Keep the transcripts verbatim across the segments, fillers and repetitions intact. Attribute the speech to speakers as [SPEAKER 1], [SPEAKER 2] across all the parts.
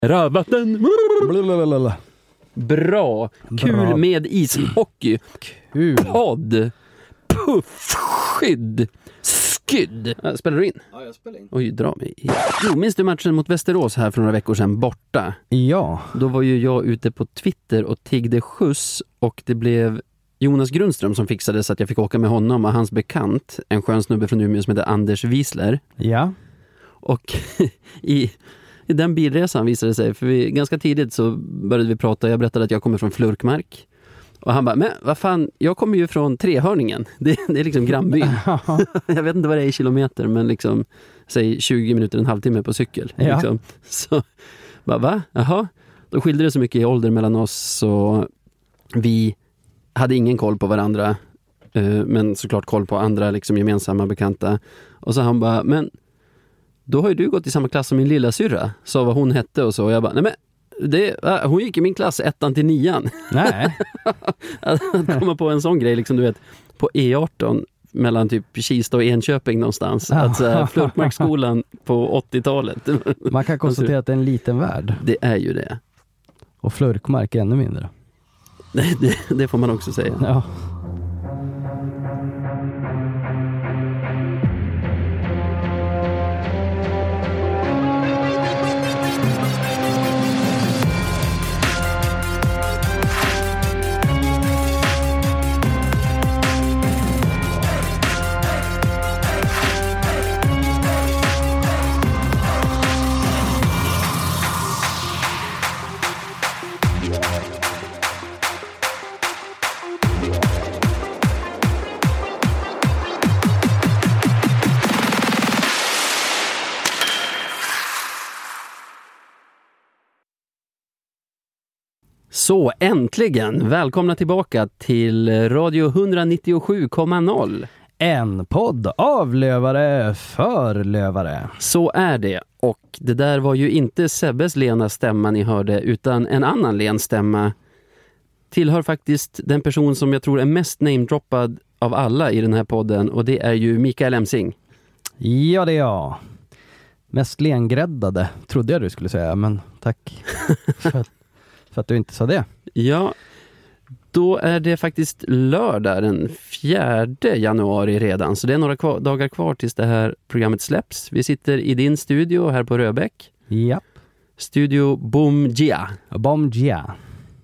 [SPEAKER 1] Rabatten. Bra. Kul
[SPEAKER 2] Bra.
[SPEAKER 1] med ishockey.
[SPEAKER 2] Kul.
[SPEAKER 1] Podd. Puffskydd. Skydd. Äh, Spelar du in?
[SPEAKER 3] Ja, jag spelar in.
[SPEAKER 1] Oj, dra mig. Jo, minns du matchen mot Västerås här för några veckor sedan borta?
[SPEAKER 2] Ja.
[SPEAKER 1] Då var ju jag ute på Twitter och tiggde skjuts och det blev Jonas Grundström som fixade så att jag fick åka med honom och hans bekant, en skön snubbe från Umeå som heter Anders Wiesler.
[SPEAKER 2] Ja.
[SPEAKER 1] Och i, i den bilresan visade det sig, för vi, ganska tidigt så började vi prata, jag berättade att jag kommer från Flurkmark. Och han bara, men vad fan, jag kommer ju från Trehörningen. Det, det är liksom grannbyn. Jag vet inte vad det är i kilometer, men liksom, säg tjugo minuter, en halvtimme på cykel.
[SPEAKER 2] Ja.
[SPEAKER 1] Liksom. Så, bara, va? Jaha. Då skilde det så mycket i ålder mellan oss, så vi hade ingen koll på varandra. Men såklart koll på andra liksom gemensamma bekanta. Och så han bara, men då har ju du gått i samma klass som min lilla syrra. Så vad hon hette och så. Och jag bara, nej men det, hon gick i min klass ettan till nian.
[SPEAKER 2] Nej.
[SPEAKER 1] Att komma på en sån grej, liksom, du vet, på E arton mellan typ Kista och Enköping någonstans. Att så här, Flurkmarksskolan på åttiotalet.
[SPEAKER 2] Man kan konstatera att det är en liten värld.
[SPEAKER 1] Det är ju det.
[SPEAKER 2] Och Flurkmark är ännu mindre.
[SPEAKER 1] Det, det, det får man också säga.
[SPEAKER 2] Ja.
[SPEAKER 1] Så äntligen, välkomna tillbaka till Radio etthundranittiosju komma noll.
[SPEAKER 2] En podd av lövare för lövare.
[SPEAKER 1] Så är det, och det där var ju inte Sebbes lena stämma ni hörde, utan en annan len stämma. Tillhör faktiskt den person som jag tror är mest namedroppad av alla i den här podden, och det är ju Mikael Emsing.
[SPEAKER 2] Ja, det är jag. Mest lengräddade, trodde jag du skulle säga, men tack för att, för att du inte sa det.
[SPEAKER 1] Ja, då är det faktiskt lördag den fjärde januari redan, så det är några kvar, dagar kvar tills det här programmet släpps. Vi sitter i din studio här på Röbäck.
[SPEAKER 2] Japp.
[SPEAKER 1] Studio Bomgia.
[SPEAKER 2] Bomgia.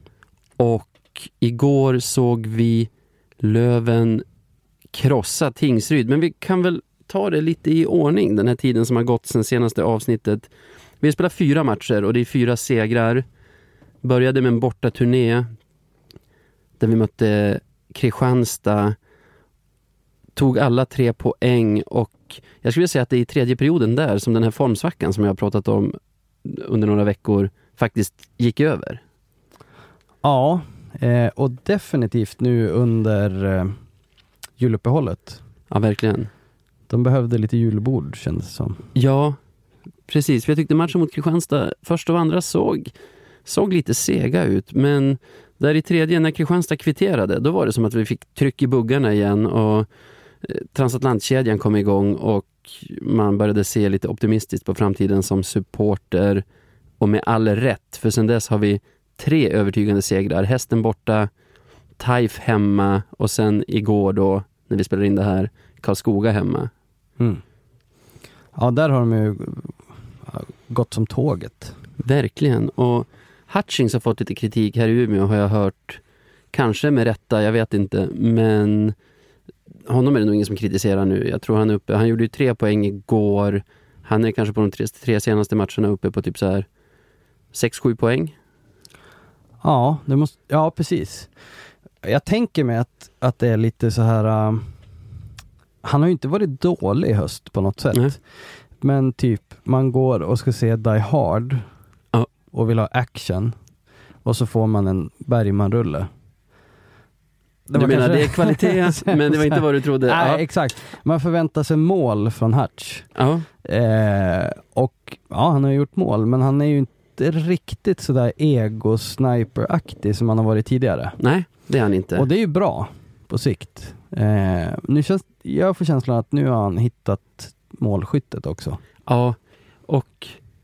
[SPEAKER 1] Och igår såg vi Löven krossa Tingsryd. Men vi kan väl ta det lite i ordning den här tiden som har gått sedan senaste avsnittet. Vi har spelat fyra matcher och det är fyra segrar. Började med en borta turné där vi mötte Kristianstad. Tog alla tre poäng, och jag skulle säga att det är i tredje perioden där som den här formsvackan som jag har pratat om under några veckor faktiskt gick över.
[SPEAKER 2] Ja, eh, och definitivt nu under eh, juluppehållet.
[SPEAKER 1] Ja, verkligen.
[SPEAKER 2] De behövde lite julbord, kändes det som.
[SPEAKER 1] Ja, precis. För jag tyckte matchen mot Kristianstad först och andra såg, såg lite sega ut. Men där i tredje, när Kristianstad kvitterade, då var det som att vi fick tryck i buggarna igen och eh, transatlantkedjan kom igång och man började se lite optimistiskt på framtiden som supporter. Och med all rätt, för sen dess har vi tre övertygande segrar. Hästen borta, Taif hemma och sen igår då, när vi spelar in det här, Karlskoga hemma.
[SPEAKER 2] Mm. Ja, där har de ju gått som tåget.
[SPEAKER 1] Verkligen. Och Hutchings har fått lite kritik här i Umeå, har jag hört. Kanske med rätta, jag vet inte. Men honom är det nog ingen som kritiserar nu. Jag tror han är uppe. Han gjorde ju tre poäng igår. Han är kanske på de tre, tre senaste matcherna uppe på typ så här sex sju poäng.
[SPEAKER 2] Ja, det måste, ja, precis. Jag tänker mig att, att det är lite så här... Uh, han har ju inte varit dålig i höst på något sätt.
[SPEAKER 1] Nej.
[SPEAKER 2] Men typ, man går och ska se Die Hard
[SPEAKER 1] ja.
[SPEAKER 2] och vill ha action. Och så får man en Bergman-rulle.
[SPEAKER 1] Du menar kanske... det är kvalitet, men det var inte vad du trodde.
[SPEAKER 2] Nej,
[SPEAKER 1] ja.
[SPEAKER 2] exakt. Man förväntar sig mål från Hutch.
[SPEAKER 1] Ja.
[SPEAKER 2] Eh, och ja, han har gjort mål, men han är ju inte riktigt sådär ego-sniper-aktig som han har varit tidigare.
[SPEAKER 1] Nej, det är han inte.
[SPEAKER 2] Och det är ju bra på sikt. Eh, nu känns, jag får känslan att nu har han hittat målskyttet också.
[SPEAKER 1] Ja, och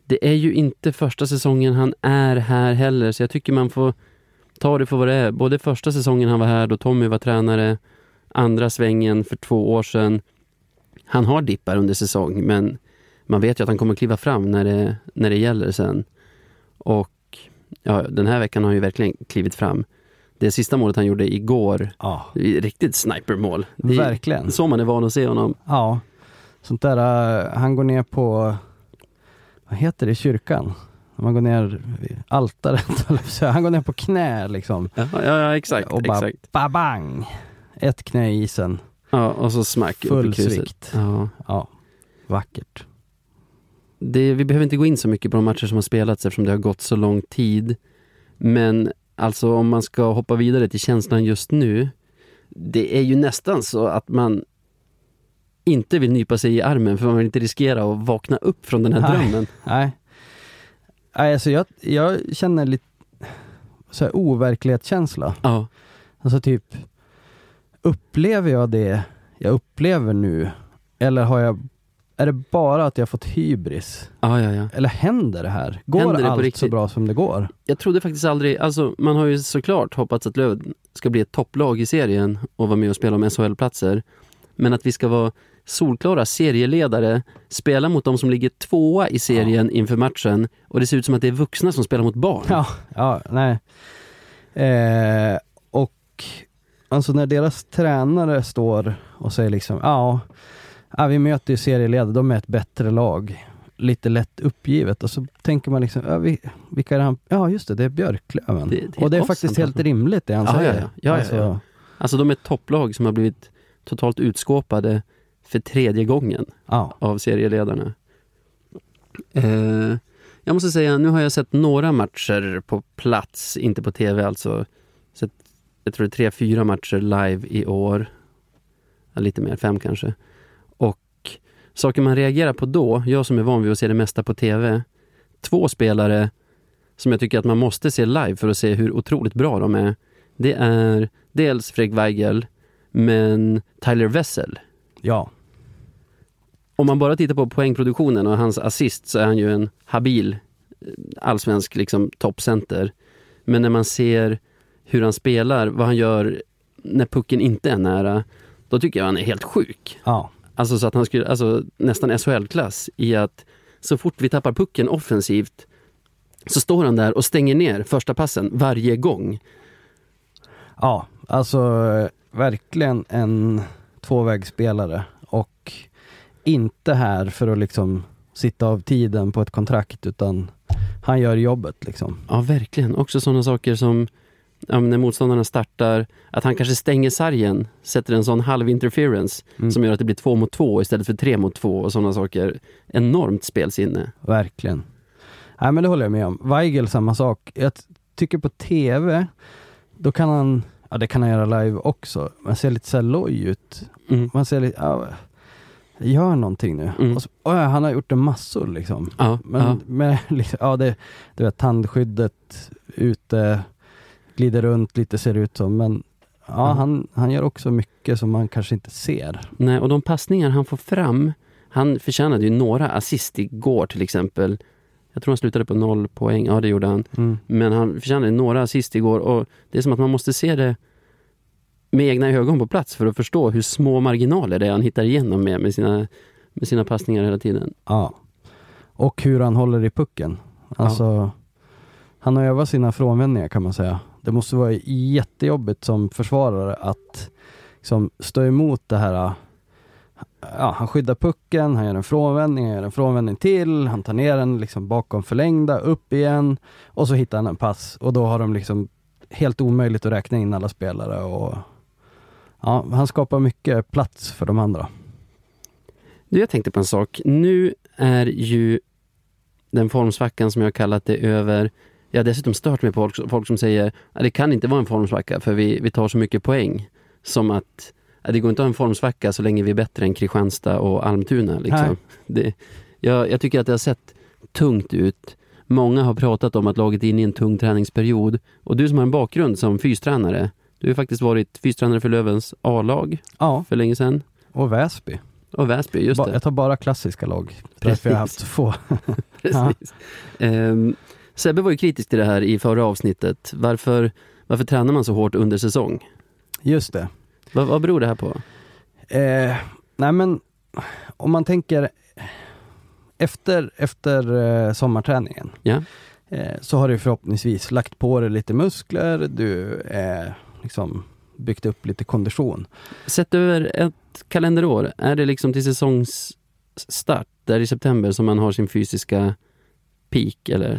[SPEAKER 1] det är ju inte första säsongen han är här heller, så jag tycker man får ta det för vad det är. Både första säsongen han var här då Tommy var tränare, andra svängen för två år sedan. Han har dippar under säsong, men man vet ju att han kommer kliva fram när det, när det gäller sen. Och ja, den här veckan har han ju verkligen klivit fram. Det sista målet han gjorde igår,
[SPEAKER 2] Ja.
[SPEAKER 1] riktigt snipermål. Det är
[SPEAKER 2] Verkligen.
[SPEAKER 1] så man är van att se honom.
[SPEAKER 2] Ja, sånt där, uh, han går ner på, vad heter det i kyrkan? Man går ner vid altaret, han går ner på knä liksom.
[SPEAKER 1] Ja, ja, ja exakt.
[SPEAKER 2] Och bara
[SPEAKER 1] exakt.
[SPEAKER 2] babang! Ett knä i isen.
[SPEAKER 1] Ja, och så smack upp
[SPEAKER 2] Full
[SPEAKER 1] i krysset.
[SPEAKER 2] svikt.
[SPEAKER 1] Ja.
[SPEAKER 2] Ja, vackert.
[SPEAKER 1] Det, vi behöver inte gå in så mycket på de matcher som har spelats eftersom det har gått så lång tid. Men alltså om man ska hoppa vidare till känslan just nu, det är ju nästan så att man inte vill nypa sig i armen för man vill inte riskera att vakna upp från den här
[SPEAKER 2] Nej.
[SPEAKER 1] drömmen.
[SPEAKER 2] Nej. Nej, alltså jag, jag känner lite så här overklighetskänsla.
[SPEAKER 1] Ja,
[SPEAKER 2] Alltså typ, upplever jag det jag upplever nu? Eller har jag, är det bara att jag fått hybris?
[SPEAKER 1] ja, ja. ja.
[SPEAKER 2] Eller händer det här? Går
[SPEAKER 1] Händer det på
[SPEAKER 2] allt
[SPEAKER 1] riktigt?
[SPEAKER 2] så bra som det går?
[SPEAKER 1] Jag trodde faktiskt aldrig, alltså man har ju såklart hoppats att Löven ska bli ett topplag i serien och vara med och spela om S H L-platser. Men att vi ska vara solklara serieledare, spela mot de som ligger tvåa i serien ja. inför matchen, och det ser ut som att det är vuxna som spelar mot barn.
[SPEAKER 2] Ja, ja, nej. Eh, och alltså när deras tränare står och säger liksom, ja, ja vi möter ju serieledare, de är ett bättre lag. Lite lätt uppgivet, och så tänker man liksom, ja, vi, vilka är han? Ja, just det, det är Björklöven. Det, det är och det är faktiskt helt rimligt det han
[SPEAKER 1] ja,
[SPEAKER 2] säger.
[SPEAKER 1] Ja, ja, ja, alltså, ja, ja. alltså de är ett topplag som har blivit totalt utskåpade för tredje gången
[SPEAKER 2] ja.
[SPEAKER 1] av serieledarna. Eh, jag måste säga, nu har jag sett några matcher på plats, inte på tv alltså. Sett, jag tror det är tre, fyra matcher live i år. Ja, lite mer, fem kanske. Och saker man reagerar på då, jag som är van vid att se det mesta på tv, två spelare som jag tycker att man måste se live för att se hur otroligt bra de är. Det är dels Fredrik Weigel, men Tyler Wessel.
[SPEAKER 2] Ja.
[SPEAKER 1] Om man bara tittar på poängproduktionen och hans assist så är han ju en habil allsvensk liksom toppcenter. Men när man ser hur han spelar, vad han gör när pucken inte är nära, då tycker jag han är helt sjuk.
[SPEAKER 2] Ja.
[SPEAKER 1] Alltså så att han skulle, alltså nästan S H L-klass i att så fort vi tappar pucken offensivt så står han där och stänger ner första passen varje gång.
[SPEAKER 2] Ja, alltså verkligen en tvåvägsspelare, och inte här för att liksom sitta av tiden på ett kontrakt, utan han gör jobbet liksom.
[SPEAKER 1] Ja, verkligen. Också sådana saker som ja, när motståndarna startar, att han kanske stänger sargen, sätter en sån halv interference mm. som gör att det blir två mot två istället för tre mot två och sådana saker. Enormt spelsinne.
[SPEAKER 2] Verkligen. Nej, men det håller jag med om. Weigel samma sak. Jag tycker på tv, då kan han, ja det kan han göra live också, man ser lite så här loj ut. Mm. Man ser lite, ja, gör någonting nu. Mm. Och så, oh ja, han har gjort en massor liksom.
[SPEAKER 1] Ja,
[SPEAKER 2] men
[SPEAKER 1] ja.
[SPEAKER 2] Men, liksom, ja, det, du vet, tandskyddet ute, glider runt lite ser ut som, men ja, mm. han, han gör också mycket som man kanske inte ser. Nej,
[SPEAKER 1] och de passningar han får fram, han förtjänade ju några assist igår till exempel. Jag tror han slutade på noll poäng, ja det gjorde han. Mm. Men han förtjänade några assist igår, och det är som att man måste se det med egna ögon på plats för att förstå hur små marginaler det är han hittar igenom med, med, sina, med sina passningar hela tiden.
[SPEAKER 2] Ja, och hur han håller i pucken. Alltså, ja. Han har övat sina frånvändningar kan man säga. Det måste vara jättejobbigt som försvarare att liksom, stå emot det här. Ja, han skyddar pucken, han gör en frånvändning, han gör en frånvändning till, han tar ner den liksom bakom förlängda, upp igen, och så hittar han en pass, och då har de liksom helt omöjligt att räkna in alla spelare, och ja, han skapar mycket plats för de andra.
[SPEAKER 1] Du, jag tänkte på en sak. Nu är ju den formsvackan som jag har kallat det över. Jag har dessutom stört mig på folk, folk som säger att det kan inte vara en formsvacka för vi, vi tar så mycket poäng. Som att, att det går inte att ha en formsvacka så länge vi är bättre än Kristianstad och Almtuna. Liksom. Det, jag, jag tycker att det har sett tungt ut. Många har pratat om att laget är inne i en tung träningsperiod. Och du som har en bakgrund som fystränare, du har faktiskt varit fystränare för Lövens A-lag
[SPEAKER 2] ja.
[SPEAKER 1] för länge sedan.
[SPEAKER 2] Och Väsby.
[SPEAKER 1] Och Väsby, just
[SPEAKER 2] ba,
[SPEAKER 1] det.
[SPEAKER 2] Jag tar bara klassiska lag. Därför jag har haft så få.
[SPEAKER 1] Precis. Ja. Um, Sebbe var ju kritisk till det här i förra avsnittet. Varför, varför tränar man så hårt under säsong?
[SPEAKER 2] Just det.
[SPEAKER 1] Vad, vad beror det här på?
[SPEAKER 2] Eh, nej men, om man tänker efter, efter eh, sommarträningen
[SPEAKER 1] Ja.
[SPEAKER 2] eh, så har du förhoppningsvis lagt på dig lite muskler, du är eh, liksom byggt upp lite kondition.
[SPEAKER 1] Sett över ett kalenderår, är det liksom till säsongsstart där i september som man har sin fysiska peak, eller?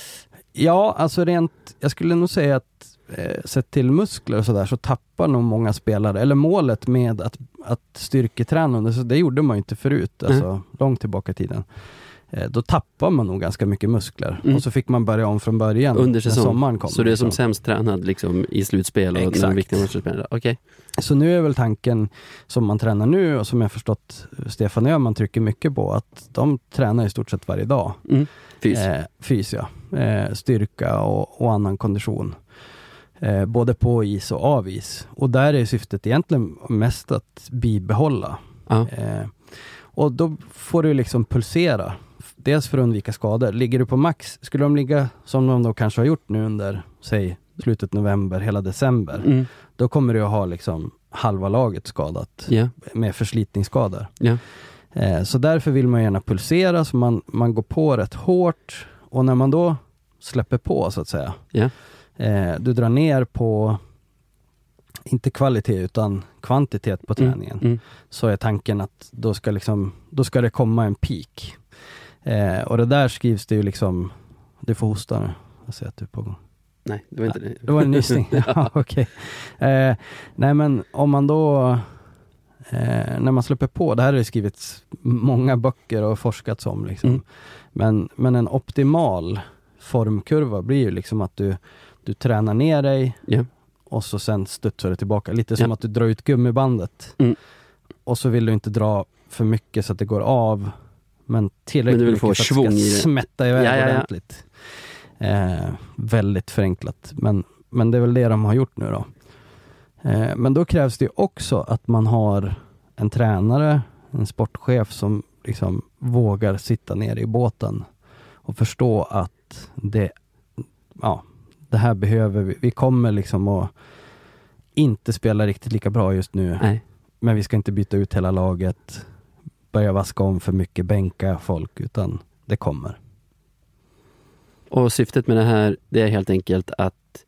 [SPEAKER 2] Ja, alltså rent, jag skulle nog säga att eh, sett till muskler och sådär så tappar nog många spelare, eller målet med att, att styrketräna, så det gjorde man ju inte förut, alltså mm. långt tillbaka i tiden. Eh, då tappar man nog ganska mycket muskler mm. och så fick man börja om från början
[SPEAKER 1] under säsong.
[SPEAKER 2] När sommaren kom.
[SPEAKER 1] Så det är som
[SPEAKER 2] liksom.
[SPEAKER 1] sämst tränad liksom, i slutspel och
[SPEAKER 2] Exakt.
[SPEAKER 1] när de viktiga matcher spelar. Okay.
[SPEAKER 2] Så nu är väl tanken som man tränar nu och som jag förstått Stefan Öhman trycker mycket på, att de tränar i stort sett varje dag.
[SPEAKER 1] Mm. Fys.
[SPEAKER 2] Eh, fys ja. Eh, styrka och, och annan kondition. Eh, både på is och av is. Och där är syftet egentligen mest att bibehålla.
[SPEAKER 1] Ja.
[SPEAKER 2] Eh, och då får du liksom pulsera. Dels för att undvika skador. Ligger du på max, skulle de ligga som de då kanske har gjort nu under, säg, slutet november, hela december.
[SPEAKER 1] Mm.
[SPEAKER 2] Då kommer du att ha liksom halva laget skadat.
[SPEAKER 1] Yeah.
[SPEAKER 2] Med förslitningsskador.
[SPEAKER 1] Yeah.
[SPEAKER 2] Eh, så därför vill man gärna pulsera, så man, man går på rätt hårt. Och när man då släpper på, så att säga.
[SPEAKER 1] Yeah.
[SPEAKER 2] Eh, du drar ner på inte kvalitet utan kvantitet på träningen.
[SPEAKER 1] Mm. Mm.
[SPEAKER 2] Så är tanken att då ska, liksom, då ska det komma en peak. Eh, och det där skrivs det ju liksom, du får hosta nu. Jag ser att du är på gång.
[SPEAKER 1] Nej, det var inte det.
[SPEAKER 2] Det var en nysning. Ja, okej. Okay. Eh, nej, men om man då eh, när man släpper på, det här har det skrivits många böcker och forskats om liksom. Mm. Men, men en optimal formkurva blir ju liksom att du, du tränar ner dig yeah. och så sen studsar du tillbaka. Lite som yeah. att du drar ut gummibandet. Mm. Och så vill du inte dra för mycket så att det går av. Men tillräckligt
[SPEAKER 1] men du vill
[SPEAKER 2] mycket
[SPEAKER 1] få
[SPEAKER 2] för att
[SPEAKER 1] svung
[SPEAKER 2] det ska smätta iväg
[SPEAKER 1] ja, ja, ja.
[SPEAKER 2] ordentligt. Eh, väldigt förenklat. Men, men det är väl det de har gjort nu då. Eh, men då krävs det också att man har en tränare, en sportchef som liksom vågar sitta ner i båten och förstå att det, ja, det här behöver vi. Vi kommer liksom att inte spela riktigt lika bra just nu.
[SPEAKER 1] Nej.
[SPEAKER 2] Men vi ska inte byta ut hela laget, börja vaska om för mycket, bänka folk, utan det kommer.
[SPEAKER 1] Och syftet med det här, det är helt enkelt att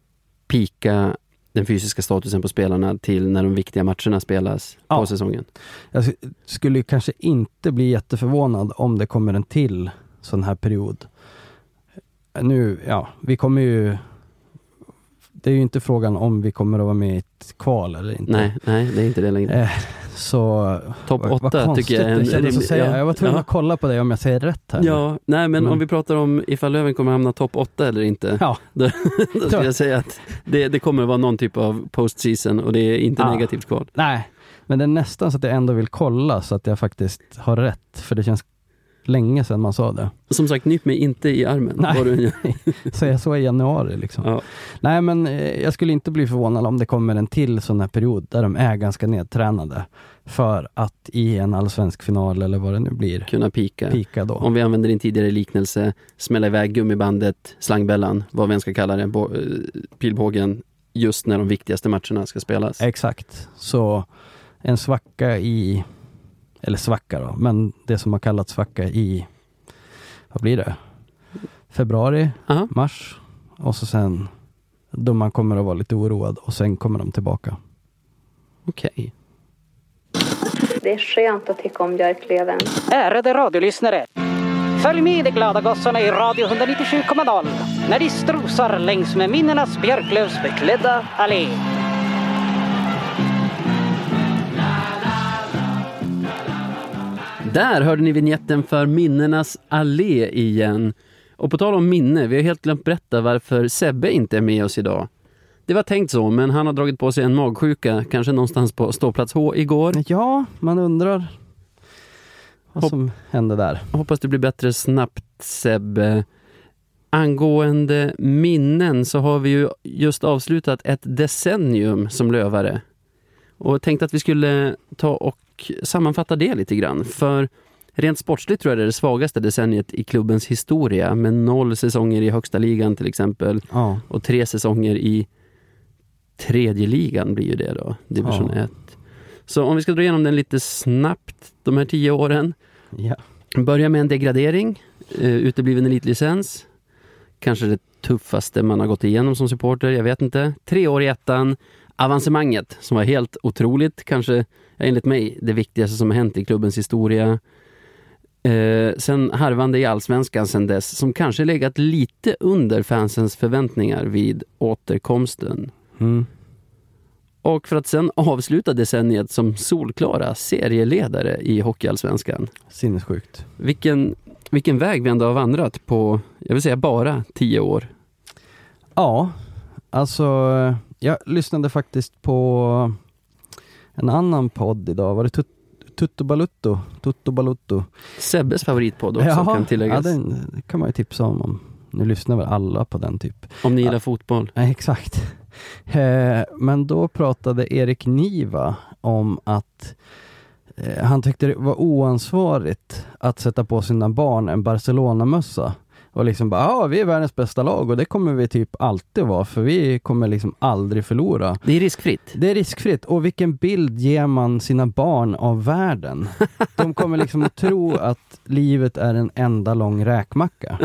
[SPEAKER 1] pika den fysiska statusen på spelarna till när de viktiga matcherna spelas ja. på säsongen.
[SPEAKER 2] Jag skulle kanske inte bli jätteförvånad om det kommer en till sån här period. Nu, ja, vi kommer ju, det är ju inte frågan om vi kommer att vara med i ett kval eller inte.
[SPEAKER 1] Nej, nej, det är inte det längre.
[SPEAKER 2] Eh, så
[SPEAKER 1] topp åtta tycker jag är en
[SPEAKER 2] rimlig, säga.
[SPEAKER 1] Ja,
[SPEAKER 2] jag var tvungen
[SPEAKER 1] ja.
[SPEAKER 2] att kolla på det om jag säger rätt här.
[SPEAKER 1] Ja, nej men
[SPEAKER 2] mm.
[SPEAKER 1] om vi pratar om ifall Löven kommer hamna topp åtta eller inte. Ja. Då, då skulle jag säga att det, det kommer att vara någon typ av postseason och det är inte ja. negativt kval.
[SPEAKER 2] Nej, men det är nästan så att jag ändå vill kolla så att jag faktiskt har rätt. För det känns länge sedan man sa det.
[SPEAKER 1] Som sagt, nyp mig inte i armen.
[SPEAKER 2] Nej, du... så jag så i januari liksom. Ja. Nej, men eh, jag skulle inte bli förvånad om det kommer en till sån här period där de är ganska nedtränade för att i en allsvensk final eller vad det nu blir
[SPEAKER 1] kunna pika.
[SPEAKER 2] pika då.
[SPEAKER 1] Om vi använder din tidigare liknelse, smälla iväg gummibandet, slangbällan, vad vi än ska kalla det, bo- pilbågen, just när de viktigaste matcherna ska spelas.
[SPEAKER 2] Exakt. Så en svacka i eller svacka då, men det som har kallats svacka i, vad blir det? Februari, Aha. mars, och så sen då man kommer att vara lite oroad och sen kommer de tillbaka.
[SPEAKER 1] Okej. Okay.
[SPEAKER 3] Det är skönt att tycka om Björklöven.
[SPEAKER 4] Ärade radiolyssnare, följ med de glada gossarna i Radio etthundranittiosju komma noll när de strosar längs med minnenas björklövsbeklädda allé.
[SPEAKER 1] Där hörde ni vignetten för Minnenas allé igen. Och på tal om minne, vi har helt glömt berätta varför Sebbe inte är med oss idag. Det var tänkt så, men han har dragit på sig en magsjuka, kanske någonstans på ståplats H igår.
[SPEAKER 2] Ja, man undrar vad Hopp- som hände där.
[SPEAKER 1] Hoppas det blir bättre snabbt, Sebbe. Angående minnen så har vi ju just avslutat ett decennium som lövare. Och tänkte att vi skulle ta och och sammanfatta det lite grann. För rent sportsligt tror jag det är det svagaste decenniet i klubbens historia, med noll säsonger i högsta ligan till exempel.
[SPEAKER 2] Ja.
[SPEAKER 1] Och tre säsonger i tredje ligan blir ju det då, division
[SPEAKER 2] Ja.
[SPEAKER 1] ett. Så om vi ska dra igenom den lite snabbt, de här tio åren.
[SPEAKER 2] Ja.
[SPEAKER 1] Börja med en degradering, eh, utebliven elitlicens. Kanske det tuffaste man har gått igenom som supporter, jag vet inte. Tre år i ettan, avancemanget som var helt otroligt, kanske enligt mig det viktigaste som har hänt i klubbens historia. Eh, sen harvande i allsvenskan sen dess, som kanske legat lite under fansens förväntningar vid återkomsten.
[SPEAKER 2] Mm.
[SPEAKER 1] Och för att sen avsluta decenniet som solklara serieledare i hockeyallsvenskan.
[SPEAKER 2] Sinnessjukt.
[SPEAKER 1] Vilken, vilken väg vi ändå har vandrat på, jag vill säga bara tio år.
[SPEAKER 2] Ja, alltså jag lyssnade faktiskt på en annan podd idag. Var det Tut- Tutto Balutto? Tutto Balutto.
[SPEAKER 1] Sebbes favoritpodd också,
[SPEAKER 2] Jaha,
[SPEAKER 1] kan tilläggas.
[SPEAKER 2] ja, den kan man ju tipsa om, om. Nu lyssnar väl alla på den typ.
[SPEAKER 1] Om ni gillar
[SPEAKER 2] Ja.
[SPEAKER 1] fotboll.
[SPEAKER 2] Nej, exakt. Eh, men då pratade Erik Niva om att eh, han tyckte det var oansvarigt att sätta på sina barn en Barcelona-mössa. Och liksom bara, ja, vi är världens bästa lag och det kommer vi typ alltid vara, för vi kommer liksom aldrig förlora.
[SPEAKER 1] Det är riskfritt.
[SPEAKER 2] Det är riskfritt. Och vilken bild ger man sina barn av världen? De kommer liksom att tro att livet är en enda lång räkmacka.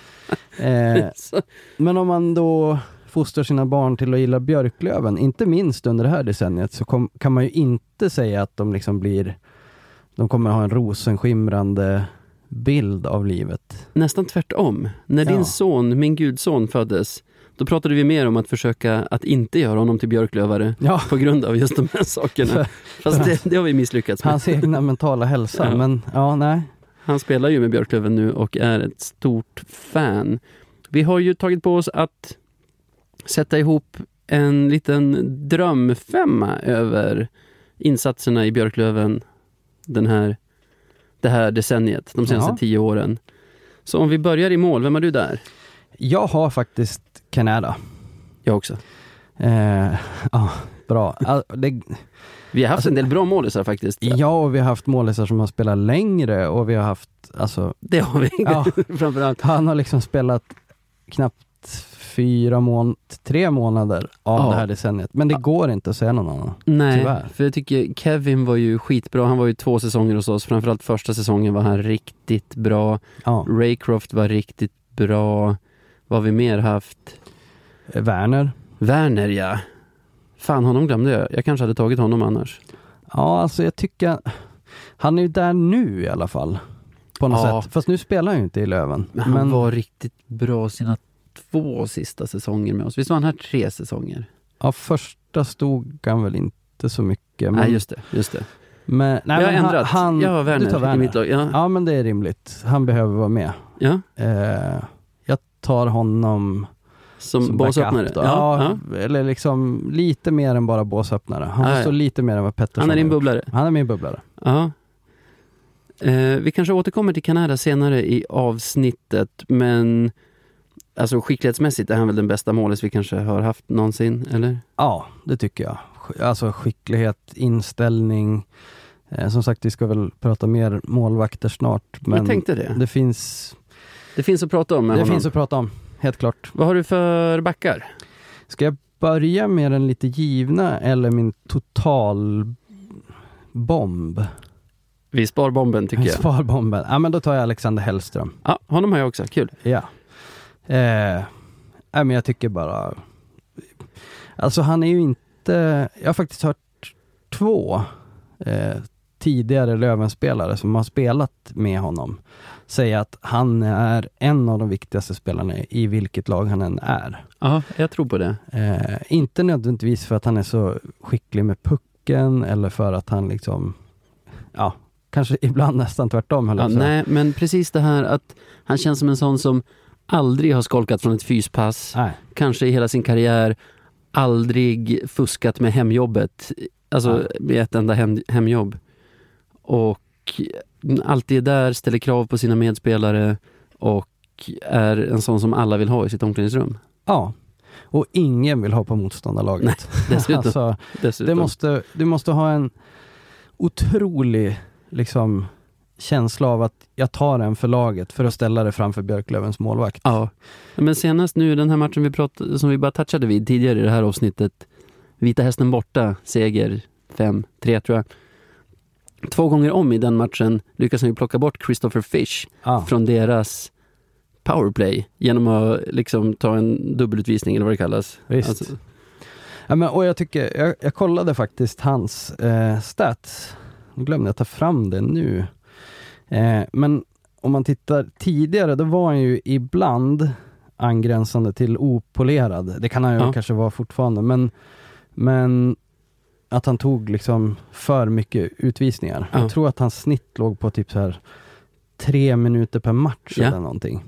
[SPEAKER 2] Eh, men om man då fostrar sina barn till att gilla Björklöven, inte minst under det här decenniet, så kom, kan man ju inte säga att de liksom blir, de kommer ha en rosenskimrande bild av livet.
[SPEAKER 1] Nästan tvärtom. När din
[SPEAKER 2] Ja.
[SPEAKER 1] son, min gudson, föddes, då pratade vi mer om att försöka att inte göra honom till björklövare
[SPEAKER 2] Ja.
[SPEAKER 1] på grund av just de här sakerna.
[SPEAKER 2] För,
[SPEAKER 1] Fast det, det har vi misslyckats med.
[SPEAKER 2] hans egna mentala hälsa.
[SPEAKER 1] Ja.
[SPEAKER 2] Men ja, nej.
[SPEAKER 1] Han spelar ju med Björklöven nu och är ett stort fan. Vi har ju tagit på oss att sätta ihop en liten drömfemma över insatserna i Björklöven den här, det här decenniet, de senaste
[SPEAKER 2] Jaha.
[SPEAKER 1] tio åren. Så om vi börjar i mål, vem är du där?
[SPEAKER 2] Jag har faktiskt Canada.
[SPEAKER 1] Jag också.
[SPEAKER 2] Eh, ja, bra. All, det,
[SPEAKER 1] Vi har haft
[SPEAKER 2] Alltså,
[SPEAKER 1] en del bra målisar faktiskt.
[SPEAKER 2] ja, och vi har haft målisar som har spelat längre och vi har haft, alltså,
[SPEAKER 1] Det har vi.
[SPEAKER 2] Ja.
[SPEAKER 1] Framförallt.
[SPEAKER 2] han har liksom spelat knappt fyra mån- tre månader av
[SPEAKER 1] Ja.
[SPEAKER 2] det här decenniet. Men det går inte att säga någon annan.
[SPEAKER 1] Nej,
[SPEAKER 2] Tyvärr.
[SPEAKER 1] för jag tycker Kevin var ju skitbra. Han var ju två säsonger hos oss. Framförallt första säsongen var han riktigt bra.
[SPEAKER 2] Ja.
[SPEAKER 1] Raycroft var riktigt bra. Vad har vi mer haft?
[SPEAKER 2] Werner.
[SPEAKER 1] Werner, ja. Fan, honom glömde jag. Jag kanske hade tagit honom annars.
[SPEAKER 2] Ja, alltså jag tycker han är ju där nu i alla fall. På något
[SPEAKER 1] Ja.
[SPEAKER 2] sätt. Fast nu spelar han ju inte i Löven.
[SPEAKER 1] Men han
[SPEAKER 2] Men
[SPEAKER 1] var riktigt bra sina två sista säsonger med oss. Visst var han här tre säsonger?
[SPEAKER 2] ja, första stod han väl inte så mycket. Men,
[SPEAKER 1] Nej, just det. Just det.
[SPEAKER 2] men, nej,
[SPEAKER 1] jag har
[SPEAKER 2] men
[SPEAKER 1] ändrat.
[SPEAKER 2] Han,
[SPEAKER 1] jag har Werner,
[SPEAKER 2] du tar Werner
[SPEAKER 1] i mitt lag. Ja.
[SPEAKER 2] Ja, men det är rimligt. Han behöver vara med.
[SPEAKER 1] Ja.
[SPEAKER 2] Eh, jag tar honom
[SPEAKER 1] Som,
[SPEAKER 2] som
[SPEAKER 1] båsöppnare.
[SPEAKER 2] backup då.
[SPEAKER 1] Ja,
[SPEAKER 2] Ja,
[SPEAKER 1] ja.
[SPEAKER 2] eller liksom lite mer än bara båsöppnare. Han
[SPEAKER 1] Ja,
[SPEAKER 2] får
[SPEAKER 1] ja.
[SPEAKER 2] stå lite mer än vad Pettersson
[SPEAKER 1] Han är
[SPEAKER 2] har
[SPEAKER 1] din
[SPEAKER 2] gjort.
[SPEAKER 1] bubblare.
[SPEAKER 2] Han är min bubblare.
[SPEAKER 1] Ja. Eh, vi kanske återkommer till Kanada senare i avsnittet, men alltså skicklighetsmässigt är han väl den bästa målis vi kanske har haft någonsin, eller?
[SPEAKER 2] Ja, det tycker jag. Sk- Alltså skicklighet, inställning. Eh, som sagt, vi ska väl prata mer målvakter snart. Men
[SPEAKER 1] Jag tänkte det.
[SPEAKER 2] det finns,
[SPEAKER 1] Det finns att prata om med
[SPEAKER 2] det
[SPEAKER 1] honom.
[SPEAKER 2] finns att prata om, helt klart.
[SPEAKER 1] Vad har du för backar?
[SPEAKER 2] Ska jag börja med den lite givna eller min total bomb?
[SPEAKER 1] Vi spar bomben tycker jag.
[SPEAKER 2] Sparbomben. Ja, men då tar jag Alexander Hellström.
[SPEAKER 1] Ja, honom har jag också. Kul.
[SPEAKER 2] Ja. Eh, nej, men jag tycker bara... Alltså han är ju inte... Jag har faktiskt hört två eh, tidigare Lövenspelare som har spelat med honom säga att han är en av de viktigaste spelarna i vilket lag han än är.
[SPEAKER 1] Ja, jag tror på det.
[SPEAKER 2] Eh, inte nödvändigtvis för att han är så skicklig med pucken eller för att han liksom... Ja, kanske ibland nästan tvärtom. höll jag
[SPEAKER 1] Ja,
[SPEAKER 2] på att säga.
[SPEAKER 1] nej, men precis det här att han känns som en sån som aldrig har skolkat från ett fyspass.
[SPEAKER 2] Nej.
[SPEAKER 1] Kanske i hela sin karriär aldrig fuskat med hemjobbet. Alltså med ett enda hem, hemjobb. Och alltid är där, ställer krav på sina medspelare och är en sån som alla vill ha i sitt omklädningsrum.
[SPEAKER 2] Ja, och ingen vill ha på motståndarlaget.
[SPEAKER 1] Nej, dessutom.
[SPEAKER 2] Alltså,
[SPEAKER 1] Dessutom.
[SPEAKER 2] det måste, du måste ha en otrolig liksom känsla av att jag tar en för laget för att ställa det framför Björklövens målvakt.
[SPEAKER 1] Ja, men senast nu den här matchen vi pratade, som vi bara touchade vid tidigare i det här avsnittet, Vita Hästen borta, seger fem tre tror jag. Två gånger om i den matchen lyckas han ju plocka bort Christopher Fish
[SPEAKER 2] Ja.
[SPEAKER 1] från deras powerplay genom att liksom ta en dubbelutvisning eller vad det kallas.
[SPEAKER 2] Visst.
[SPEAKER 1] Alltså,
[SPEAKER 2] Ja, men, och jag tycker, jag, jag kollade faktiskt hans eh, stats. Nu glömde jag ta fram det nu. Eh, men om man tittar tidigare, då var han ju ibland angränsande till opolerad. Det kan han ju
[SPEAKER 1] Ja.
[SPEAKER 2] kanske vara fortfarande. Men, men att han tog liksom för mycket utvisningar.
[SPEAKER 1] Ja.
[SPEAKER 2] Jag tror att hans snitt låg på typ så här tre minuter per match
[SPEAKER 1] Ja.
[SPEAKER 2] eller någonting.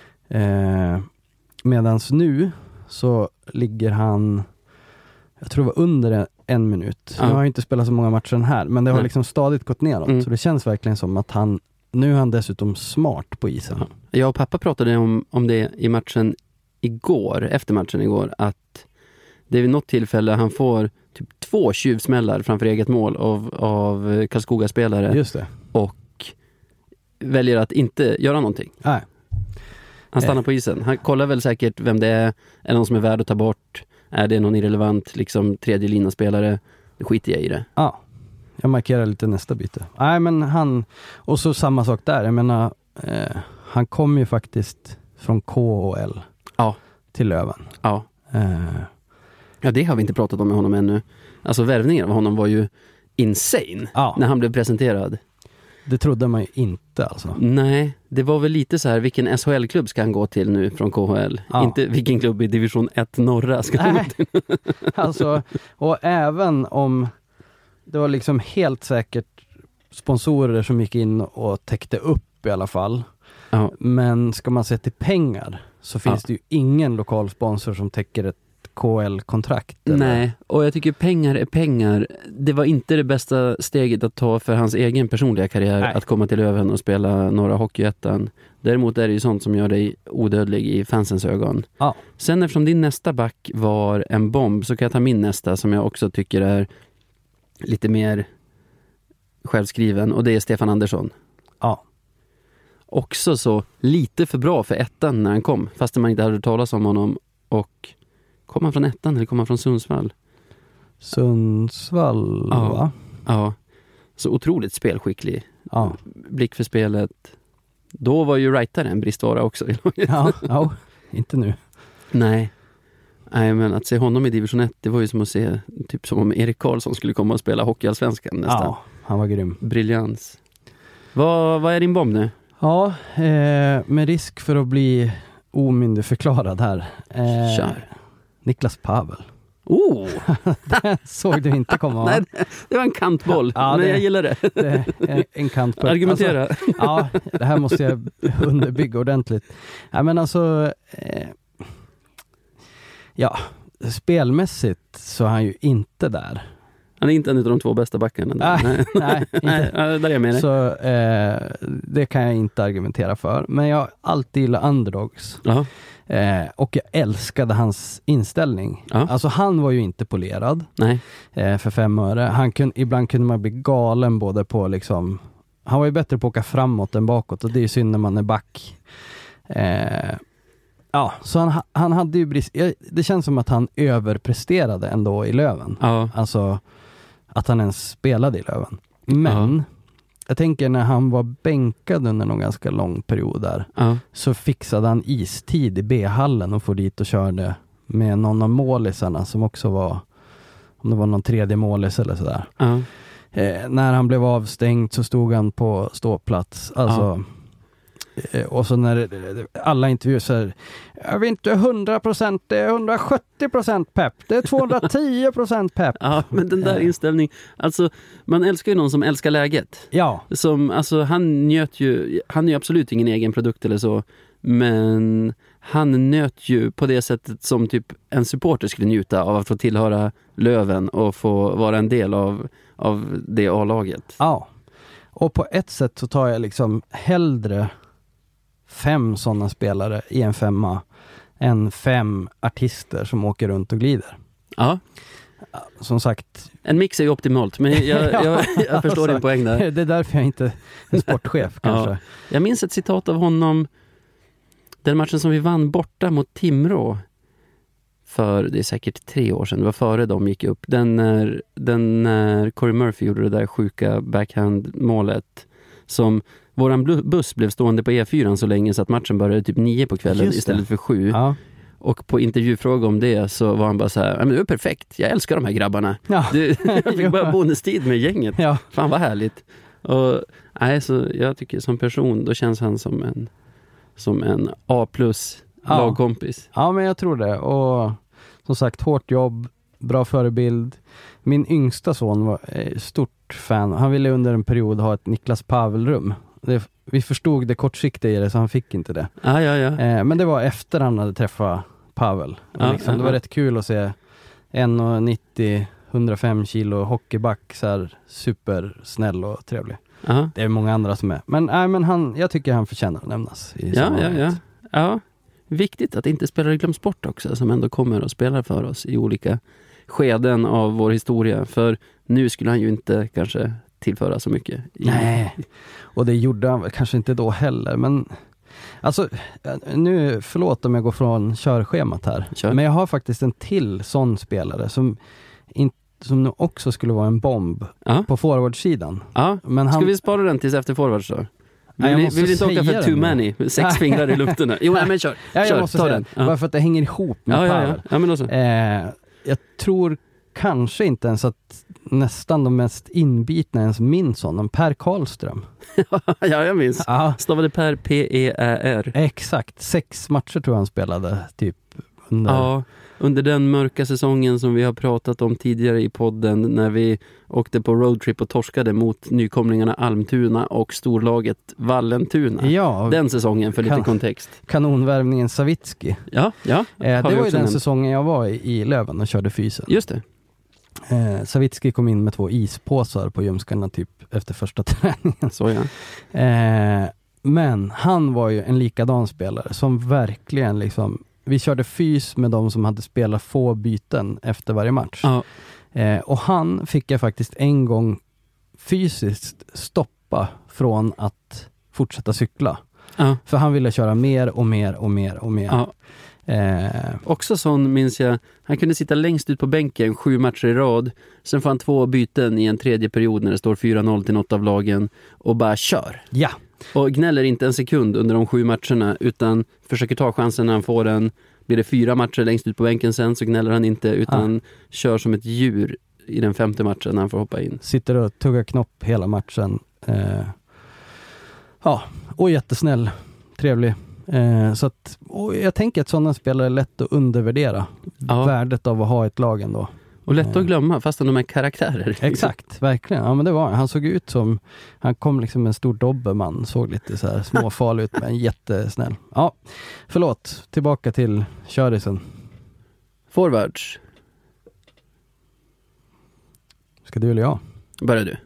[SPEAKER 2] Eh, medans nu så ligger han, jag tror det var under en, en minut.
[SPEAKER 1] Ja.
[SPEAKER 2] Nu har jag inte spelat så många matcher än här, men det har
[SPEAKER 1] Nej.
[SPEAKER 2] liksom stadigt gått neråt.
[SPEAKER 1] Mm.
[SPEAKER 2] Så det känns verkligen som att han, nu är han dessutom smart på isen.
[SPEAKER 1] Ja. Jag och pappa pratade om, om det i matchen igår, efter matchen igår, att det är vid något tillfälle han får typ två tjuvsmällar framför eget mål av, av Karlskoga-spelare
[SPEAKER 2] Just det.
[SPEAKER 1] och väljer att inte göra någonting.
[SPEAKER 2] Nej.
[SPEAKER 1] Han stannar
[SPEAKER 2] Eh.
[SPEAKER 1] på isen. Han kollar väl säkert vem det är, är det någon som är värd att ta bort, är det någon irrelevant liksom tredje lina spelare, det skiter jag i det.
[SPEAKER 2] Ja. Jag markerar lite nästa byte. Nej, men han, och så samma sak där. Jag menar, eh, han kom ju faktiskt från K H L
[SPEAKER 1] Ja.
[SPEAKER 2] till Löven.
[SPEAKER 1] Ja.
[SPEAKER 2] Eh,
[SPEAKER 1] Ja, det har vi inte pratat om med honom ännu. Alltså värvningen av honom var ju insane
[SPEAKER 2] Ja.
[SPEAKER 1] när han blev presenterad.
[SPEAKER 2] det trodde man ju inte alltså.
[SPEAKER 1] Nej, det var väl lite så här, vilken S H L-klubb ska han gå till nu från K H L?
[SPEAKER 2] Ja.
[SPEAKER 1] Inte vilken klubb i division ett norra ska han gå
[SPEAKER 2] Nej.
[SPEAKER 1] till.
[SPEAKER 2] Alltså, och även om det var liksom helt säkert sponsorer som gick in och täckte upp i alla fall.
[SPEAKER 1] Ja.
[SPEAKER 2] Men ska man se till pengar så finns
[SPEAKER 1] Ja.
[SPEAKER 2] det ju ingen lokal sponsor som täcker ett K H L-kontrakt. eller?
[SPEAKER 1] Nej, och jag tycker pengar är pengar. Det var inte det bästa steget att ta för hans egen personliga karriär.
[SPEAKER 2] Nej.
[SPEAKER 1] Att komma till Löven och spela några hockeyettan. Däremot är det ju sånt som gör dig odödlig i fansens ögon.
[SPEAKER 2] Ja.
[SPEAKER 1] Sen eftersom din nästa back var en bomb så kan jag ta min nästa som jag också tycker är lite mer självskriven. Och det är Stefan Andersson.
[SPEAKER 2] Ja.
[SPEAKER 1] Också så lite för bra för ettan när han kom. Fast man inte hade hört talas om honom. Och kom han från ettan eller kom han från Sundsvall?
[SPEAKER 2] Sundsvall,
[SPEAKER 1] Ja.
[SPEAKER 2] va?
[SPEAKER 1] Ja, så otroligt spelskicklig.
[SPEAKER 2] Ja.
[SPEAKER 1] Blick för spelet. Då var ju rightare en bristvara också i laget.
[SPEAKER 2] Ja, ja, inte nu.
[SPEAKER 1] Nej. Nej, men att se honom i division ett, det var ju som att se typ som om Erik Karlsson skulle komma och spela hockeyallsvenskan nästan.
[SPEAKER 2] Ja, han var grym.
[SPEAKER 1] Briljans. Vad, vad är din bomb nu?
[SPEAKER 2] Ja, eh, med risk för att bli omyndigförklarad här. Eh,
[SPEAKER 1] Kör.
[SPEAKER 2] Niklas Pavel.
[SPEAKER 1] Oh!
[SPEAKER 2] Såg du inte komma, va?
[SPEAKER 1] Nej, det var en kantboll.
[SPEAKER 2] Ja,
[SPEAKER 1] men
[SPEAKER 2] det-
[SPEAKER 1] jag gillar det.
[SPEAKER 2] Det är en kant på
[SPEAKER 1] Argumentera.
[SPEAKER 2] Alltså, ja, det här måste jag underbygga ordentligt. Ja, men alltså eh, ja, spelmässigt så är han ju inte där.
[SPEAKER 1] Han är inte en av de två bästa backarna.
[SPEAKER 2] Nej, nej, inte.
[SPEAKER 1] Nej, ja, där är jag med dig.
[SPEAKER 2] Så eh, det kan jag inte argumentera för. Men jag har alltid gillat underdogs.
[SPEAKER 1] Ja.
[SPEAKER 2] Eh, och jag älskade hans inställning.
[SPEAKER 1] Ja.
[SPEAKER 2] Alltså han var ju inte polerad
[SPEAKER 1] Nej.
[SPEAKER 2] eh, för fem öre. Han kun, ibland kunde man bli galen både på liksom, han var ju bättre på att åka framåt än bakåt och det är ju synd när man är back. Eh, ja, så han, han hade ju brist, det känns som att han överpresterade ändå i Löven.
[SPEAKER 1] Ja.
[SPEAKER 2] Alltså att han ens spelade i Löven. Men
[SPEAKER 1] Ja.
[SPEAKER 2] jag tänker när han var bänkad under någon ganska lång period där
[SPEAKER 1] Ja.
[SPEAKER 2] så fixade han istid i B-hallen och får dit och körde med någon av målisarna som också var, om det var någon tredje målis eller sådär.
[SPEAKER 1] Ja.
[SPEAKER 2] Eh, när han blev avstängd så stod han på ståplats. Alltså, eh, och så när eh, alla intervjuer så här, jag vet inte hundra procent, det är hundrasjuttio procent pepp, det är tvåhundratio procent pepp.
[SPEAKER 1] Ja, men den där inställningen, alltså man älskar ju någon som älskar läget.
[SPEAKER 2] Ja,
[SPEAKER 1] Som, alltså han njöt ju, han är ju absolut ingen egen produkt eller så, men han nöt ju på det sättet som typ en supporter skulle njuta av att få tillhöra Löven och få vara en del av, av det A-laget.
[SPEAKER 2] ja. Och på ett sätt så tar jag liksom hellre fem sådana spelare i en femma än fem artister som åker runt och glider.
[SPEAKER 1] Ja,
[SPEAKER 2] som sagt...
[SPEAKER 1] En mix är ju optimalt, men jag, jag, jag, jag förstår din poäng där.
[SPEAKER 2] Det är därför jag inte är sportchef kanske.
[SPEAKER 1] Ja. Jag minns ett citat av honom, den matchen som vi vann borta mot Timrå för, det är säkert tre år sedan, det var före de gick upp. Den när, den när Corey Murphy gjorde det där sjuka backhand-målet som våran buss blev stående på E fyra så länge så att matchen började typ nio på kvällen istället för sju.
[SPEAKER 2] Ja.
[SPEAKER 1] Och på intervjufråga om det så var han bara så här, men det är perfekt, jag älskar de här grabbarna.
[SPEAKER 2] Ja.
[SPEAKER 1] Du, jag fick bara bonustid med gänget.
[SPEAKER 2] Ja.
[SPEAKER 1] Fan vad härligt. Och nej, så jag tycker som person, då känns han som en som en A plus
[SPEAKER 2] Ja.
[SPEAKER 1] lagkompis.
[SPEAKER 2] Ja, men jag tror det. Och som sagt, hårt jobb, bra förebild. Min yngsta son var eh, stort fan. Han ville under en period ha ett Niklas Pavel-rum. Det, vi förstod det kortsiktiga i det, så han fick inte det.
[SPEAKER 1] Ja, ja, ja.
[SPEAKER 2] Eh, men det var efter han hade träffat Pavel.
[SPEAKER 1] Ja,
[SPEAKER 2] liksom,
[SPEAKER 1] ja,
[SPEAKER 2] det var
[SPEAKER 1] ja.
[SPEAKER 2] rätt kul att se en komma nittio hundrafem kilo hockeyback, så här supersnäll och trevlig.
[SPEAKER 1] Aha.
[SPEAKER 2] Det är många andra som är. Men, nej, men han, jag tycker han förtjänar att nämnas. I
[SPEAKER 1] Ja, ja,
[SPEAKER 2] sammanhanget.
[SPEAKER 1] ja. Ja, viktigt att inte spelare glöms bort också, som ändå kommer och spelar för oss i olika skeden av vår historia. För nu skulle han ju inte kanske tillföra så mycket. I...
[SPEAKER 2] Nej, och det gjorde han kanske inte då heller. Men alltså, nu, förlåt om jag går från körschemat här.
[SPEAKER 1] Kör.
[SPEAKER 2] Men jag har faktiskt en till sån spelare som, in, som nu också skulle vara en bomb
[SPEAKER 1] Ja.
[SPEAKER 2] på forwardsidan.
[SPEAKER 1] Ja.
[SPEAKER 2] Men han,
[SPEAKER 1] Ska vi spara den tills efter forwards då?
[SPEAKER 2] Nej, jag
[SPEAKER 1] Vi
[SPEAKER 2] måste
[SPEAKER 1] vill inte åka
[SPEAKER 2] säga
[SPEAKER 1] för
[SPEAKER 2] den
[SPEAKER 1] too
[SPEAKER 2] nu.
[SPEAKER 1] many. Sex fingrar i luften. Jo, nej, men kör.
[SPEAKER 2] ja, jag
[SPEAKER 1] kör.
[SPEAKER 2] måste
[SPEAKER 1] Ta
[SPEAKER 2] säga
[SPEAKER 1] den.
[SPEAKER 2] den. Bara för att det hänger ihop med
[SPEAKER 1] Ja, ja,
[SPEAKER 2] Pavel.
[SPEAKER 1] ja. Ja, men också.
[SPEAKER 2] Eh, jag tror kanske inte ens att nästan de mest inbitna ens minns honom. Per Karlström.
[SPEAKER 1] ja, jag minns.
[SPEAKER 2] Ja,
[SPEAKER 1] Stavade Per P-E-Ä-R.
[SPEAKER 2] exakt. Sex matcher tror jag han spelade typ under...
[SPEAKER 1] Ja, under den mörka säsongen som vi har pratat om tidigare i podden, när vi åkte på roadtrip och torskade mot nykomlingarna Almtuna och storlaget Vallentuna.
[SPEAKER 2] Ja,
[SPEAKER 1] Den säsongen, för lite
[SPEAKER 2] Kan-
[SPEAKER 1] kontext.
[SPEAKER 2] kanonvärvningen Savitski.
[SPEAKER 1] Ja, ja.
[SPEAKER 2] Eh,
[SPEAKER 1] Har
[SPEAKER 2] det
[SPEAKER 1] vi
[SPEAKER 2] var ju
[SPEAKER 1] också
[SPEAKER 2] den
[SPEAKER 1] nämnt.
[SPEAKER 2] säsongen jag var i, i Löven och körde fysen.
[SPEAKER 1] Just det.
[SPEAKER 2] Eh, Savitski kom in med två ispåsar på ljumskarna typ efter första träningen.
[SPEAKER 1] Så ja.
[SPEAKER 2] Eh, men han var ju en likadan spelare som verkligen liksom, vi körde fys med de som hade spelat få byten efter varje match.
[SPEAKER 1] Ja,
[SPEAKER 2] Eh, och han fick jag faktiskt en gång fysiskt stoppa från att fortsätta cykla.
[SPEAKER 1] ja,
[SPEAKER 2] För han ville köra mer och mer och mer och mer.
[SPEAKER 1] ja.
[SPEAKER 2] Eh,
[SPEAKER 1] Också sån minns jag, han kunde sitta längst ut på bänken sju matcher i rad, sen får han två byten i en tredje period när det står fyra noll till något av lagen och bara kör.
[SPEAKER 2] ja,
[SPEAKER 1] Och gnäller inte en sekund under de sju matcherna, utan försöker ta chansen när han får den. Blir det fyra matcher längst ut på bänken sen, så gnäller han inte, utan kör som ett djur i den femte matchen när han får hoppa in.
[SPEAKER 2] sitter och tuggar knopp hela matchen. Eh, ja, och jättesnäll, trevlig. Eh, så att, och jag tänker att sådana spelare är lätt att undervärdera.
[SPEAKER 1] Ja.
[SPEAKER 2] Värdet av att ha ett lag ändå.
[SPEAKER 1] Och lätt att glömma, fastän de är karaktärer.
[SPEAKER 2] Exakt, verkligen. Ja, men det var han. såg ut som, han kom liksom en stor dobermann, såg lite så här småfarlig ut, men jättesnäll. Ja, förlåt, tillbaka till körisen.
[SPEAKER 1] Forwards.
[SPEAKER 2] Ska du eller jag?
[SPEAKER 1] Börjar du.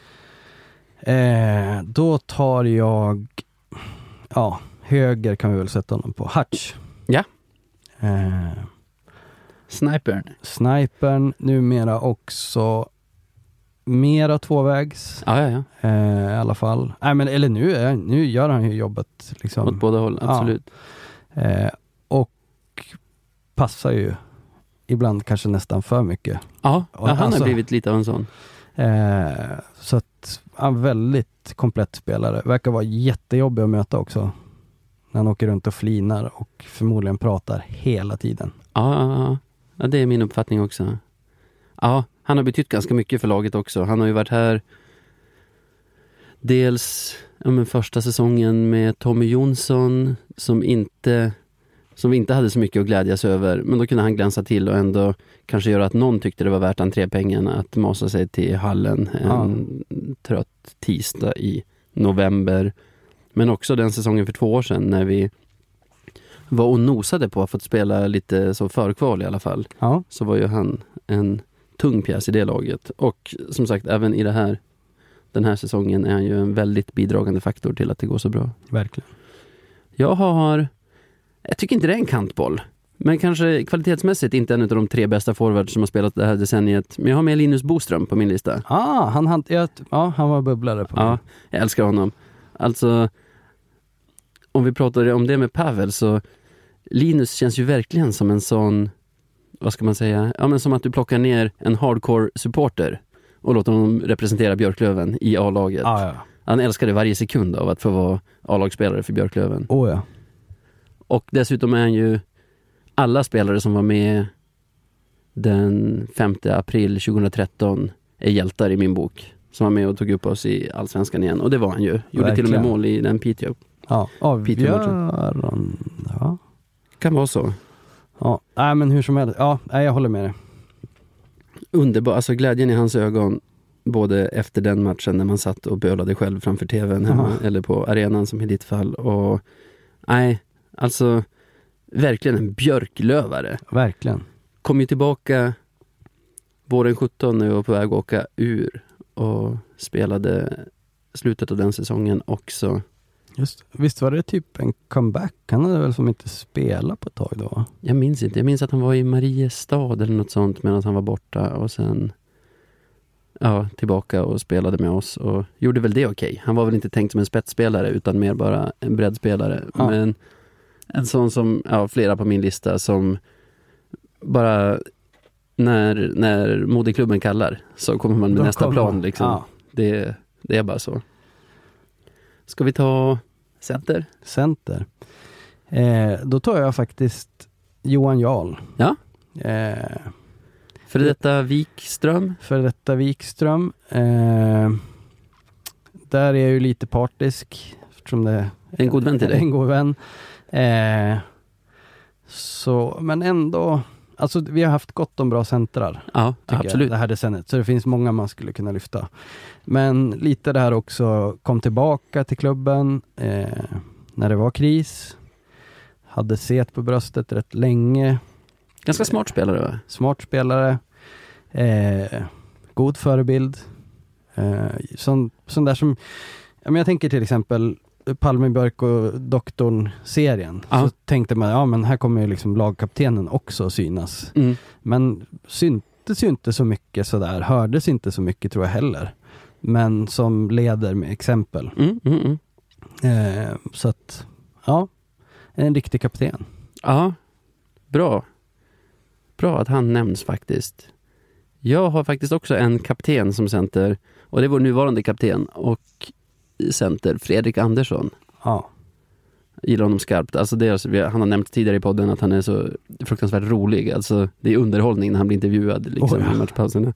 [SPEAKER 2] Eh, då tar jag, ja, höger kan vi väl sätta honom på. Hutch.
[SPEAKER 1] Ja.
[SPEAKER 2] Eh,
[SPEAKER 1] Snipern.
[SPEAKER 2] snipern, numera också mera tvåvägs.
[SPEAKER 1] Ja, ja, ja.
[SPEAKER 2] Eh, I alla fall. Nej, men eller nu, är, nu gör han ju jobbet liksom.
[SPEAKER 1] Åt båda håll, absolut.
[SPEAKER 2] Eh, och passar ju ibland kanske nästan för mycket.
[SPEAKER 1] Ja, ja, han
[SPEAKER 2] Alltså-
[SPEAKER 1] har blivit lite av en sån.
[SPEAKER 2] Eh, så att han väldigt komplett spelare. Verkar vara jättejobbig att möta också. När han åker runt och flinar och förmodligen pratar hela tiden.
[SPEAKER 1] Ja, ja, ja. Ja, det är min uppfattning också. Ja, han har betytt ganska mycket för laget också. Han har ju varit här dels ja, men första säsongen med Tommy Jonsson som inte som vi inte hade så mycket att glädjas över, men då kunde han glänsa till och ändå kanske göra att någon tyckte det var värt entrépengarna att masa sig till hallen en ja. trött tisdag i november. Men också den säsongen för två år sedan när vi var och nosade på att få spela lite som förkval i alla fall.
[SPEAKER 2] Ja.
[SPEAKER 1] Så var ju han en tung pjäs i det laget. Och som sagt, även i det här den här säsongen är han ju en väldigt bidragande faktor till att det går så bra.
[SPEAKER 2] Verkligen.
[SPEAKER 1] Jag har jag tycker inte det är en kantboll. Men kanske kvalitetsmässigt inte en av de tre bästa forwards som har spelat det här decenniet. Men jag har med Linus Boström på min lista.
[SPEAKER 2] Ah, han, han, ja, han var bubblare på mig.
[SPEAKER 1] Ja, jag älskar honom. Alltså, om vi pratar om det med Pavel, så Linus känns ju verkligen som en sån, vad ska man säga, ja men som att du plockar ner en hardcore-supporter och låter honom representera Björklöven i A-laget.
[SPEAKER 2] Ah, ja.
[SPEAKER 1] Han älskade varje sekund av att få vara A-lagsspelare för Björklöven.
[SPEAKER 2] Oh, ja.
[SPEAKER 1] Och dessutom är han ju alla spelare som var med den femte april tjugohundratretton är hjältar i min bok. Som var med och tog upp oss i Allsvenskan igen. Och det var han ju. Gjorde verkligen. Till och med mål i den Piteå.
[SPEAKER 2] Ja, avgör ja.
[SPEAKER 1] Kan vara så.
[SPEAKER 2] Ja, nej men hur som helst. Ja, nej, jag håller med dig.
[SPEAKER 1] Underbar, alltså glädjen i hans ögon både efter den matchen när man satt och bölade själv framför tvn hemma, uh-huh. eller på arenan som i ditt fall. Och nej, alltså verkligen en björklövare.
[SPEAKER 2] Verkligen.
[SPEAKER 1] Kom ju tillbaka våren sjutton när jag var på väg att åka ur och spelade slutet av den säsongen också.
[SPEAKER 2] Just, visst var det typ en comeback? Han hade väl som inte spelat på ett tag då?
[SPEAKER 1] Jag minns inte. Jag minns att han var i Mariestad eller något sånt medan han var borta och sen ja, tillbaka och spelade med oss och gjorde väl det okej. Okay. Han var väl inte tänkt som en spetsspelare utan mer bara en breddspelare. Ja. Men en sån som, ja, flera på min lista som bara när, när moderklubben kallar så kommer man med Då nästa plan man. Liksom. Ja. Det, det är bara så. Ska vi ta center?
[SPEAKER 2] Center. Eh, då tar jag faktiskt Johan Jarl.
[SPEAKER 1] Ja.
[SPEAKER 2] Eh,
[SPEAKER 1] för detta Wikström.
[SPEAKER 2] För detta Wikström. Eh, där är jag ju lite partisk. Eftersom det är
[SPEAKER 1] en god vän till dig.
[SPEAKER 2] En god vän. Eh, så, men ändå... Alltså vi har haft gott om bra centrar.
[SPEAKER 1] Ja, absolut.
[SPEAKER 2] Jag, det här decenniet. Så det finns många man skulle kunna lyfta. Men lite det här också kom tillbaka till klubben eh, när det var kris. Hade set på bröstet rätt länge.
[SPEAKER 1] Ganska smart spelare va?
[SPEAKER 2] Smart spelare. Eh, god förebild. Eh, sån, sån där som... Ja, men jag tänker till exempel Palmebjörk och doktorn-serien. Ja. Så tänkte man, ja men här kommer ju liksom lagkaptenen också synas. Mm. Men syntes ju inte så mycket sådär. Hördes inte så mycket tror jag heller. Men som leder med exempel.
[SPEAKER 1] Mm, mm, mm.
[SPEAKER 2] Eh, så att, ja. En riktig kapten.
[SPEAKER 1] Ja, bra. Bra att han nämns faktiskt. Jag har faktiskt också en kapten som center. Och det är vår nuvarande kapten. Och center, Fredrik Andersson.
[SPEAKER 2] Ja.
[SPEAKER 1] Gillar honom skarpt. Alltså det är, han har nämnt tidigare i podden att han är så fruktansvärt rolig. Alltså det är underhållning när han blir intervjuad liksom, oh, ja. i matchpauserna.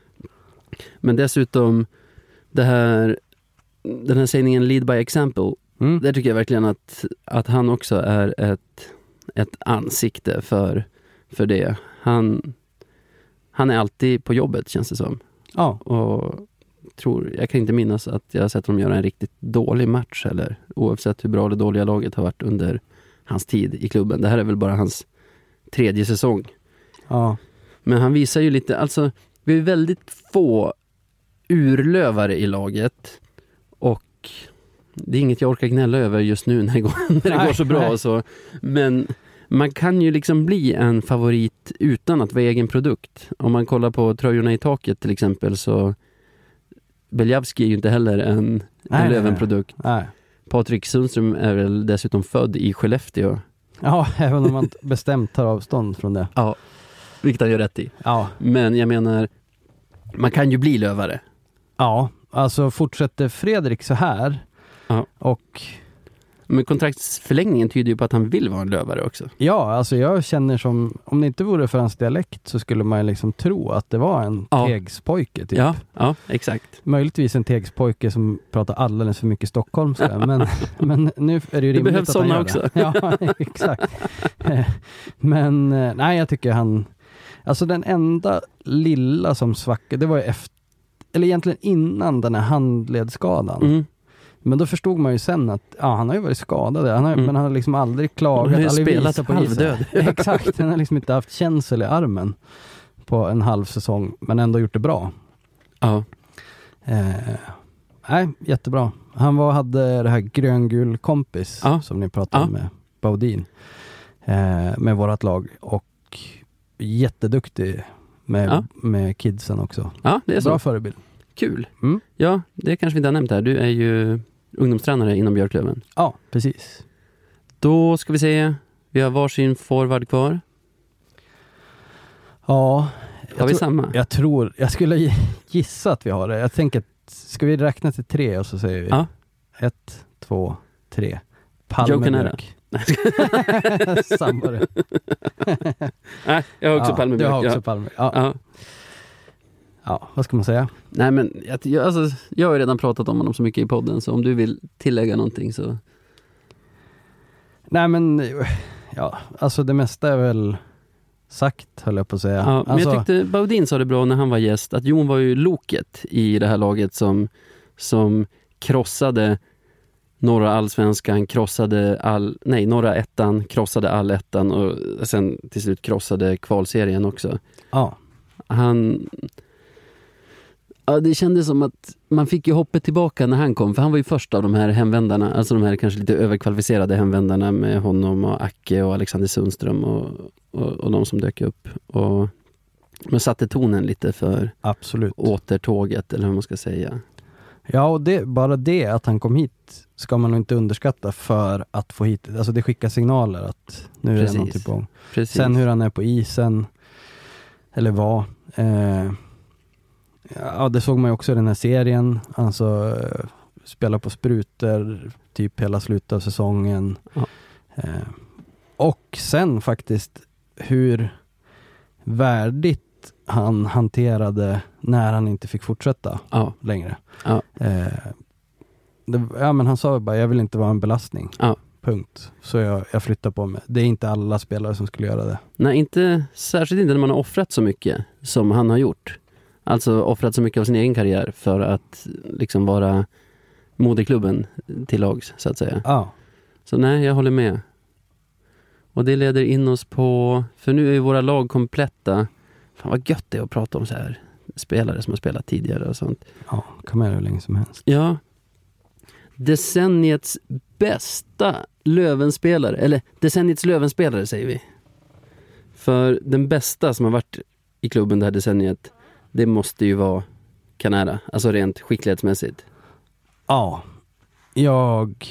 [SPEAKER 1] Men dessutom det här, den här sägningen lead by example. Mm. Där tycker jag verkligen att, att han också är ett, ett ansikte för, för det. Han, han är alltid på jobbet känns det som.
[SPEAKER 2] Ja.
[SPEAKER 1] Och tror, jag kan inte minnas att jag har sett dem göra en riktigt dålig match eller oavsett hur bra det dåliga laget har varit under hans tid i klubben. Det här är väl bara hans tredje säsong.
[SPEAKER 2] Ja.
[SPEAKER 1] Men han visar ju lite, alltså vi är väldigt få urlövare i laget och det är inget jag orkar gnälla över just nu när det går, när det nej, går så bra och så. Men man kan ju liksom bli en favorit utan att vara egen produkt. Om man kollar på tröjorna i taket till exempel så Beljavski är ju inte heller en, en Löven-produkt.
[SPEAKER 2] Nej.
[SPEAKER 1] Patrik Sundström är väl dessutom född i Skellefteå.
[SPEAKER 2] Ja, även om man bestämt tar avstånd från det.
[SPEAKER 1] Ja, vilket han gör rätt i.
[SPEAKER 2] Ja.
[SPEAKER 1] Men jag menar, man kan ju bli lövare.
[SPEAKER 2] Ja, alltså fortsätter Fredrik så här.
[SPEAKER 1] Ja.
[SPEAKER 2] Och...
[SPEAKER 1] Men kontraktsförlängningen tyder ju på att han vill vara en lövare också.
[SPEAKER 2] Ja, alltså jag känner som, om det inte vore för hans dialekt så skulle man liksom tro att det var en ja. tegspojke typ.
[SPEAKER 1] Ja, ja, exakt.
[SPEAKER 2] Möjligtvis en tegspojke som pratar alldeles för mycket stockholmska, men, men nu är det ju rimligt
[SPEAKER 1] behövs
[SPEAKER 2] att han gör
[SPEAKER 1] också.
[SPEAKER 2] det. Ja, exakt. Men nej, jag tycker han, alltså den enda lilla som svackade, det var ju efter, eller egentligen innan den här handledsskadan. Mm. Men då förstod man ju sen att ja, han har ju varit skadad, han har, mm. men han har liksom aldrig klagat.
[SPEAKER 1] Han har ju
[SPEAKER 2] aldrig
[SPEAKER 1] spelat halvdöd.
[SPEAKER 2] Exakt, han har liksom inte haft känsel i armen på en halv säsong, men ändå gjort det bra.
[SPEAKER 1] Ja.
[SPEAKER 2] Eh, nej, jättebra. Han var, hade det här gröngul kompis ja. som ni pratade ja. med, Baudin. eh, med vårat lag och jätteduktig med,
[SPEAKER 1] Ja.
[SPEAKER 2] med kidsen också.
[SPEAKER 1] Ja, det är så.
[SPEAKER 2] Bra förebild.
[SPEAKER 1] Kul.
[SPEAKER 2] Mm.
[SPEAKER 1] Ja, det kanske vi inte har nämnt här. Du är ju ungdomstränare inom Björklöven.
[SPEAKER 2] Ja, precis.
[SPEAKER 1] Då ska vi se. Vi har varsin forward kvar.
[SPEAKER 2] Ja,
[SPEAKER 1] Har
[SPEAKER 2] jag
[SPEAKER 1] vi
[SPEAKER 2] tror,
[SPEAKER 1] samma?
[SPEAKER 2] jag tror, jag skulle gissa att vi har det. Jag tänker, att, ska vi räkna till tre och så säger vi
[SPEAKER 1] Ja.
[SPEAKER 2] ett, två, tre.
[SPEAKER 1] Joe Canera.
[SPEAKER 2] Palmebjörk. Samma det.
[SPEAKER 1] Nej, jag har också
[SPEAKER 2] Ja,
[SPEAKER 1] Palmebjörk.
[SPEAKER 2] Du har också
[SPEAKER 1] ja.
[SPEAKER 2] Palmebjörk. Ja.
[SPEAKER 1] Ja.
[SPEAKER 2] Ja, vad ska man säga?
[SPEAKER 1] Nej, men jag, jag, alltså, jag har ju redan pratat om honom så mycket i podden, så om du vill tillägga någonting så...
[SPEAKER 2] Nej men, ja, alltså det mesta är väl sagt, höll jag på att säga.
[SPEAKER 1] Ja, men
[SPEAKER 2] alltså,
[SPEAKER 1] jag tyckte Baudin sa det bra när han var gäst, att Jon var ju loket i det här laget som, som krossade norra allsvenskan, krossade all, nej, norra ettan, krossade all ettan och sen till slut krossade kvalserien också.
[SPEAKER 2] Ja.
[SPEAKER 1] Han... Ja, det kändes som att man fick ju hoppet tillbaka när han kom, för han var ju först av de här hemvändarna, alltså de här kanske lite överkvalificerade hemvändarna med honom och Acke och Alexander Sundström och, och, och de som dök upp. Och man satte tonen lite för
[SPEAKER 2] Absolut.
[SPEAKER 1] återtåget, eller hur man ska säga.
[SPEAKER 2] Ja, och det, bara det att han kom hit ska man nog inte underskatta för att få hit, alltså det skickar signaler att nu är
[SPEAKER 1] Precis.
[SPEAKER 2] det någonting på gång.
[SPEAKER 1] Precis.
[SPEAKER 2] Sen hur han är på isen, eller vad, eh, ja det såg man ju också i den här serien, alltså eh, spela på sprutor typ hela slutet av säsongen.
[SPEAKER 1] Ja.
[SPEAKER 2] Eh, och sen faktiskt hur värdigt han hanterade när han inte fick fortsätta
[SPEAKER 1] Ja.
[SPEAKER 2] längre.
[SPEAKER 1] Ja.
[SPEAKER 2] Eh, det, ja men han sa bara, jag vill inte vara en belastning.
[SPEAKER 1] Ja.
[SPEAKER 2] Punkt. Så jag, jag flyttar på mig. Det är inte alla spelare som skulle göra det.
[SPEAKER 1] Nej, inte, särskilt inte när man har offrat så mycket som han har gjort. Alltså offrat så mycket av sin egen karriär för att liksom vara moderklubben till lags, så att säga.
[SPEAKER 2] Ja.
[SPEAKER 1] Så nej, jag håller med. Och det leder in oss på, för nu är ju våra lag kompletta. Fan vad gött det är att prata om så här spelare som har spelat tidigare och sånt.
[SPEAKER 2] Ja, kan man göra hur länge som helst.
[SPEAKER 1] Ja. Decenniets bästa Lövenspelare, eller decenniets Lövenspelare säger vi. För den bästa som har varit i klubben det här decenniet, det måste ju vara Canera, alltså rent skicklighetsmässigt.
[SPEAKER 2] Ja. Jag...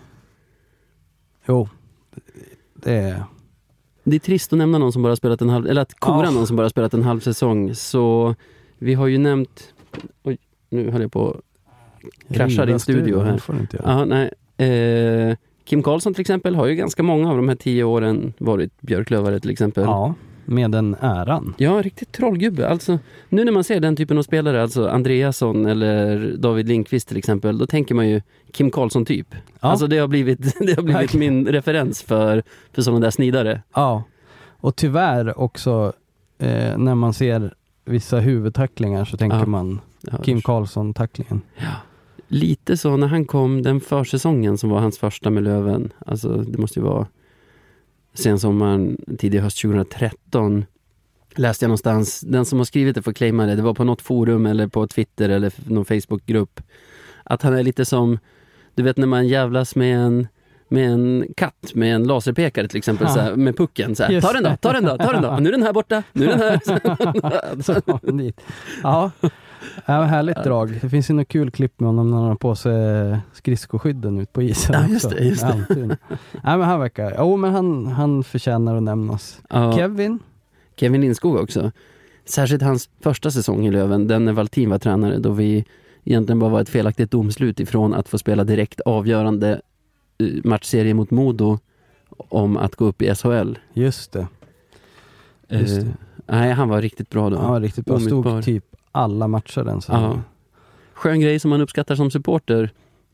[SPEAKER 2] Jo. Det är...
[SPEAKER 1] Det är trist att nämna någon som bara spelat en halv, eller att kora
[SPEAKER 2] Ja.
[SPEAKER 1] någon som bara spelat en halv säsong. Så vi har ju nämnt, oj, nu höll jag på att krascha din studio här.
[SPEAKER 2] Det får du inte göra.
[SPEAKER 1] Ja, nej. Eh, Kim Karlsson till exempel har ju ganska många av de här tio åren varit björklövare till exempel.
[SPEAKER 2] Ja, med den äran.
[SPEAKER 1] Ja, riktigt trollgubbe. Alltså, nu när man ser den typen av spelare, alltså Andreasson eller David Lindqvist till exempel, då tänker man ju Kim Karlsson typ.
[SPEAKER 2] Ja.
[SPEAKER 1] Alltså det har blivit, det har blivit min referens för, för sådana där snidare.
[SPEAKER 2] Ja. Och tyvärr också eh, när man ser vissa huvudtacklingar så tänker
[SPEAKER 1] Ja.
[SPEAKER 2] man
[SPEAKER 1] Ja,
[SPEAKER 2] Kim Karlsson-tacklingen.
[SPEAKER 1] lite så när han kom den försäsongen som var hans första med Löven. Alltså det måste ju vara sen sommaren, tidig höst tjugohundratretton. Läste jag någonstans, den som har skrivit det får claima det, det var på något forum eller på Twitter eller någon Facebookgrupp, att han är lite som, du vet när man jävlas med en med en katt med en laserpekare till exempel,
[SPEAKER 2] Ja.
[SPEAKER 1] så här, med pucken så här,
[SPEAKER 2] Just
[SPEAKER 1] ta den då, ta den då, ta den då, nu är den här borta, nu är den här.
[SPEAKER 2] Så, dit. Ja, ja härligt drag. Det finns ju något kul klipp med honom när han har på sig skridskoskydden ut på isen.
[SPEAKER 1] Ja, just
[SPEAKER 2] också.
[SPEAKER 1] det, just det.
[SPEAKER 2] Alltid. Nej, men han verkar, jo men han, han förtjänar att nämnas.
[SPEAKER 1] Ja.
[SPEAKER 2] Kevin?
[SPEAKER 1] Kevin Lindskog också. Särskilt hans första säsong i Löven, den när Valtin var tränare, då vi egentligen bara var ett felaktigt domslut ifrån att få spela direkt avgörande matchserie mot Modo om att gå upp i S H L.
[SPEAKER 2] Just det. Just det.
[SPEAKER 1] Uh, nej, han var riktigt bra då.
[SPEAKER 2] Ja, riktigt bra. Stod
[SPEAKER 1] Omutbar.
[SPEAKER 2] typ alla matcher den så.
[SPEAKER 1] Ja. Skön grej som man uppskattar som supporter.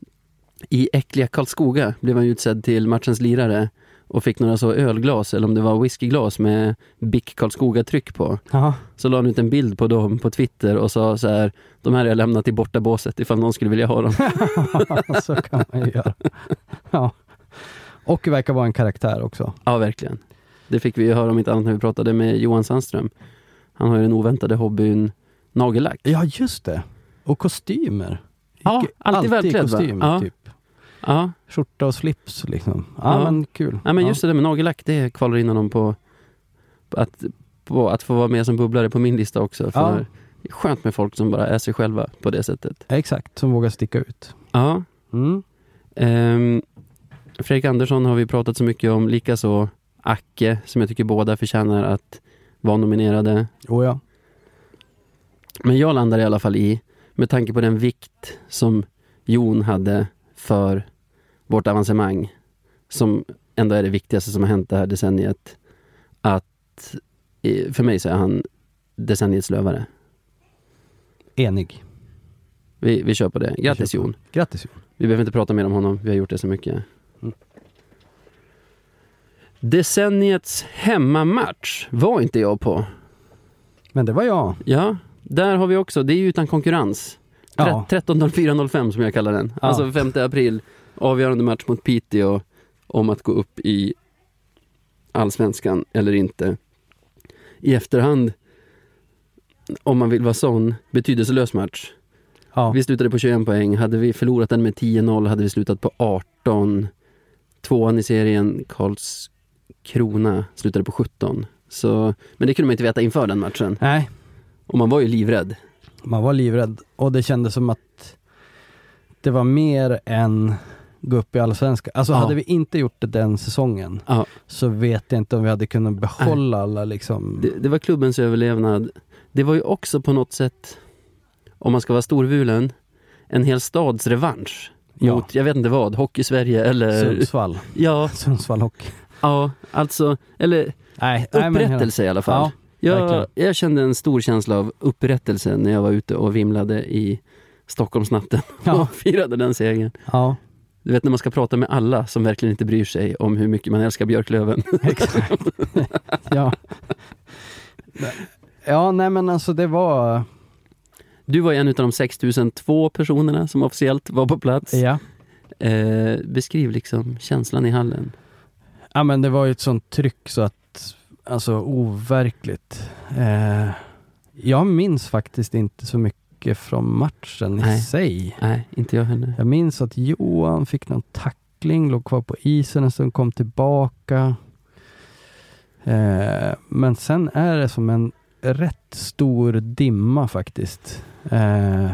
[SPEAKER 1] I äckliga Karlskoga blev han utsedd till matchens lirare och fick några så ölglas, eller om det var whiskyglas med Bic Karlskoga-tryck på.
[SPEAKER 2] Ja.
[SPEAKER 1] Så la han ut en bild på dem på Twitter och sa så här: de här har jag lämnat i borta båset ifall någon skulle vilja ha dem.
[SPEAKER 2] Så kan man ju göra. Ja. Och det verkar vara en karaktär också.
[SPEAKER 1] Ja, verkligen. Det fick vi ju höra om inte annat när vi pratade med Johan Sandström. Han har ju den oväntade hobbyn nagellack.
[SPEAKER 2] Ja, just det. Och kostymer.
[SPEAKER 1] Ja,
[SPEAKER 2] Icke-
[SPEAKER 1] alltid välklädd, va?
[SPEAKER 2] kostym,
[SPEAKER 1] Ja.
[SPEAKER 2] typ.
[SPEAKER 1] Ja.
[SPEAKER 2] Skjorta och slips liksom. Ja,
[SPEAKER 1] Ja.
[SPEAKER 2] men kul.
[SPEAKER 1] Nej, men
[SPEAKER 2] ja.
[SPEAKER 1] just det där med nagellack, det kvalar in honom på, på, att, på att få vara med som bubblare på min lista också. För
[SPEAKER 2] Ja.
[SPEAKER 1] det är skönt med folk som bara är sig själva på det sättet.
[SPEAKER 2] Exakt, som vågar sticka ut.
[SPEAKER 1] Ja.
[SPEAKER 2] Mm.
[SPEAKER 1] Ehm, Fredrik Andersson har vi pratat så mycket om, likaså Acke, som jag tycker båda förtjänar att vara nominerade.
[SPEAKER 2] Oh, ja.
[SPEAKER 1] Men jag landar i alla fall i, med tanke på den vikt som Jon hade för vårt avancemang, som ändå är det viktigaste som har hänt det här decenniet, att eh, för mig så är han decenniets lövare.
[SPEAKER 2] Enig.
[SPEAKER 1] Vi, vi kör på det. Grattis
[SPEAKER 2] Vi kör på.
[SPEAKER 1] Jon.
[SPEAKER 2] Grattis Jon.
[SPEAKER 1] Vi behöver inte prata mer om honom, vi har gjort det så mycket. Mm. Decenniets hemmamatch var inte jag på.
[SPEAKER 2] Men det var jag.
[SPEAKER 1] Ja, där har vi också, det är ju utan konkurrens.
[SPEAKER 2] Ja.
[SPEAKER 1] tretton noll fyra noll fem som jag kallar den.
[SPEAKER 2] Ja.
[SPEAKER 1] Alltså femte april, avgörande match mot Piteå om att gå upp i Allsvenskan eller inte. I efterhand, om man vill vara sån, betydelselös match.
[SPEAKER 2] Ja.
[SPEAKER 1] Vi slutade på tjugoen poäng. Hade vi förlorat den med tio noll hade vi slutat på arton. Tvåan i serien, Karlskrona, slutade på sjutton. Så, men det kunde man inte veta inför den matchen.
[SPEAKER 2] Nej,
[SPEAKER 1] Och man var ju livrädd.
[SPEAKER 2] man var livrädd. Och det kändes som att det var mer än gå upp i Allsvenskan. Alltså
[SPEAKER 1] Ja.
[SPEAKER 2] hade vi inte gjort det den säsongen
[SPEAKER 1] Ja,
[SPEAKER 2] så vet jag inte om vi hade kunnat behålla alla liksom...
[SPEAKER 1] det, det var klubbens överlevnad. Det var ju också på något sätt, om man ska vara storvulen, en hel stads revansch.
[SPEAKER 2] Ja.
[SPEAKER 1] Mot, jag vet inte vad, Hockey-Sverige eller...
[SPEAKER 2] Sundsvall.
[SPEAKER 1] Ja,
[SPEAKER 2] Sundsvall Hockey.
[SPEAKER 1] ja, alltså, eller
[SPEAKER 2] Nej, nej, men
[SPEAKER 1] upprättelse i alla fall.
[SPEAKER 2] Ja,
[SPEAKER 1] jag,
[SPEAKER 2] verkligen.
[SPEAKER 1] jag kände en stor känsla av upprättelse när jag var ute och vimlade i Stockholmsnatten
[SPEAKER 2] Ja.
[SPEAKER 1] och firade den segern.
[SPEAKER 2] Ja,
[SPEAKER 1] Du vet när man ska prata med alla som verkligen inte bryr sig om hur mycket man älskar Björklöven.
[SPEAKER 2] exakt. ja. Ja, nej men alltså det var...
[SPEAKER 1] Du var ju en av de sex tusen två personerna som officiellt var på plats.
[SPEAKER 2] Ja.
[SPEAKER 1] Eh, beskriv liksom känslan i hallen.
[SPEAKER 2] Ja, men det var ju ett sånt tryck så att, alltså overkligt. Eh, jag minns faktiskt inte så mycket från matchen i
[SPEAKER 1] Nej.
[SPEAKER 2] sig.
[SPEAKER 1] Nej, inte jag heller.
[SPEAKER 2] Jag minns att Johan fick någon tackling, låg kvar på isen en stund, kom tillbaka. Eh, men sen är det som en rätt stor dimma faktiskt. Eh,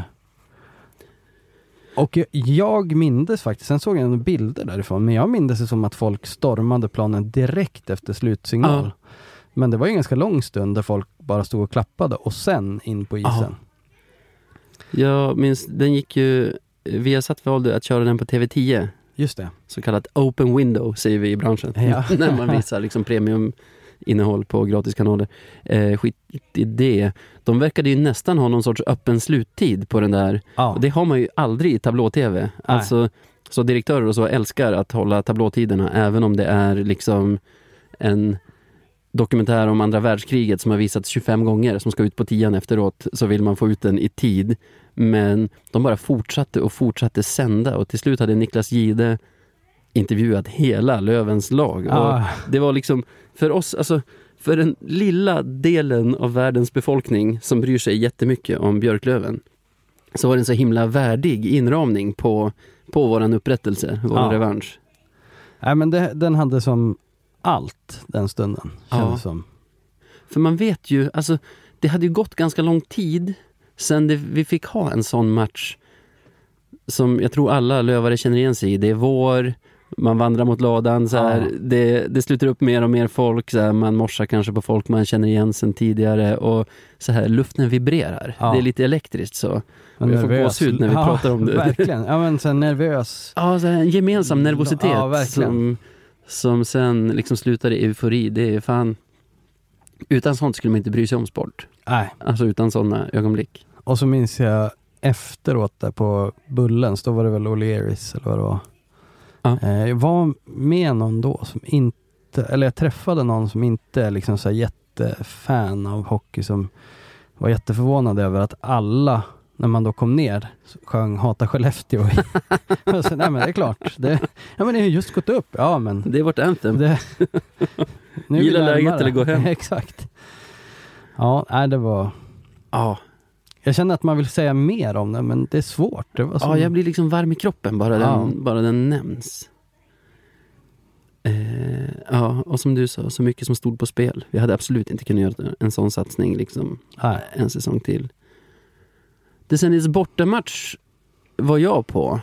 [SPEAKER 2] och jag, jag mindes faktiskt, sen såg jag några bilder därifrån, men jag mindes det som att folk stormade planen direkt efter slutsignal.
[SPEAKER 1] Ja.
[SPEAKER 2] Men det var ju en ganska lång stund där folk bara stod och klappade och sen in på isen.
[SPEAKER 1] Ja. Jag minns, den gick ju, Viasat valde att köra den på T V tio.
[SPEAKER 2] Just det.
[SPEAKER 1] Så kallat open window säger vi i branschen.
[SPEAKER 2] Ja.
[SPEAKER 1] När man visar liksom premiuminnehåll på gratiskanaler. Eh, skit i det. De verkade ju nästan ha någon sorts öppen sluttid på den där.
[SPEAKER 2] Ja.
[SPEAKER 1] Och det har man ju aldrig i tablå-tv. Alltså, så direktörer och så älskar att hålla tablåtiderna även om det är liksom en dokumentär om andra världskriget som har visats tjugofem gånger som ska ut på tian efteråt, så vill man få ut den i tid. Men de bara fortsatte och fortsatte sända och till slut hade Niklas Gide intervjuat hela Lövens lag.
[SPEAKER 2] Ah.
[SPEAKER 1] Och det var liksom för oss, alltså för den lilla delen av världens befolkning som bryr sig jättemycket om Björklöven, så var det en så himla värdig inramning på, på våran upprättelse, vår
[SPEAKER 2] Ja.
[SPEAKER 1] revansch.
[SPEAKER 2] Nej, men det, den hade som allt den stunden. Kändes
[SPEAKER 1] Ja.
[SPEAKER 2] som.
[SPEAKER 1] För man vet ju, alltså det hade ju gått ganska lång tid sen det, vi fick ha en sån match som jag tror alla lövare känner igen sig i. Det är vår, man vandrar mot ladan så här,
[SPEAKER 2] Ja.
[SPEAKER 1] det, det sluter upp mer och mer folk så här, man morsar kanske på folk man känner igen sen tidigare och så här, luften vibrerar.
[SPEAKER 2] Ja.
[SPEAKER 1] Det är lite elektriskt så.
[SPEAKER 2] Men
[SPEAKER 1] Och jag får gåshud när vi
[SPEAKER 2] ja,
[SPEAKER 1] pratar om det.
[SPEAKER 2] Verkligen. Ja, men sen nervös.
[SPEAKER 1] Ja, så här, en gemensam nervositet
[SPEAKER 2] Ja, verkligen.
[SPEAKER 1] som, som sen liksom slutar i eufori. Det är fan, utan sånt skulle man inte bry sig om sport.
[SPEAKER 2] Nej.
[SPEAKER 1] Alltså utan sådana ögonblick.
[SPEAKER 2] Och så minns jag efteråt där på Bullens, då var det väl O'Learys eller vad det var.
[SPEAKER 1] Ja.
[SPEAKER 2] Eh, jag var med någon då som inte, eller jag träffade någon som inte är liksom så här jättefan av hockey, som var jätteförvånad över att alla, när man då kom ner, sjöng Hata Skellefteå. Och så, nej men det är klart. Det, ja men det har just gått upp. Ja men.
[SPEAKER 1] Det är vårt anthem.
[SPEAKER 2] Det, nu är vi
[SPEAKER 1] Gilla läget
[SPEAKER 2] närmare.
[SPEAKER 1] eller gå hem.
[SPEAKER 2] Exakt. Ja, nej det var
[SPEAKER 1] Ja.
[SPEAKER 2] Jag känner att man vill säga mer om det, men det är svårt. Det var som...
[SPEAKER 1] Ja, jag blir liksom varm i kroppen bara,
[SPEAKER 2] Ja.
[SPEAKER 1] den, bara den nämns. Eh, ja, och som du sa, så mycket som stod på spel. Vi hade absolut inte kunnat göra en sån satsning liksom
[SPEAKER 2] Nej.
[SPEAKER 1] en säsong till. Decenniets bortamatch var jag på.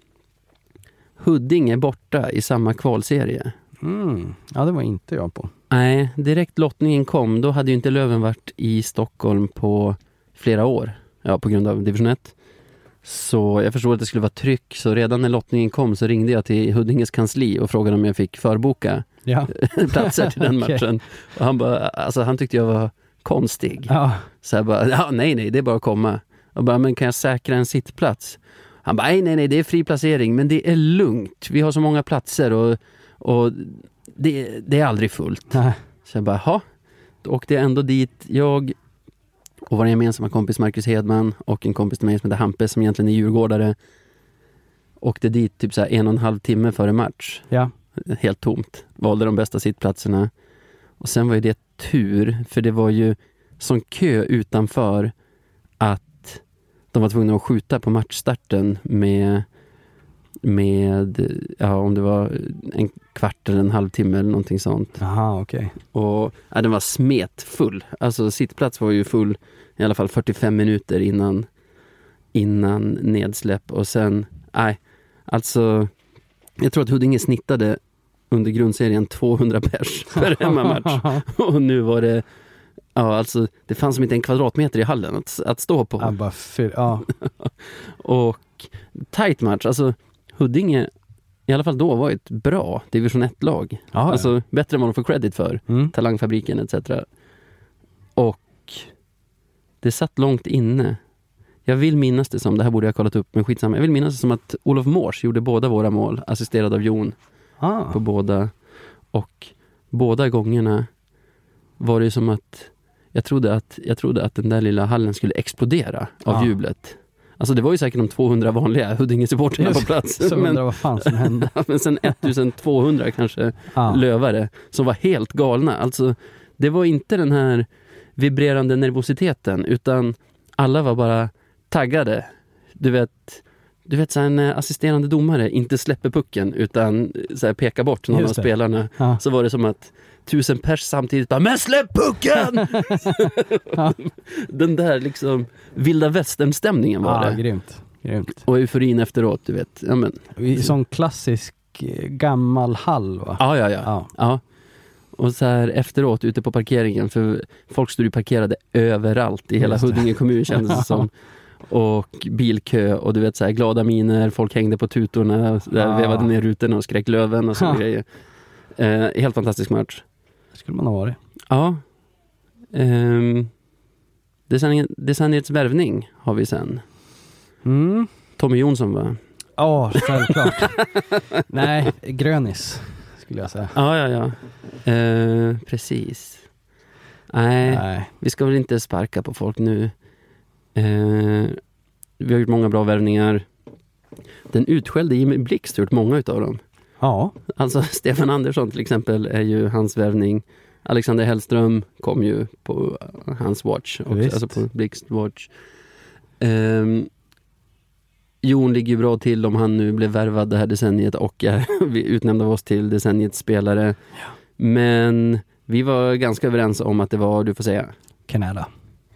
[SPEAKER 1] Huddinge borta i samma kvalserie.
[SPEAKER 2] Mm. Ja, det var inte jag på.
[SPEAKER 1] Nej, direkt lottningen kom, då hade ju inte Löven varit i Stockholm på flera år. Ja, på grund av division ett. Så jag förstod att det skulle vara tryck, så redan när lottningen kom så ringde jag till Huddinges kansli och frågade om jag fick förboka
[SPEAKER 2] Ja.
[SPEAKER 1] platser till den
[SPEAKER 2] Okej.
[SPEAKER 1] matchen. Och han bara, alltså han tyckte jag var konstig.
[SPEAKER 2] Ja.
[SPEAKER 1] Så jag bara, ja, nej, nej, det är bara att komma. Och bara, men kan jag säkra en sittplats? Han bara, nej, nej, nej, det är fri placering, men det är lugnt. Vi har så många platser och, och det, det är aldrig fullt.
[SPEAKER 2] Nej.
[SPEAKER 1] Så jag bara, ja. Då åkte jag ändå dit. Jag och vår gemensamma kompis Marcus Hedman och en kompis till mig som heter Hampes, som egentligen är djurgårdare, åkte dit typ så här en och en halv timme före match.
[SPEAKER 2] Ja.
[SPEAKER 1] Helt tomt. Valde de bästa sittplatserna. Och sen var ju det tur, för det var ju sån kö utanför att de var tvungna att skjuta på matchstarten med med, ja, om det var en kvart eller en halvtimme eller någonting sånt.
[SPEAKER 2] Jaha, okej.
[SPEAKER 1] Och ja, den var smetfull. Alltså sittplats var ju full i alla fall fyrtiofem minuter innan innan nedsläpp. Och sen, nej, alltså jag tror att Huddinge snittade under grundserien tvåhundra pers per hemmamatch. Och nu var det, ja, alltså det fanns som inte en kvadratmeter i hallen att, att stå på.
[SPEAKER 2] Ja, bara fyr, ja.
[SPEAKER 1] Och tight match, alltså Huddinge i alla fall då var ett bra division ett-lag.
[SPEAKER 2] Ja, ja.
[SPEAKER 1] Alltså bättre än vad de får credit för.
[SPEAKER 2] Mm.
[SPEAKER 1] Talangfabriken et cetera. Och det satt långt inne. Jag vill minnas det som, det här borde jag ha kollat upp, men skitsamma. Jag vill minnas det som att Olof Mårs gjorde båda våra mål, assisterad av Jon
[SPEAKER 2] Ah.
[SPEAKER 1] på båda. Och båda gångerna var det som att jag trodde att, jag trodde att den där lilla hallen skulle explodera av
[SPEAKER 2] Ja.
[SPEAKER 1] jublet. Alltså det var ju säkert de tvåhundra vanliga Huddinge-supporterna på plats.
[SPEAKER 2] Så
[SPEAKER 1] men,
[SPEAKER 2] undrar vad fan som hände.
[SPEAKER 1] men sen ettusentvåhundra kanske
[SPEAKER 2] Ja.
[SPEAKER 1] lövare som var helt galna. Alltså det var inte den här vibrerande nervositeten, utan alla var bara taggade. Du vet, du vet så här, en assisterande domare inte släpper pucken utan så här, pekar bort någon av
[SPEAKER 2] Just det.
[SPEAKER 1] spelarna.
[SPEAKER 2] Ja.
[SPEAKER 1] Så var det som att tusen pers samtidigt bara, men släpp pucken!
[SPEAKER 2] Ja.
[SPEAKER 1] Den där liksom vilda västern-stämningen var
[SPEAKER 2] Ja,
[SPEAKER 1] det.
[SPEAKER 2] grymt. Grymt.
[SPEAKER 1] Och euforin efteråt, du vet. Ja, men,
[SPEAKER 2] I sån klassisk eh, gammal hall, va?
[SPEAKER 1] ja, ja, ja.
[SPEAKER 2] Ja.
[SPEAKER 1] ja. Och så här efteråt ute på parkeringen, för folk stod ju parkerade överallt i hela
[SPEAKER 2] Just det.
[SPEAKER 1] Huddinge kommun, kändes det som. Och bilkö och du vet så här glada miner, folk hängde på tutorna, där
[SPEAKER 2] Ja.
[SPEAKER 1] vevade ner rutorna och skrek Löven och sådana
[SPEAKER 2] Ja.
[SPEAKER 1] grejer. Eh, helt fantastisk match.
[SPEAKER 2] Det skulle man ha varit.
[SPEAKER 1] Ja. Ehm, design- Designiets värvning har vi sen.
[SPEAKER 2] Mm.
[SPEAKER 1] Tommy Jonsson, va?
[SPEAKER 2] Ja, självklart. Nej, Grönis skulle jag säga.
[SPEAKER 1] Ja, ja, ja. Eh, precis. Nej,
[SPEAKER 2] Nej.
[SPEAKER 1] vi ska väl inte sparka på folk nu. Eh, vi har gjort många bra värvningar. Den utskällde Jimmy Blixt har gjort många utav dem.
[SPEAKER 2] Ja.
[SPEAKER 1] Alltså Stefan Andersson till exempel är ju hans värvning. Alexander Hellström kom ju på hans watch också,
[SPEAKER 2] Visst.
[SPEAKER 1] alltså på Blixt watch. Um, Jon ligger ju bra till om han nu blev värvad det här decenniet och är, vi utnämnde oss till decenniets spelare.
[SPEAKER 2] Ja.
[SPEAKER 1] Men vi var ganska överens om att det var, du får säga,
[SPEAKER 2] Kanada.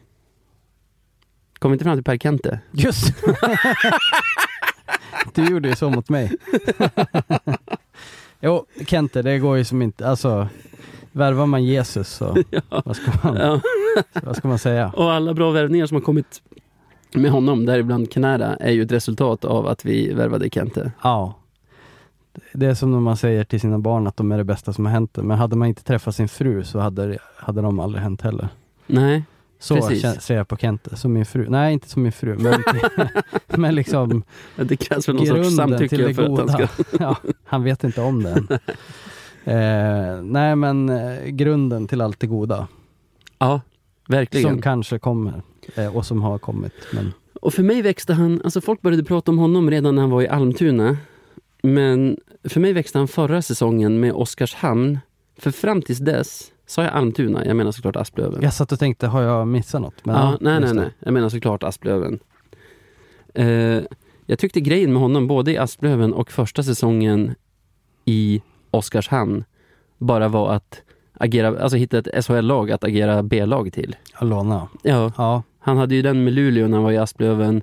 [SPEAKER 1] kom vi inte fram till Per Kente?
[SPEAKER 2] Just. Du gjorde ju så mot mig. Jo, Kente, det går ju som inte, alltså värvar man Jesus så
[SPEAKER 1] Ja.
[SPEAKER 2] vad ska man,
[SPEAKER 1] Ja.
[SPEAKER 2] vad ska man säga?
[SPEAKER 1] Och alla bra värvningar som har kommit med honom, däribland Kanada, är ju ett resultat av att vi värvade Kente.
[SPEAKER 2] Ja. Det är som när man säger till sina barn att de är det bästa som har hänt. Men hade man inte träffat sin fru så hade, hade de aldrig hänt heller.
[SPEAKER 1] Nej,
[SPEAKER 2] Så
[SPEAKER 1] Precis.
[SPEAKER 2] kän- säger jag på Kente. Som min fru. Nej, inte som min fru. Men, men liksom
[SPEAKER 1] det krävs väl någon sorts
[SPEAKER 2] grunden till
[SPEAKER 1] samtycke
[SPEAKER 2] det
[SPEAKER 1] för att han
[SPEAKER 2] goda.
[SPEAKER 1] ska...
[SPEAKER 2] Ja, han vet inte om den. eh, nej, men eh, grunden till allt det goda.
[SPEAKER 1] Ja, verkligen.
[SPEAKER 2] Som kanske kommer. Eh, och som har kommit. Men
[SPEAKER 1] Och för mig växte han, alltså folk började prata om honom redan när han var i Almtuna. Men för mig växte han förra säsongen med Oskarshamn. För fram tills dess Sa jag Almtuna? Jag menar såklart Asplöven.
[SPEAKER 2] Jag satt och tänkte, har jag missat något? Men
[SPEAKER 1] ja,
[SPEAKER 2] ja,
[SPEAKER 1] nej, nej,
[SPEAKER 2] det.
[SPEAKER 1] nej. Jag menar såklart Asplöven. Eh, jag tyckte grejen med honom, både i Asplöven och första säsongen i Oskarshamn, bara var att agera, alltså hitta ett S H L-lag att agera B-lag till.
[SPEAKER 2] Låna.
[SPEAKER 1] Ja,
[SPEAKER 2] Ja,
[SPEAKER 1] han hade ju den med Luleå när han var i Asplöven.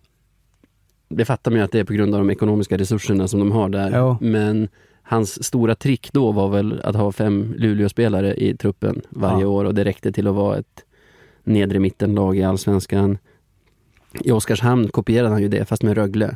[SPEAKER 1] Det fattar man ju att det är på grund av de ekonomiska resurserna som de har där.
[SPEAKER 2] Jo.
[SPEAKER 1] Men hans stora trick då var väl att ha fem Luleå-spelare i truppen varje
[SPEAKER 2] Ja.
[SPEAKER 1] år, och det räckte till att vara ett nedre mittenlag i Allsvenskan. I Oskarshamn kopierade han ju det, fast med Rögle.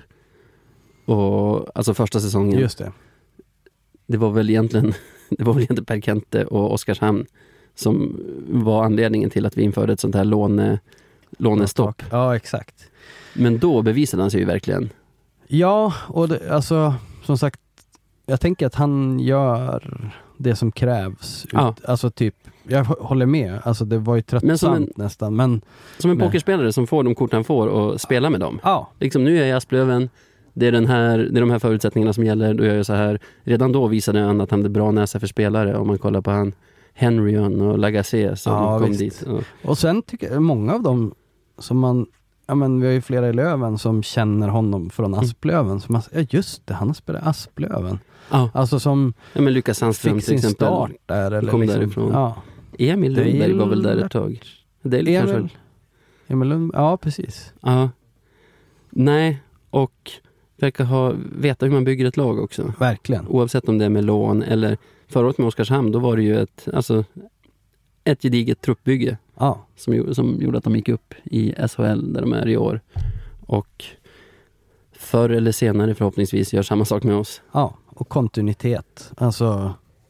[SPEAKER 1] Och alltså första säsongen.
[SPEAKER 2] just det.
[SPEAKER 1] Det var väl egentligen det var väl egentligen Per Kente och Oskarshamn som var anledningen till att vi införde ett sånt här låne, lånestopp.
[SPEAKER 2] Ja, exakt.
[SPEAKER 1] Men då bevisade han sig ju verkligen.
[SPEAKER 2] Ja, och det, alltså som sagt, jag tänker att han gör det som krävs.
[SPEAKER 1] Ja.
[SPEAKER 2] Ut, alltså typ, jag håller med. Alltså det var ju tröttsamt
[SPEAKER 1] Men som en-
[SPEAKER 2] nästan. Men
[SPEAKER 1] Som en
[SPEAKER 2] Nej.
[SPEAKER 1] pokerspelare som får de kort han får och spelar med dem.
[SPEAKER 2] ja,
[SPEAKER 1] Liksom, nu är jag i Asplöven. Det är, den här, det är de här förutsättningarna som gäller. Då gör jag så här. Redan då visade han att han hade bra näsa för spelare. Om man kollar på han Henryon och Lagacé som
[SPEAKER 2] Ja,
[SPEAKER 1] kom
[SPEAKER 2] visst.
[SPEAKER 1] dit. Ja.
[SPEAKER 2] och sen tycker jag många av dem som man, ja men vi har ju flera i Löven som känner honom från Asplöven. Som man, ja just det, han har spelat i Asplöven.
[SPEAKER 1] Ja.
[SPEAKER 2] Alltså som
[SPEAKER 1] ja, men Lukas Sandström
[SPEAKER 2] fick
[SPEAKER 1] till
[SPEAKER 2] sin
[SPEAKER 1] exempel.
[SPEAKER 2] start där. Eller
[SPEAKER 1] kom
[SPEAKER 2] liksom,
[SPEAKER 1] därifrån.
[SPEAKER 2] Ja.
[SPEAKER 1] Emil Lundberg
[SPEAKER 2] Dale-
[SPEAKER 1] var väl där ett tag. Dale kanske.
[SPEAKER 2] Emil, Emil Lund, ja precis.
[SPEAKER 1] Ja. Nej, och verkar ha veta hur man bygger ett lag också.
[SPEAKER 2] Verkligen.
[SPEAKER 1] Oavsett om det är med lån eller förra året med Oskarshamn, då var det ju ett, alltså, ett gediget truppbygge
[SPEAKER 2] Ja,
[SPEAKER 1] som, gjo- som gjorde att de gick upp i S H L där de är i år. Och förr eller senare förhoppningsvis gör samma sak med oss.
[SPEAKER 2] ja, och kontinuitet. Alltså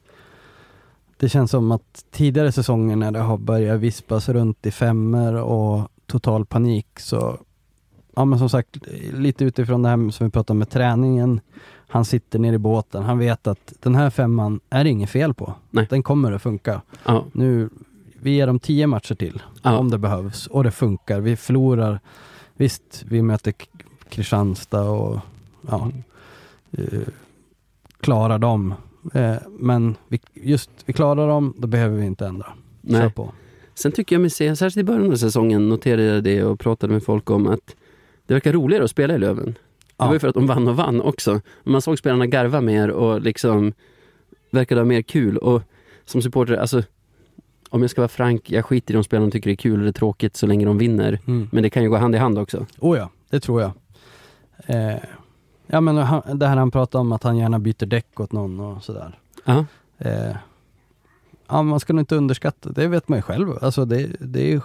[SPEAKER 2] det känns som att tidigare säsonger när det har börjat vispas runt i femmer och total panik, så ja men som sagt, lite utifrån det här som vi pratade om med träningen, han sitter ner i båten, han vet att den här femman är det inget fel på.
[SPEAKER 1] Nej.
[SPEAKER 2] Den kommer att funka.
[SPEAKER 1] Ja,
[SPEAKER 2] Nu, vi ger dem tio matcher till
[SPEAKER 1] Ja.
[SPEAKER 2] om det behövs, och det funkar. Vi förlorar, visst vi möter K- Kristianstad och ja, eh, klarar dem. Eh, men vi, just vi klarar dem, då behöver vi inte ändra. Kör
[SPEAKER 1] nej.
[SPEAKER 2] på.
[SPEAKER 1] Sen tycker jag mig se, särskilt i början av säsongen noterade jag det och pratade med folk om att det verkar roligare att spela i Löven. Det
[SPEAKER 2] Ja.
[SPEAKER 1] var ju för att de vann och vann också. Man såg spelarna garva mer och liksom verkade ha mer kul. Och som supporter, alltså om jag ska vara frank, jag skiter i de spelarna tycker det är kul och det är tråkigt så länge de vinner.
[SPEAKER 2] Mm.
[SPEAKER 1] Men det kan ju gå hand i hand också.
[SPEAKER 2] Oh ja, det tror jag. Eh, ja men han, det här han pratade om att han gärna byter däck åt någon och sådär.
[SPEAKER 1] Ja,
[SPEAKER 2] Eh, ja, man ska nog inte underskatta, det vet man ju själv. Alltså det, det är ju,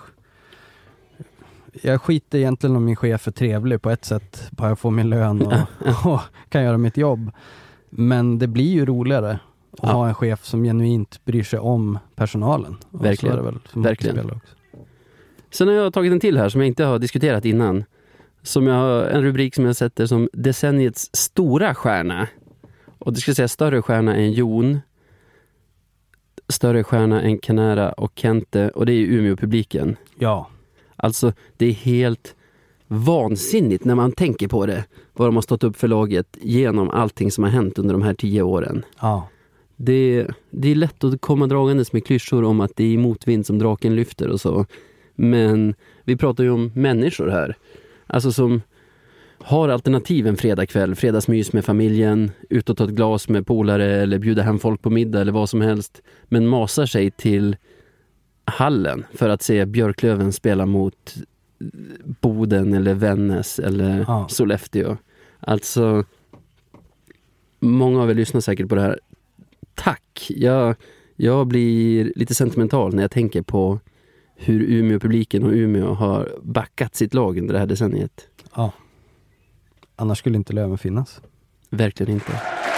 [SPEAKER 2] jag skiter egentligen om min chef är trevlig på ett sätt, bara jag får min lön och, och kan göra mitt jobb. Men det blir ju roligare att
[SPEAKER 1] Ja.
[SPEAKER 2] ha en chef som genuint bryr sig om personalen. Och
[SPEAKER 1] Verkligen.
[SPEAKER 2] så är det väl som
[SPEAKER 1] Verkligen.
[SPEAKER 2] hockeyspelare också.
[SPEAKER 1] sen har jag tagit en till här som jag inte har diskuterat innan. Som jag har, en rubrik som jag sätter som decenniets stora stjärna. Och det ska säga större stjärna än Jon. Större stjärna än Kanara och Kente. Och det är ju Umeå-publiken.
[SPEAKER 2] Ja,
[SPEAKER 1] Alltså det är helt vansinnigt när man tänker på det. Vad de har stått upp för laget genom allting som har hänt under de här tio åren.
[SPEAKER 2] ja,
[SPEAKER 1] Det, det är lätt att komma dragandes med klyschor om att det är i motvind som draken lyfter och så. Men vi pratar ju om människor här. Alltså som har alternativ en fredagkväll, fredagsmys med familjen, ut och ta ett glas med polare eller bjuda hem folk på middag eller vad som helst. Men masar sig till hallen för att se Björklöven spela mot Boden eller Vännäs eller
[SPEAKER 2] Ja.
[SPEAKER 1] Sollefteå. Alltså många av er lyssnar säkert på det här. Tack! Jag, jag blir lite sentimental när jag tänker på hur Umeå-publiken och Umeå har backat sitt lag under det här decenniet.
[SPEAKER 2] ja. Annars skulle inte Löven finnas.
[SPEAKER 1] Verkligen inte.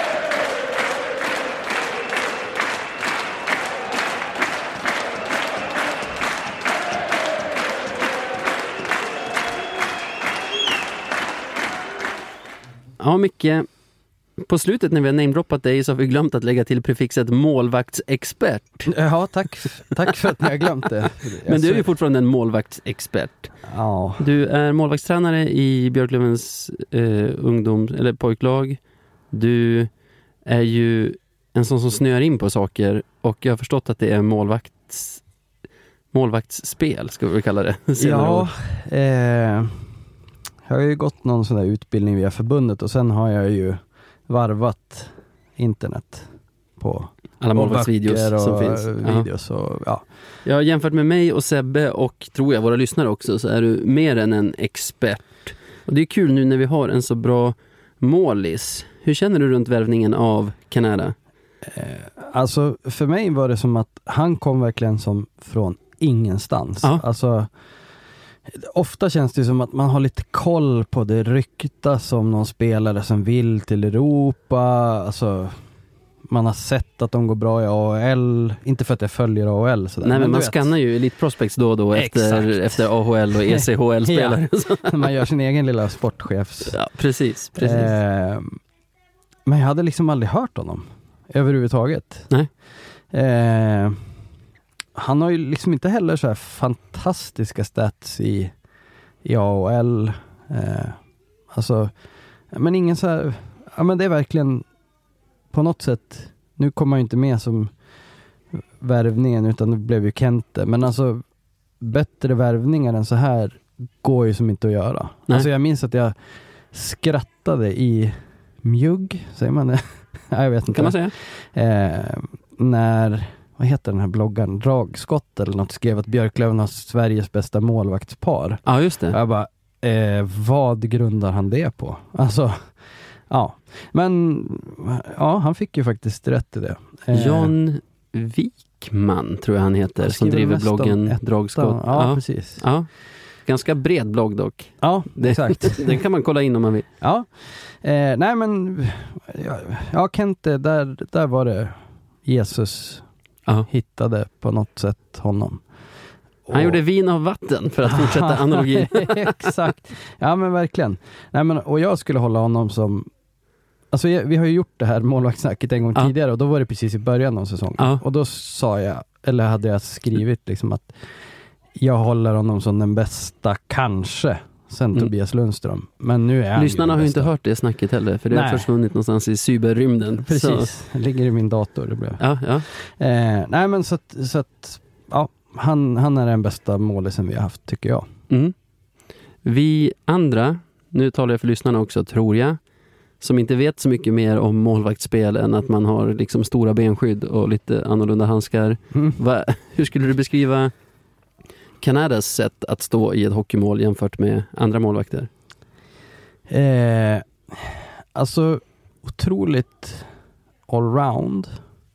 [SPEAKER 1] Ja, mycket. På slutet när vi har namedroppat dig så har vi glömt att lägga till prefixet målvaktsexpert.
[SPEAKER 2] Ja, tack, tack för att ni har glömt det.
[SPEAKER 1] Men du är ju fortfarande en målvaktsexpert.
[SPEAKER 2] Ja,
[SPEAKER 1] Du är målvaktstränare i Björklövens eh, ungdom eller pojklag. Du är ju en sån som snör in på saker, och jag har förstått att det är målvakts målvaktsspel, ska vi kalla det.
[SPEAKER 2] Ja, eh, jag har ju gått någon sån där utbildning via förbundet, och sen har jag ju varvat internet på
[SPEAKER 1] alla målvaktsvideos
[SPEAKER 2] och
[SPEAKER 1] som finns.
[SPEAKER 2] Videos och, ja.
[SPEAKER 1] Ja, jämfört med mig och Sebbe och tror jag våra lyssnare också, så är du mer än en expert. Och det är kul nu när vi har en så bra målis. Hur känner du runt värvningen av Canada?
[SPEAKER 2] Eh, alltså för mig var det som att han kom verkligen som från ingenstans.
[SPEAKER 1] Ja.
[SPEAKER 2] Alltså ofta känns det som att man har lite koll på det ryktas om någon spelare som vill till Europa. Alltså man har sett att de går bra i A H L. Inte för att jag följer A H L. Sådär.
[SPEAKER 1] Nej, men, men man
[SPEAKER 2] vet,
[SPEAKER 1] skannar ju Elite Prospects då och då efter, efter A H L och E C H L-spelare.
[SPEAKER 2] Ja, man gör sin egen lilla sportchefs.
[SPEAKER 1] Ja, precis. precis.
[SPEAKER 2] Eh, men jag hade liksom aldrig hört honom överhuvudtaget.
[SPEAKER 1] Nej.
[SPEAKER 2] Eh, han har ju liksom inte heller så här fantastiska stats i, i A H L. Eh, alltså, men ingen så här, ja men det är verkligen på något sätt, nu kommer jag inte med som värvningen utan det blev ju Kente, men alltså bättre värvningar än så här går ju som inte att göra.
[SPEAKER 1] Nej.
[SPEAKER 2] Alltså jag minns att jag skrattade i mjugg, säger man det? Jag vet inte.
[SPEAKER 1] Kan man säga?
[SPEAKER 2] Eh, när, vad heter den här bloggan? Dragskott eller något, skrev att Björklöven har Sveriges bästa målvaktspar.
[SPEAKER 1] Ja, just det.
[SPEAKER 2] Jag bara, eh, vad grundar han det på? Alltså, ja. Men, ja, han fick ju faktiskt rätt i det. Eh,
[SPEAKER 1] John Wikman tror jag han heter,
[SPEAKER 2] han
[SPEAKER 1] som driver
[SPEAKER 2] mest om
[SPEAKER 1] bloggen
[SPEAKER 2] ettan.
[SPEAKER 1] Dragskott.
[SPEAKER 2] Ja,
[SPEAKER 1] Ja,
[SPEAKER 2] precis.
[SPEAKER 1] ja. Ganska bred blogg dock.
[SPEAKER 2] Ja,
[SPEAKER 1] Det,
[SPEAKER 2] exakt.
[SPEAKER 1] Den kan man kolla in om man vill.
[SPEAKER 2] Ja, eh, nej men ja, ja Kente, där, där var det Jesus
[SPEAKER 1] Ja.
[SPEAKER 2] hittade på något sätt honom.
[SPEAKER 1] Han
[SPEAKER 2] Och-
[SPEAKER 1] gjorde vin av vatten för att fortsätta analogi.
[SPEAKER 2] Exakt. Ja men verkligen. Nej, men, och jag skulle hålla honom som, alltså jag, vi har ju gjort det här målvaktssnacket en gång
[SPEAKER 1] Ja.
[SPEAKER 2] tidigare och då var det precis i början av säsongen.
[SPEAKER 1] Ja.
[SPEAKER 2] Och då sa jag, eller hade jag skrivit liksom att jag håller honom som den bästa kanske sen
[SPEAKER 1] Mm.
[SPEAKER 2] Tobias Lundström. Men nu är han
[SPEAKER 1] Lyssnarna
[SPEAKER 2] ju
[SPEAKER 1] har ju
[SPEAKER 2] den
[SPEAKER 1] inte
[SPEAKER 2] bästa.
[SPEAKER 1] hört det snacket heller, för det har
[SPEAKER 2] Nej.
[SPEAKER 1] försvunnit någonstans i cyberrymden.
[SPEAKER 2] Precis,
[SPEAKER 1] Så,
[SPEAKER 2] det ligger i min dator. Det blev.
[SPEAKER 1] ja, ja.
[SPEAKER 2] Eh, nej men så att, så att ja, han, han är den bästa målisen vi har haft tycker jag.
[SPEAKER 1] Mm. Vi andra, nu talar jag för lyssnarna också tror jag, som inte vet så mycket mer om målvaktsspel än att man har liksom stora benskydd och lite annorlunda handskar.
[SPEAKER 2] Mm.
[SPEAKER 1] Va, hur skulle du beskriva Kanadas sätt att stå i ett hockeymål jämfört med andra målvakter?
[SPEAKER 2] Eh, alltså otroligt allround.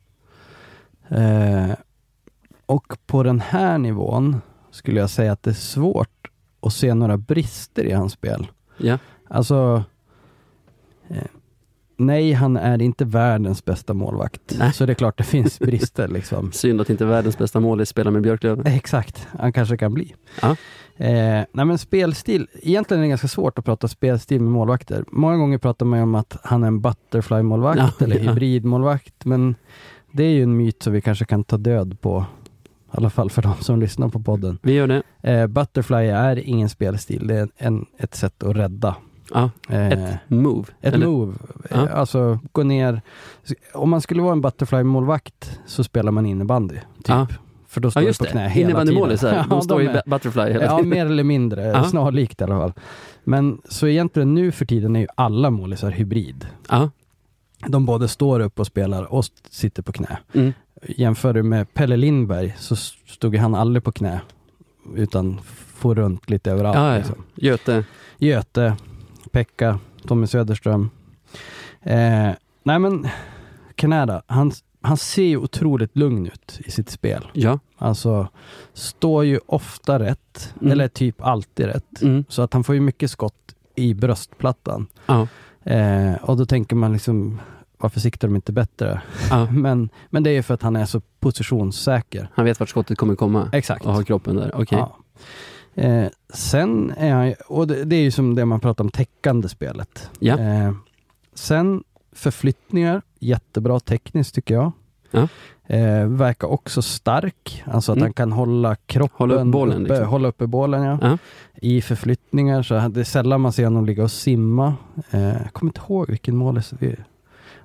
[SPEAKER 2] Eh, och på den här nivån skulle jag säga att det är svårt att se några brister i hans spel.
[SPEAKER 1] Ja,
[SPEAKER 2] Alltså eh, nej, han är inte världens bästa målvakt.
[SPEAKER 1] Nej.
[SPEAKER 2] Så det är klart det finns brister liksom.
[SPEAKER 1] synd att inte världens bästa målis spelar med Björklöven.
[SPEAKER 2] Exakt, han kanske kan bli.
[SPEAKER 1] Ja.
[SPEAKER 2] Eh, nej men spelstil, egentligen är det ganska svårt att prata spelstil med målvakter. Många gånger pratar man ju om att han är en butterfly-målvakt
[SPEAKER 1] Ja,
[SPEAKER 2] eller
[SPEAKER 1] ja.
[SPEAKER 2] hybrid-målvakt, men det är ju en myt som vi kanske kan ta död på, i alla fall för de som lyssnar på podden.
[SPEAKER 1] Vi gör det.
[SPEAKER 2] Eh, butterfly är ingen spelstil, det är en, ett sätt att rädda.
[SPEAKER 1] Ja,
[SPEAKER 2] Eh,
[SPEAKER 1] ett move.
[SPEAKER 2] Ett
[SPEAKER 1] Eller-
[SPEAKER 2] move.
[SPEAKER 1] Ja.
[SPEAKER 2] Eh, Alltså gå ner. Om man skulle vara en butterfly-målvakt så spelar man innebandy. Typ.
[SPEAKER 1] Ja.
[SPEAKER 2] För då
[SPEAKER 1] Ja,
[SPEAKER 2] står
[SPEAKER 1] just
[SPEAKER 2] du på knä
[SPEAKER 1] det.
[SPEAKER 2] hela
[SPEAKER 1] Innebandymålis
[SPEAKER 2] tiden.
[SPEAKER 1] här. De
[SPEAKER 2] Ja,
[SPEAKER 1] står i
[SPEAKER 2] är-
[SPEAKER 1] butterfly hela
[SPEAKER 2] Ja,
[SPEAKER 1] tiden.
[SPEAKER 2] mer eller mindre.
[SPEAKER 1] Ja.
[SPEAKER 2] Snarlikt i alla fall. Men så egentligen nu för tiden är ju alla målisar hybrid.
[SPEAKER 1] Ja.
[SPEAKER 2] De både står upp och spelar och st- sitter på knä.
[SPEAKER 1] Mm.
[SPEAKER 2] Jämför du med Pelle Lindberg så stod ju han aldrig på knä utan får runt lite överallt.
[SPEAKER 1] Ja, ja.
[SPEAKER 2] Liksom.
[SPEAKER 1] Göte.
[SPEAKER 2] Göte, Pekka, Tommy Söderström. Eh, nej men Kanada, han, han ser ju otroligt lugn ut i sitt spel.
[SPEAKER 1] Ja.
[SPEAKER 2] Alltså står ju ofta rätt,
[SPEAKER 1] Mm.
[SPEAKER 2] eller typ alltid rätt.
[SPEAKER 1] Mm.
[SPEAKER 2] Så att han får ju mycket skott i bröstplattan.
[SPEAKER 1] Ja.
[SPEAKER 2] Eh, och då tänker man liksom, varför siktar de inte bättre?
[SPEAKER 1] Ja.
[SPEAKER 2] men, men det är ju för att han är så positionssäker.
[SPEAKER 1] Han vet vart skottet kommer komma.
[SPEAKER 2] Exakt.
[SPEAKER 1] Och har kroppen där. Okej.
[SPEAKER 2] Ja. Eh, sen är han ju- och det, det är ju som det man pratar om täckande spelet.
[SPEAKER 1] Ja.
[SPEAKER 2] Eh, sen förflyttningar, jättebra tekniskt tycker jag.
[SPEAKER 1] Ja.
[SPEAKER 2] Eh, verkar också stark, alltså att
[SPEAKER 1] Mm.
[SPEAKER 2] han kan hålla kroppen
[SPEAKER 1] Hålla upp bollen,
[SPEAKER 2] uppe,
[SPEAKER 1] liksom.
[SPEAKER 2] hålla uppe bollen ja.
[SPEAKER 1] Ja.
[SPEAKER 2] I förflyttningar så det är sällan man ser honom ligga och simma. Eh, jag kommer inte ihåg vilken målis vi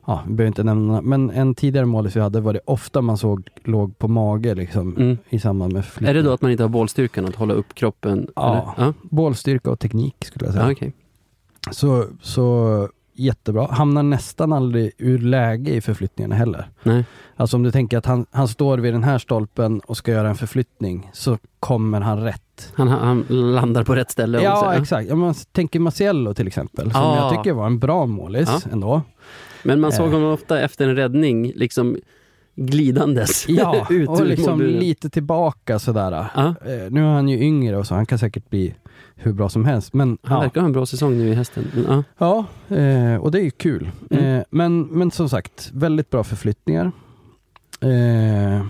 [SPEAKER 2] ja, vi behöver inte nämna, men en tidigare målis vi hade var det ofta man såg låg på mage liksom,
[SPEAKER 1] Mm.
[SPEAKER 2] i samband med flyttning.
[SPEAKER 1] Är det då att man inte har bålstyrkan att hålla upp kroppen?
[SPEAKER 2] Ja,
[SPEAKER 1] eller? Ja.
[SPEAKER 2] bålstyrka och teknik skulle jag säga.
[SPEAKER 1] Ja, okej.
[SPEAKER 2] Så, så jättebra. Hamnar nästan aldrig ur läge i förflyttningarna heller.
[SPEAKER 1] Nej.
[SPEAKER 2] Alltså om du tänker att han, han står vid den här stolpen och ska göra en förflyttning, så kommer han rätt.
[SPEAKER 1] Han, han landar på rätt ställe.
[SPEAKER 2] Ja,
[SPEAKER 1] också, ja.
[SPEAKER 2] exakt. Om man tänker Marciello till exempel, som
[SPEAKER 1] Ah.
[SPEAKER 2] jag tycker var en bra målis
[SPEAKER 1] Ja.
[SPEAKER 2] ändå.
[SPEAKER 1] Men man såg
[SPEAKER 2] Eh.
[SPEAKER 1] honom ofta efter en räddning liksom glidandes
[SPEAKER 2] Ja,
[SPEAKER 1] ut
[SPEAKER 2] och
[SPEAKER 1] ur
[SPEAKER 2] liksom
[SPEAKER 1] målburen.
[SPEAKER 2] lite tillbaka sådär.
[SPEAKER 1] Ja.
[SPEAKER 2] Eh, nu är han ju yngre och så, han kan säkert bli hur bra som helst. Men
[SPEAKER 1] Han
[SPEAKER 2] ja,
[SPEAKER 1] verkar ha en bra säsong nu i hästen. Men, ja.
[SPEAKER 2] ja eh, och det är ju kul.
[SPEAKER 1] Mm.
[SPEAKER 2] Eh, men, men som sagt, väldigt bra förflyttningar. Eh,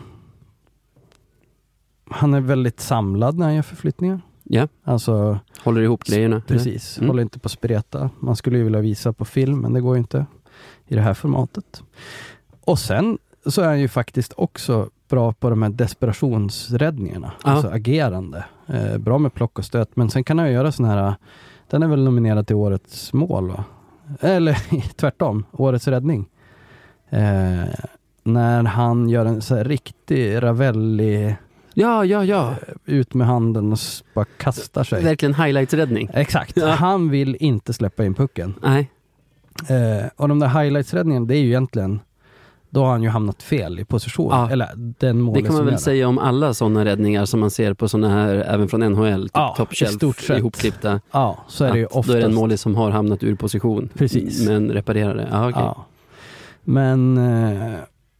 [SPEAKER 2] han är väldigt samlad när han gör förflyttningar.
[SPEAKER 1] ja,
[SPEAKER 2] Alltså,
[SPEAKER 1] håller ihop grejerna.
[SPEAKER 2] precis.
[SPEAKER 1] Mm.
[SPEAKER 2] Håller inte på att spreta. Man skulle ju vilja visa på film, men det går ju inte i det här formatet. Och sen så är han ju faktiskt också bra på de här desperationsräddningarna.
[SPEAKER 1] Ja.
[SPEAKER 2] Alltså agerande. Eh, bra med plock och stöt. Men sen kan han ju göra sån här, den är väl nominerad till årets mål, va? Eller tvärtom, årets räddning. Eh, när han gör en så här riktig Ravelli,
[SPEAKER 1] Ja, ja, ja.
[SPEAKER 2] ut med handen och s- bara kastar sig.
[SPEAKER 1] Verkligen highlights-räddning.
[SPEAKER 2] Exakt.
[SPEAKER 1] Ja.
[SPEAKER 2] Han vill inte släppa in pucken.
[SPEAKER 1] Nej.
[SPEAKER 2] Eh, och de där highlights-räddningen, det är ju egentligen, då har han ju hamnat fel i position.
[SPEAKER 1] Ja.
[SPEAKER 2] Eller den målet
[SPEAKER 1] Det kan man
[SPEAKER 2] som
[SPEAKER 1] väl
[SPEAKER 2] gör det.
[SPEAKER 1] säga om alla sådana räddningar som man ser på sådana här, även från N H L, typ
[SPEAKER 2] Ja,
[SPEAKER 1] top
[SPEAKER 2] i
[SPEAKER 1] shelf,
[SPEAKER 2] stort sett.
[SPEAKER 1] ihopklippta.
[SPEAKER 2] Ja, så är det ju
[SPEAKER 1] Att
[SPEAKER 2] oftast.
[SPEAKER 1] Då är det en målis som har hamnat ur position.
[SPEAKER 2] Precis.
[SPEAKER 1] Men reparerar det. Ja, okej.
[SPEAKER 2] Ja. Men eh,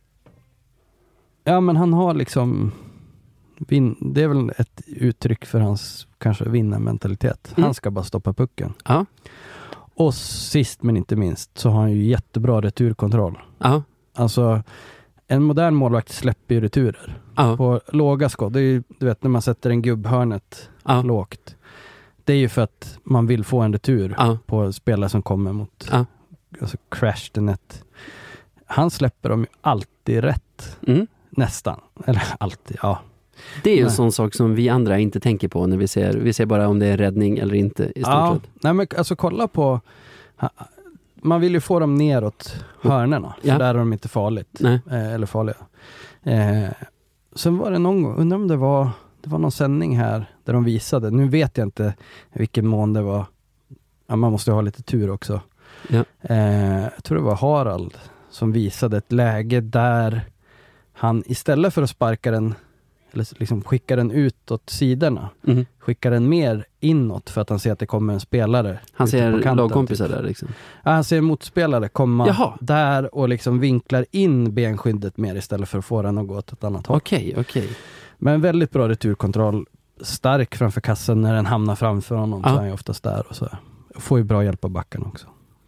[SPEAKER 2] ja, men han har liksom vin, det är väl ett uttryck för hans kanske vinnarmentalitet.
[SPEAKER 1] Mm.
[SPEAKER 2] Han ska bara stoppa pucken.
[SPEAKER 1] Ja.
[SPEAKER 2] Och sist men inte minst så har han ju jättebra returkontroll.
[SPEAKER 1] Ja.
[SPEAKER 2] Alltså en modern målvakt släpper ju returer.
[SPEAKER 1] Ja.
[SPEAKER 2] På låga skott, det är ju, du vet när man sätter en gubbhörnet
[SPEAKER 1] Ja.
[SPEAKER 2] lågt. Det är ju för att man vill få en retur
[SPEAKER 1] Ja.
[SPEAKER 2] på spelare som kommer mot
[SPEAKER 1] Ja.
[SPEAKER 2] alltså crash the net. Han släpper dem ju alltid rätt.
[SPEAKER 1] Mm.
[SPEAKER 2] Nästan. Eller alltid, ja.
[SPEAKER 1] Det är ju en
[SPEAKER 2] Nej.
[SPEAKER 1] sån sak som vi andra inte tänker på när vi ser, vi ser bara om det är räddning eller inte i stort
[SPEAKER 2] ja.
[SPEAKER 1] sett.
[SPEAKER 2] Nej men alltså kolla på, ha- man vill ju få dem neråt hörnerna. För
[SPEAKER 1] Ja.
[SPEAKER 2] där är de inte farligt.
[SPEAKER 1] Nej.
[SPEAKER 2] Eh, eller farliga. Eh, sen var det någon gång, undrar om det var, det var någon sändning här där de visade, nu vet jag inte vilken mån det var. Ja, man måste ha lite tur också.
[SPEAKER 1] Ja.
[SPEAKER 2] Eh, jag tror det var Harald som visade ett läge där han istället för att sparka den eller liksom skicka den ut åt sidorna,
[SPEAKER 1] Mm.
[SPEAKER 2] skickar den mer inåt för att han ser att det kommer en spelare.
[SPEAKER 1] Han
[SPEAKER 2] ute på
[SPEAKER 1] ser
[SPEAKER 2] kanten,
[SPEAKER 1] lagkompisar
[SPEAKER 2] typ.
[SPEAKER 1] där liksom.
[SPEAKER 2] Ja, han ser motspelare komma
[SPEAKER 1] Jaha.
[SPEAKER 2] där och liksom vinklar in benskyddet mer istället för att få den att gå åt ett annat håll.
[SPEAKER 1] Okej, okej.
[SPEAKER 2] Men väldigt bra returkontroll. Stark framför kassen när den hamnar framför honom,
[SPEAKER 1] Ja.
[SPEAKER 2] så är han ju oftast där och så. Får ju bra hjälp av backen också.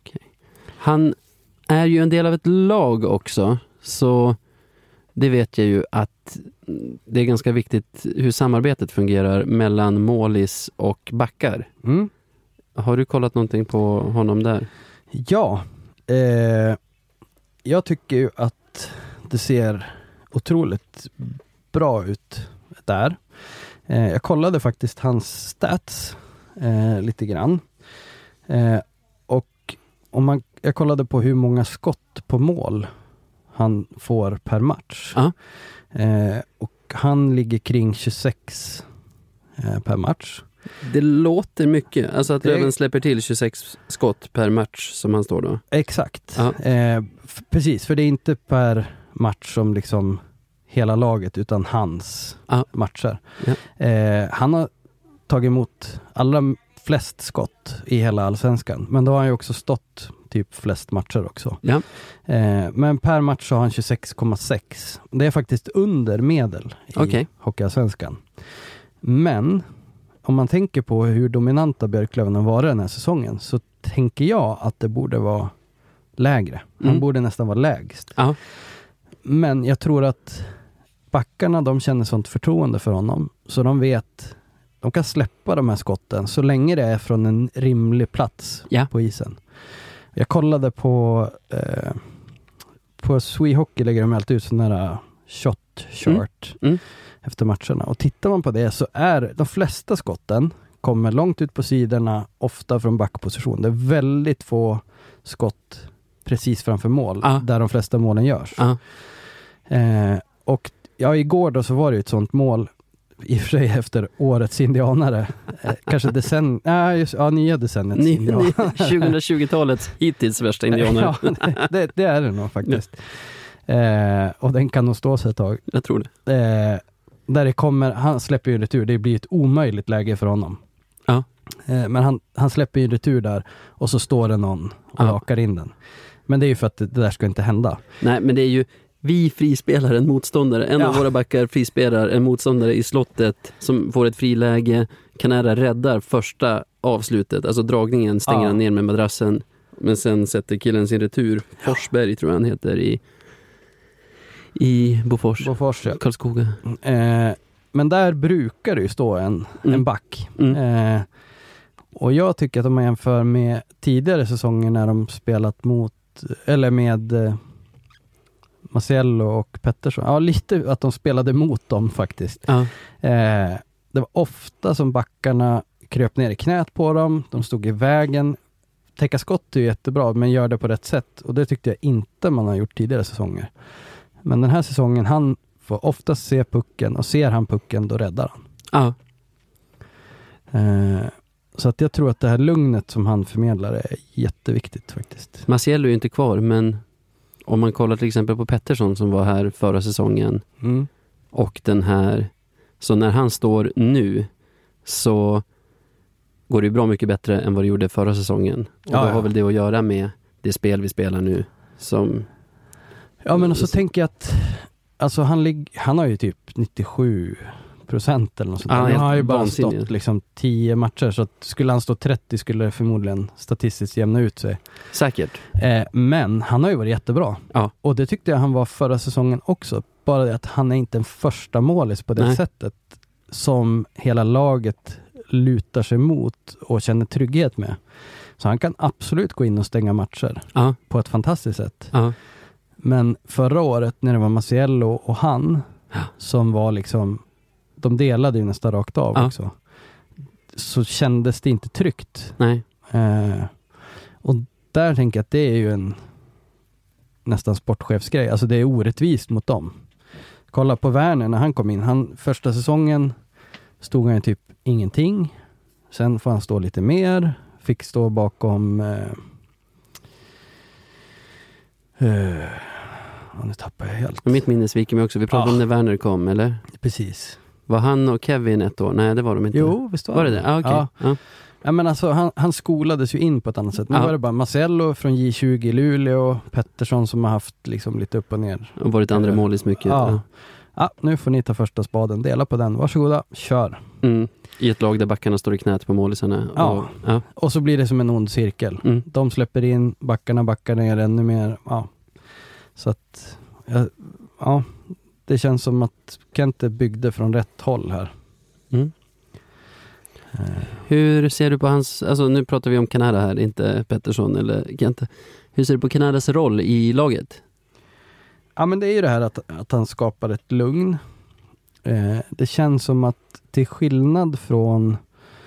[SPEAKER 1] Han är ju en del av ett lag också, så det vet jag ju att det är ganska viktigt hur samarbetet fungerar mellan målis och backar.
[SPEAKER 2] Mm.
[SPEAKER 1] Har du kollat någonting på honom där?
[SPEAKER 2] Ja, eh, jag tycker ju att det ser otroligt bra ut där. Eh, jag kollade faktiskt hans stats eh, lite grann. Eh, och om man, jag kollade på hur många skott på mål han får per match.
[SPEAKER 1] Ja.
[SPEAKER 2] Eh, och han ligger kring tjugosex eh, per match.
[SPEAKER 1] Det låter mycket. Alltså att
[SPEAKER 2] Det-
[SPEAKER 1] Löven släpper till tjugosex skott per match som han står då.
[SPEAKER 2] Exakt.
[SPEAKER 1] Ja.
[SPEAKER 2] Eh, f- precis, för det är inte per match som liksom hela laget, utan hans
[SPEAKER 1] Ja.
[SPEAKER 2] matcher.
[SPEAKER 1] Ja.
[SPEAKER 2] Eh, han har tagit emot allra flest skott i hela allsvenskan, men då har han ju också stått typ flest matcher också.
[SPEAKER 1] Ja.
[SPEAKER 2] Eh, men per match så har han tjugosex komma sex. Det är faktiskt under medel i
[SPEAKER 1] Okej.
[SPEAKER 2] Hockeyallsvenskan. Men om man tänker på hur dominanta Björklöven har varit den här säsongen, så tänker jag att det borde vara lägre. Han
[SPEAKER 1] Mm.
[SPEAKER 2] borde nästan vara lägst.
[SPEAKER 1] Ja.
[SPEAKER 2] Men jag tror att backarna, de känner sånt förtroende för honom, så de vet, de kan släppa de här skotten så länge det är från en rimlig plats
[SPEAKER 1] Ja.
[SPEAKER 2] på isen. Jag kollade på eh, på Sweet Hockey lägger de alltid ut sån här shot chart
[SPEAKER 1] Mm.
[SPEAKER 2] efter matcherna. Och tittar man på det så är de flesta skotten kommer långt ut på sidorna, ofta från backposition. Det är väldigt få skott precis framför mål,
[SPEAKER 1] ah.
[SPEAKER 2] där de flesta målen görs.
[SPEAKER 1] Ah.
[SPEAKER 2] Eh, och ja, igår då så var det ju ett sånt mål, i och för sig efter årets indianare. Eh, kanske decen... Ja, just, ja, nya decenniets
[SPEAKER 1] Ni,
[SPEAKER 2] indianare.
[SPEAKER 1] ni, tjugohundratjugotalets hittills värsta indianare.
[SPEAKER 2] Ja, det, det, det är det nog faktiskt. Eh, och den kan nog stå sig ett tag.
[SPEAKER 1] Jag tror det.
[SPEAKER 2] Eh, där det kommer, han släpper ju retur, det blir ett omöjligt läge för honom.
[SPEAKER 1] Ja.
[SPEAKER 2] Eh, men han, han släpper ju retur där och så står det någon och
[SPEAKER 1] Ja.
[SPEAKER 2] rakar in den. Men det är ju för att det, det där ska inte hända.
[SPEAKER 1] Nej, men det är ju vi frispelar en motståndare. En
[SPEAKER 2] Ja.
[SPEAKER 1] av våra backar frispelar en motståndare i slottet som får ett friläge. Kanada räddar första avslutet, alltså dragningen stänger
[SPEAKER 2] Ja.
[SPEAKER 1] han ner med madrassen. Men sen sätter killen sin retur, Forsberg tror jag han heter, i, i Bofors,
[SPEAKER 2] Bofors, ja.
[SPEAKER 1] Karlskoga.
[SPEAKER 2] Eh, men där brukar det ju stå en,
[SPEAKER 1] Mm.
[SPEAKER 2] en back.
[SPEAKER 1] Mm.
[SPEAKER 2] Eh, och jag tycker att om man jämför med tidigare säsonger när de spelat mot, eller med eh, Marcello och Pettersson, ja lite att de spelade mot dem faktiskt.
[SPEAKER 1] Ja.
[SPEAKER 2] Eh, det var ofta som backarna kröp ner i knät på dem, de stod i vägen. Täcka skott är ju jättebra, men gör det på rätt sätt. Och det tyckte jag inte man har gjort tidigare säsonger. Men den här säsongen, han får oftast se pucken, och ser han pucken, då räddar han.
[SPEAKER 1] Ja.
[SPEAKER 2] Eh, så att jag tror att det här lugnet som han förmedlar är jätteviktigt faktiskt.
[SPEAKER 1] Marciello är ju inte kvar, men om man kollar till exempel på Pettersson som var här förra säsongen
[SPEAKER 2] Mm.
[SPEAKER 1] och den här, så när han står nu så går det ju bra mycket bättre än vad det gjorde förra säsongen. Och
[SPEAKER 2] Ja,
[SPEAKER 1] då
[SPEAKER 2] ja.
[SPEAKER 1] har väl det att göra med det spel vi spelar nu som...
[SPEAKER 2] Ja, men och så tänker jag att alltså han, lig- han har ju typ nittiosju procent eller något sånt.
[SPEAKER 1] Ja,
[SPEAKER 2] där.
[SPEAKER 1] helt
[SPEAKER 2] Han har ju bara
[SPEAKER 1] vansinnigt.
[SPEAKER 2] stått liksom tio matcher, så att skulle han stå trettio skulle det förmodligen statistiskt jämna ut sig.
[SPEAKER 1] Säkert.
[SPEAKER 2] Eh, men han har ju varit jättebra.
[SPEAKER 1] Ja.
[SPEAKER 2] Och det tyckte jag han var förra säsongen också. Bara det att han är inte en första målis på det
[SPEAKER 1] Nej.
[SPEAKER 2] sättet som hela laget lutar sig mot och känner trygghet med. Så han kan absolut gå in och stänga matcher
[SPEAKER 1] Ja.
[SPEAKER 2] på ett fantastiskt sätt.
[SPEAKER 1] Ja.
[SPEAKER 2] Men förra året när det var Marciello och han
[SPEAKER 1] Ja.
[SPEAKER 2] som var liksom, de delade ju nästan rakt av
[SPEAKER 1] Ja.
[SPEAKER 2] också. Så kändes det inte tryggt.
[SPEAKER 1] Nej.
[SPEAKER 2] Eh, och där tänker jag att det är ju en nästan sportchefsgrej. Alltså det är orättvist mot dem. Kolla på Werner när han kom in. Han, första säsongen stod han ju typ ingenting. Sen får han stå lite mer. Fick stå bakom eh, eh, ja, nu tappar jag helt.
[SPEAKER 1] Och mitt minne sviker mig också. Vi pratade
[SPEAKER 2] Ja.
[SPEAKER 1] om när Werner kom, eller?
[SPEAKER 2] Precis.
[SPEAKER 1] Var han och Kevin ett år? Nej, det var de inte.
[SPEAKER 2] Jo, visst var,
[SPEAKER 1] Var det det? Ah, okej.
[SPEAKER 2] Ja.
[SPEAKER 1] Ja.
[SPEAKER 2] Ja, men alltså, han, han skolades ju in på ett annat sätt. Nu
[SPEAKER 1] Ja.
[SPEAKER 2] var det bara Marcello från J tjugo i Luleå, Pettersson som har haft liksom lite upp och ner.
[SPEAKER 1] Och varit andra målis mycket.
[SPEAKER 2] Ja. Ja, nu får ni ta första spaden, dela på den. Varsågoda, kör.
[SPEAKER 1] Mm. I ett lag där backarna står i knät på målisarna.
[SPEAKER 2] Ja.
[SPEAKER 1] Och, ja.
[SPEAKER 2] Och så blir det som en ond cirkel.
[SPEAKER 1] Mm.
[SPEAKER 2] De släpper in, backarna backar ner ännu mer. Ja. Så att, ja, ja, det känns som att Kente byggde från rätt håll här.
[SPEAKER 1] Mm.
[SPEAKER 2] Eh,
[SPEAKER 1] Hur ser du på hans, alltså nu pratar vi om Kanada här, inte Pettersson eller Kente. Hur ser du på Kanadas roll i laget?
[SPEAKER 2] Ja, men det är ju det här att, att han skapar ett lugn. Eh, det känns som att till skillnad från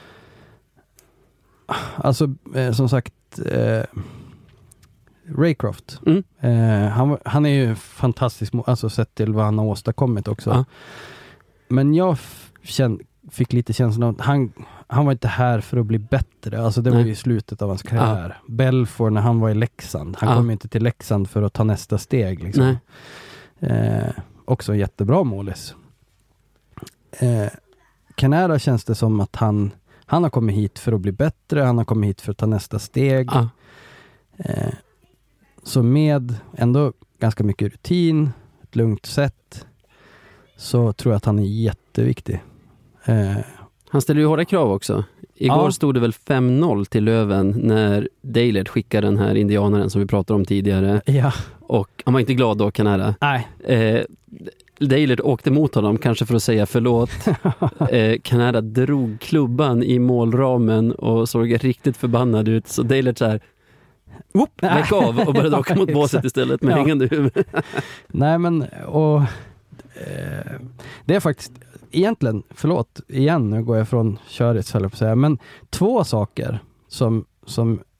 [SPEAKER 2] alltså eh, som sagt eh, Raycroft.
[SPEAKER 1] Mm.
[SPEAKER 2] Eh, han, han är ju fantastisk, alltså sett till vad han har åstadkommit också.
[SPEAKER 1] Ja.
[SPEAKER 2] Men jag f- känn, fick lite känslan av att han, han var inte här för att bli bättre. Alltså det var
[SPEAKER 1] Nej.
[SPEAKER 2] ju i slutet av hans karriär. Belfort när han var i Leksand. Han
[SPEAKER 1] Ja.
[SPEAKER 2] kom ju inte till Leksand för att ta nästa steg. Liksom.
[SPEAKER 1] Nej.
[SPEAKER 2] Eh, också en jättebra målis. Eh, Kanada känns det som att han, han har kommit hit för att bli bättre. Han har kommit hit för att ta nästa steg.
[SPEAKER 1] Ja.
[SPEAKER 2] Eh, så med ändå ganska mycket rutin, ett lugnt sätt, så tror jag att han är jätteviktig. Eh,
[SPEAKER 1] Han ställer ju hårda krav också. Igår
[SPEAKER 2] Ja.
[SPEAKER 1] stod det väl fem noll till Löven när Dalert skickade den här indianaren som vi pratade om tidigare.
[SPEAKER 2] ja,
[SPEAKER 1] Och han var inte glad då, Kanada.
[SPEAKER 2] nej.
[SPEAKER 1] Eh, Dalert åkte mot honom, kanske för att säga förlåt. eh, Kanada drog klubban i målramen och såg riktigt förbannad ut. Så Dalert så här, whoop, väck av och började åka mot båset istället med
[SPEAKER 2] Ja.
[SPEAKER 1] hängande huvud.
[SPEAKER 2] Nej, men och eh, det är faktiskt egentligen, förlåt, igen nu går jag från köret, höll jag på att säga, men två saker som, som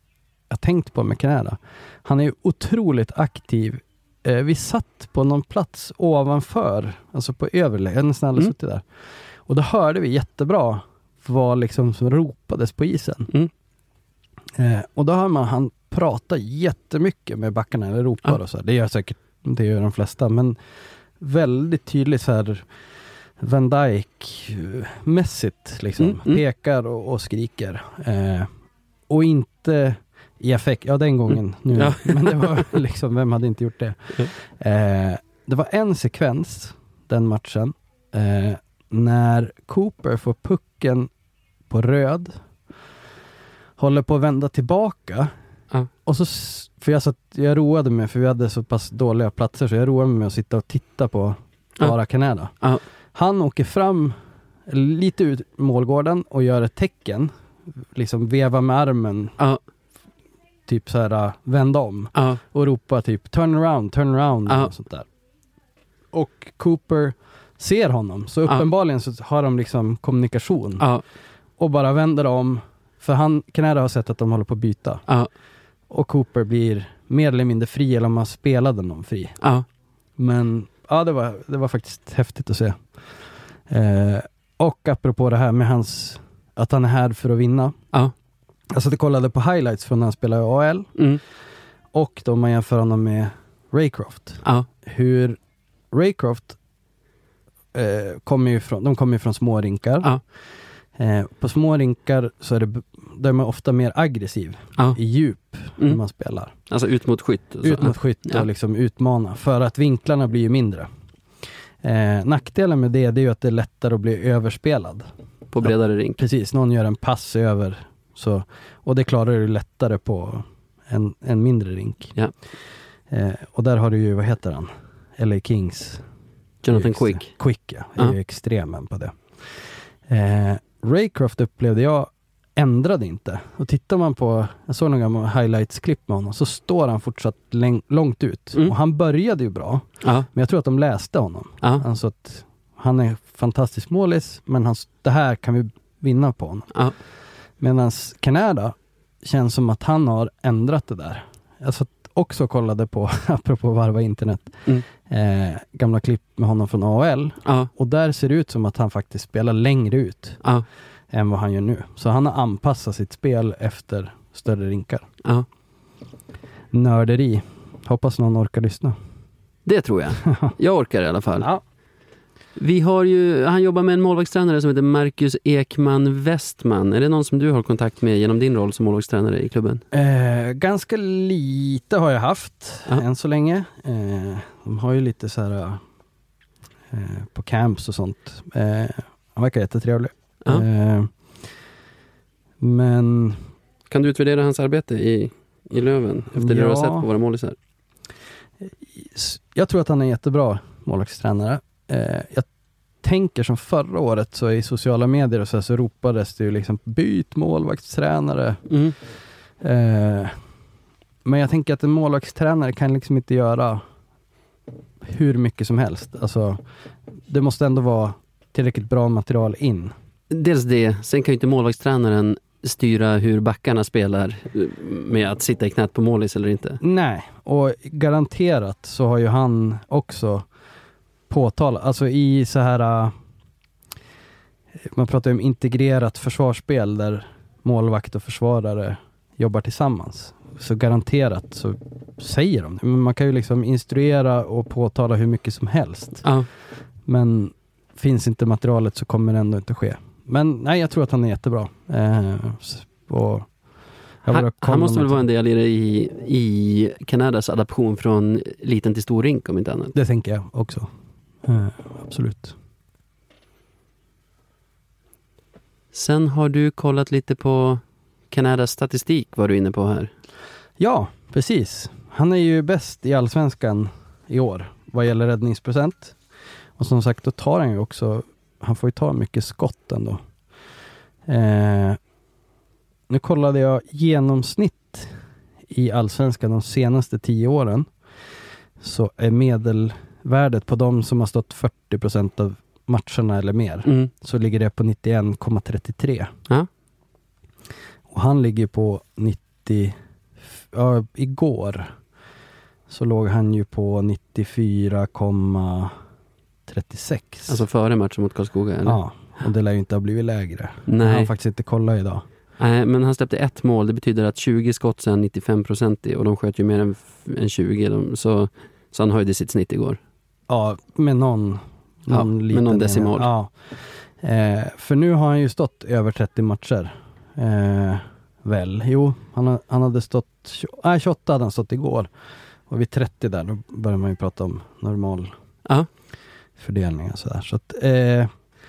[SPEAKER 2] jag tänkt på med Canada. Han är ju otroligt aktiv. Eh, vi satt på någon plats ovanför, alltså på överläge. Jag har nästan aldrig
[SPEAKER 1] Mm.
[SPEAKER 2] suttit där. Och då hörde vi jättebra vad liksom som ropades på isen.
[SPEAKER 1] Mm.
[SPEAKER 2] Eh, och då hör man han prata jättemycket med backarna eller ropar
[SPEAKER 1] Ja.
[SPEAKER 2] och så. Det gör säkert, det gör de flesta, men väldigt tydligt så här Van Dijk-mässigt liksom.
[SPEAKER 1] Mm, mm.
[SPEAKER 2] Pekar och, och skriker. Eh, och inte i affekt. Ja, den gången nu.
[SPEAKER 1] Ja.
[SPEAKER 2] Men det var liksom, vem hade inte gjort det? Eh, det var en sekvens den matchen eh, när Cooper får pucken på röd, håller på att vända tillbaka.
[SPEAKER 1] Ja.
[SPEAKER 2] Och så, s- för jag, satt, jag roade mig, för vi hade så pass dåliga platser, så jag roade mig med att sitta och titta på
[SPEAKER 1] Ja.
[SPEAKER 2] bara Canada.
[SPEAKER 1] Ja.
[SPEAKER 2] Han åker fram lite ut målgården och gör ett tecken, liksom veva med armen,
[SPEAKER 1] Ja.
[SPEAKER 2] typ så här vända om
[SPEAKER 1] Ja.
[SPEAKER 2] och ropa typ turn around, turn around
[SPEAKER 1] Ja.
[SPEAKER 2] och sånt där. Och Cooper ser honom, så
[SPEAKER 1] Ja.
[SPEAKER 2] uppenbarligen så har de liksom kommunikation
[SPEAKER 1] Ja.
[SPEAKER 2] och bara vänder om, för han, Canada har sett att de håller på att byta.
[SPEAKER 1] Ja.
[SPEAKER 2] Och Cooper blir mer eller mindre fri, eller om man spelade någon fri.
[SPEAKER 1] Ja.
[SPEAKER 2] Men ja, det var, det var faktiskt häftigt att se. Eh, och apropå det här med hans, att han är här för att vinna.
[SPEAKER 1] Ja.
[SPEAKER 2] Alltså, jag kollade på highlights från när han spelade i A L.
[SPEAKER 1] Mm.
[SPEAKER 2] Och då man jämför honom med Raycroft.
[SPEAKER 1] Ja.
[SPEAKER 2] Hur Raycroft eh, kommer ju från, de kommer ju från små rinkar.
[SPEAKER 1] Ja.
[SPEAKER 2] Eh, på små rinkar så är det, b- där är man ofta mer aggressiv
[SPEAKER 1] Ja.
[SPEAKER 2] i djup när
[SPEAKER 1] Mm.
[SPEAKER 2] man spelar.
[SPEAKER 1] Alltså ut mot skytt. och så.
[SPEAKER 2] Ut mot skytt
[SPEAKER 1] Ja.
[SPEAKER 2] och liksom utmana. För att vinklarna blir ju mindre. Eh, nackdelen med det, det är ju att det är lättare att bli överspelad.
[SPEAKER 1] På bredare rink.
[SPEAKER 2] Precis, någon gör en pass över. Så, och det klarar du lättare på en, en mindre rink.
[SPEAKER 1] Ja.
[SPEAKER 2] Eh, och där har du ju, vad heter han? L A Kings.
[SPEAKER 1] Jonathan
[SPEAKER 2] Extre-
[SPEAKER 1] Quick.
[SPEAKER 2] Quick, ja. Är
[SPEAKER 1] Ja.
[SPEAKER 2] ju extremen på det. Eh, Raycroft upplevde jag ändrade inte. Och tittar man på, jag såg några gamla highlights-klipp med honom, så står han fortsatt läng- långt ut.
[SPEAKER 1] Mm.
[SPEAKER 2] Och han började ju bra,
[SPEAKER 1] Ja.
[SPEAKER 2] men jag tror att de läste honom.
[SPEAKER 1] Ja.
[SPEAKER 2] Alltså att han är fantastisk målis, men hans, det här kan vi vinna på honom.
[SPEAKER 1] Ja.
[SPEAKER 2] Medan Canada känns som att han har ändrat det där. Jag satt också och kollade på, apropå varva internet,
[SPEAKER 1] Mm.
[SPEAKER 2] eh, gamla klipp med honom från A L.
[SPEAKER 1] Ja.
[SPEAKER 2] Och där ser det ut som att han faktiskt spelar längre ut
[SPEAKER 1] Ja.
[SPEAKER 2] än vad han gör nu. Så han har anpassat sitt spel efter större rinkar.
[SPEAKER 1] Ja.
[SPEAKER 2] Nörderi. Hoppas någon orkar lyssna.
[SPEAKER 1] Det tror jag. Jag orkar i alla fall.
[SPEAKER 2] Ja.
[SPEAKER 1] Vi har ju, han jobbar med en målvaktstränare som heter Marcus Ekman Westman. Är det någon som du har kontakt med genom din roll som målvaktstränare i klubben?
[SPEAKER 2] Eh, ganska lite har jag haft
[SPEAKER 1] Ja.
[SPEAKER 2] än så länge. Eh, de har ju lite så här eh, på camps och sånt. Eh, han verkar jättetrevlig.
[SPEAKER 1] Ja.
[SPEAKER 2] Eh, men
[SPEAKER 1] Kan du utvärdera hans arbete i, i Löven efter det du har
[SPEAKER 2] Ja.
[SPEAKER 1] sett på våra målisar?
[SPEAKER 2] s- jag tror att han är jättebra målvaktstränare. Eh, jag tänker som förra året, så i sociala medier och så, här, så ropades det ju liksom byt målvaktstränare.
[SPEAKER 1] Mm.
[SPEAKER 2] Eh, men jag tänker att en målvaktstränare kan liksom inte göra hur mycket som helst. Alltså, det måste ändå vara tillräckligt bra material in.
[SPEAKER 1] Dels det, sen kan ju inte målvaktstränaren styra hur backarna spelar med att sitta i knät på målis eller inte.
[SPEAKER 2] Nej, och garanterat så har ju han också påtalat, alltså i så här, äh, man pratar ju om integrerat försvarsspel där målvakt och försvarare jobbar tillsammans. Så garanterat så säger de det. Men man kan ju liksom instruera och påtala hur mycket som helst.
[SPEAKER 1] Ja.
[SPEAKER 2] Men finns inte materialet så kommer det ändå inte ske. Men nej, jag tror att han är jättebra. Eh, s- och jag vill
[SPEAKER 1] Han,
[SPEAKER 2] kolla
[SPEAKER 1] han måste
[SPEAKER 2] om
[SPEAKER 1] väl
[SPEAKER 2] jag-
[SPEAKER 1] vara en del i, det i, i Kanadas adaption från liten till stor rink om inte annat.
[SPEAKER 2] Det tänker jag också. Eh, absolut.
[SPEAKER 1] Sen har du kollat lite på Kanadas statistik, var du inne på här.
[SPEAKER 2] Ja, precis. Han är ju bäst i Allsvenskan i år vad gäller räddningsprocent. Och som sagt, då tar han ju också, han får ju ta mycket skott ändå. Eh, nu kollade jag genomsnitt i Allsvenskan de senaste tio åren. Så är medelvärdet på de som har stått fyrtio procent av matcherna eller mer,
[SPEAKER 1] Mm.
[SPEAKER 2] så ligger det på nittioen komma trettiotre.
[SPEAKER 1] Ja.
[SPEAKER 2] Och han ligger på nittiofyra ja, igår så låg han ju på nittiofyra komma trettiosex.
[SPEAKER 1] Alltså före matchen mot Karlskoga, eller?
[SPEAKER 2] Ja, och det lär ju inte ha blivit lägre.
[SPEAKER 1] Nej.
[SPEAKER 2] Jag har faktiskt inte kollat idag.
[SPEAKER 1] Nej, men han släppte ett mål. Det betyder att tjugo skott sen nittiofem procent i, och de sköt ju mer än, än tjugo. De, så, så han höjde sitt snitt igår.
[SPEAKER 2] Ja, med någon, någon
[SPEAKER 1] ja,
[SPEAKER 2] liten...
[SPEAKER 1] med någon decimal.
[SPEAKER 2] Ja. Eh, för nu har han ju stått över trettio matcher. Eh, väl, jo, han, har, han hade stått... Nej, tjugoåtta hade han stått igår. Och vid trettio där, då börjar man ju prata om normal
[SPEAKER 1] ja.
[SPEAKER 2] fördelning och sådär. Så att eh,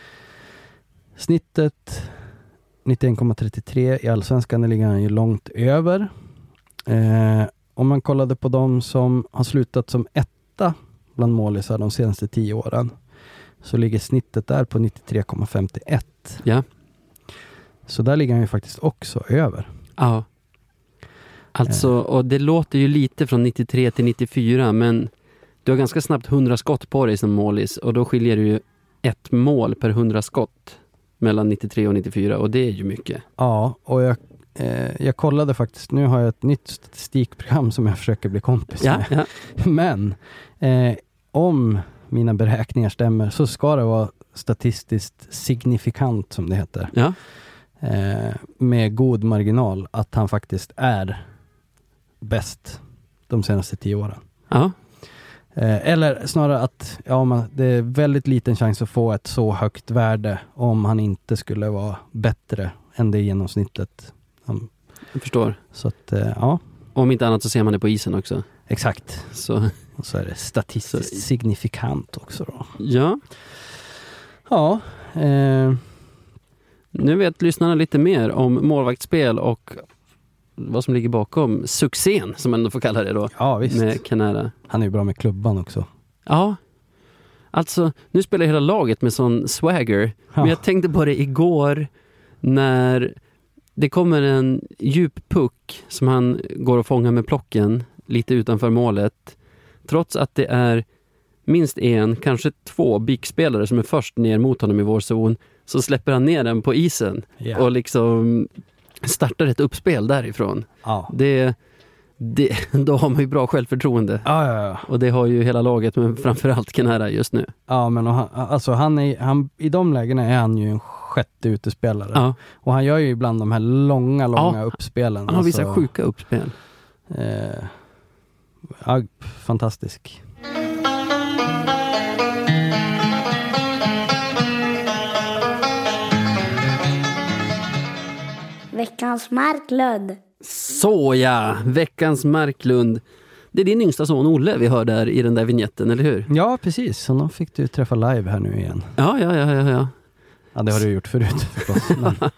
[SPEAKER 2] snittet nittioen komma trettiotre i Allsvenskan, ligger han ju långt över. Eh, om man kollade på de som har slutat som etta bland målisar de senaste tio åren, så ligger snittet där på nittiotre komma femtioett.
[SPEAKER 1] Ja.
[SPEAKER 2] Så där ligger han ju faktiskt också över.
[SPEAKER 1] Ja. Alltså, och det låter ju lite från nittiotre till nittiofyra, men du har ganska snabbt hundra skott på dig som målis, och då skiljer det ju ett mål per hundra skott mellan nittiotre och nittiofyra, och det är ju mycket.
[SPEAKER 2] Ja, och jag, eh, jag kollade faktiskt, nu har jag ett nytt statistikprogram som jag försöker bli kompis
[SPEAKER 1] ja,
[SPEAKER 2] med.
[SPEAKER 1] Ja.
[SPEAKER 2] Men eh, om mina beräkningar stämmer så ska det vara statistiskt signifikant, som det heter.
[SPEAKER 1] Ja.
[SPEAKER 2] Eh, med god marginal att han faktiskt är bäst de senaste tio åren.
[SPEAKER 1] Ja.
[SPEAKER 2] Eh, eller snarare att ja, man, det är väldigt liten chans att få ett så högt värde om han inte skulle vara bättre än det genomsnittet. Um,
[SPEAKER 1] Jag förstår.
[SPEAKER 2] så att, eh, ja.
[SPEAKER 1] Om inte annat så ser man det på isen också.
[SPEAKER 2] Exakt.
[SPEAKER 1] Så,
[SPEAKER 2] Och så är det statistiskt så, signifikant också då.
[SPEAKER 1] Ja.
[SPEAKER 2] Ja. Eh,
[SPEAKER 1] Nu vet lyssnarna lite mer om målvaktsspel och vad som ligger bakom succén, som man ändå får kalla det då.
[SPEAKER 2] ja, visst.
[SPEAKER 1] Med Canara.
[SPEAKER 2] Han är ju bra med klubban också.
[SPEAKER 1] Ja. Alltså, nu spelar hela laget med sån swagger.
[SPEAKER 2] Ja.
[SPEAKER 1] Men jag tänkte på det igår när det kommer en djup puck som han går och fångar med plocken lite utanför målet. Trots att det är minst en, kanske två byggspelare som är först ner mot honom i vår zon, så släpper han ner den på isen
[SPEAKER 2] Yeah.
[SPEAKER 1] och liksom startar ett uppspel därifrån.
[SPEAKER 2] Ja.
[SPEAKER 1] Det, det, då har man ju bra självförtroende.
[SPEAKER 2] Ja, ja, ja.
[SPEAKER 1] Och det har ju hela laget, men framförallt Canara just nu.
[SPEAKER 2] Ja, men och han, alltså han är, han, i de lägena är han ju en sjätte utespelare.
[SPEAKER 1] Ja.
[SPEAKER 2] Och han gör ju ibland de här långa, långa
[SPEAKER 1] Ja,
[SPEAKER 2] uppspelen.
[SPEAKER 1] Han har vissa
[SPEAKER 2] alltså,
[SPEAKER 1] sjuka uppspel.
[SPEAKER 2] Eh, ja, fantastisk.
[SPEAKER 5] Veckans Marklund.
[SPEAKER 1] Så ja, veckans Marklund. Det är din yngsta son Olle vi hör där i den där vignetten, eller hur?
[SPEAKER 2] Ja, precis. Så då fick du träffa live här nu igen.
[SPEAKER 1] Ja, ja, ja, ja. ja.
[SPEAKER 2] Ja, det har du gjort förut förstås. Men...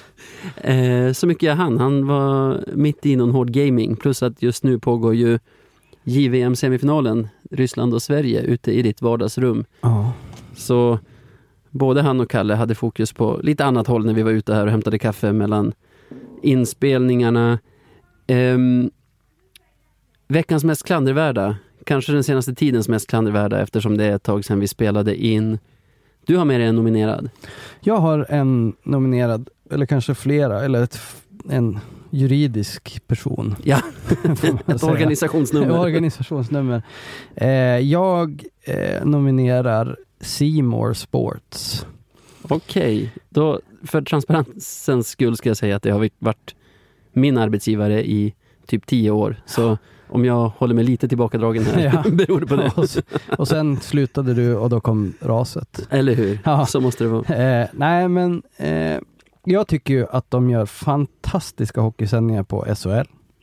[SPEAKER 1] eh, så mycket jag han. Han var mitt i någon hård gaming. Plus att just nu pågår ju J V M-semifinalen, Ryssland och Sverige, ute i ditt vardagsrum.
[SPEAKER 2] Ja.
[SPEAKER 1] Så både han och Kalle hade fokus på lite annat håll när vi var ute här och hämtade kaffe mellan inspelningarna. Ehm, veckans mest klandervärda. Kanske den senaste tidens mest klandervärda, eftersom det är ett tag sedan vi spelade in. Du har med dig en nominerad.
[SPEAKER 2] Jag har en nominerad, eller kanske flera, eller ett, en juridisk person.
[SPEAKER 1] Ja, ett organisationsnummer.
[SPEAKER 2] organisationsnummer. Eh, jag eh, nominerar C More Sports.
[SPEAKER 1] Okej, då för transparensens skull ska jag säga att det har varit min arbetsgivare i typ tio år. Så om jag håller mig lite tillbakadragen här,
[SPEAKER 2] Ja.
[SPEAKER 1] beror det på det.
[SPEAKER 2] och, och sen slutade du och då kom raset.
[SPEAKER 1] Eller hur?
[SPEAKER 2] Ja.
[SPEAKER 1] Så måste det vara.
[SPEAKER 2] Eh, nej, men eh, jag tycker ju att de gör fantastiska hockeysändningar på S H L.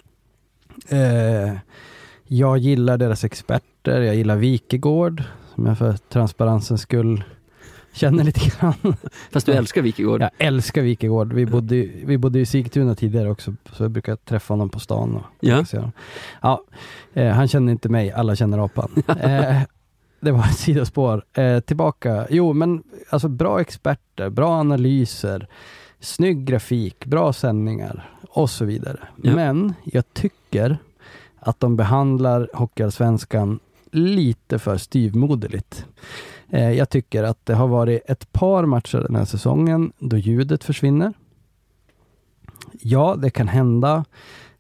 [SPEAKER 2] Eh, jag gillar deras experter. Jag gillar Wikegård, som jag för transparensens skull känner lite grann.
[SPEAKER 1] Fast du älskar Wikegård.
[SPEAKER 2] Jag älskar Wikegård. Vi bodde, vi bodde i Sigtuna tidigare också, så jag brukar träffa honom på stan. Och
[SPEAKER 1] Ja.
[SPEAKER 2] Ja, eh, han känner inte mig, alla känner apan. eh, det var ett sidospår. Eh, tillbaka. Jo, men alltså bra experter, bra analyser, snygg grafik, bra sändningar och så vidare.
[SPEAKER 1] Ja.
[SPEAKER 2] Men jag tycker att de behandlar Hockeyallsvenskan lite för styvmoderligt. Eh, jag tycker att det har varit ett par matcher den här säsongen då ljudet försvinner. Ja, det kan hända.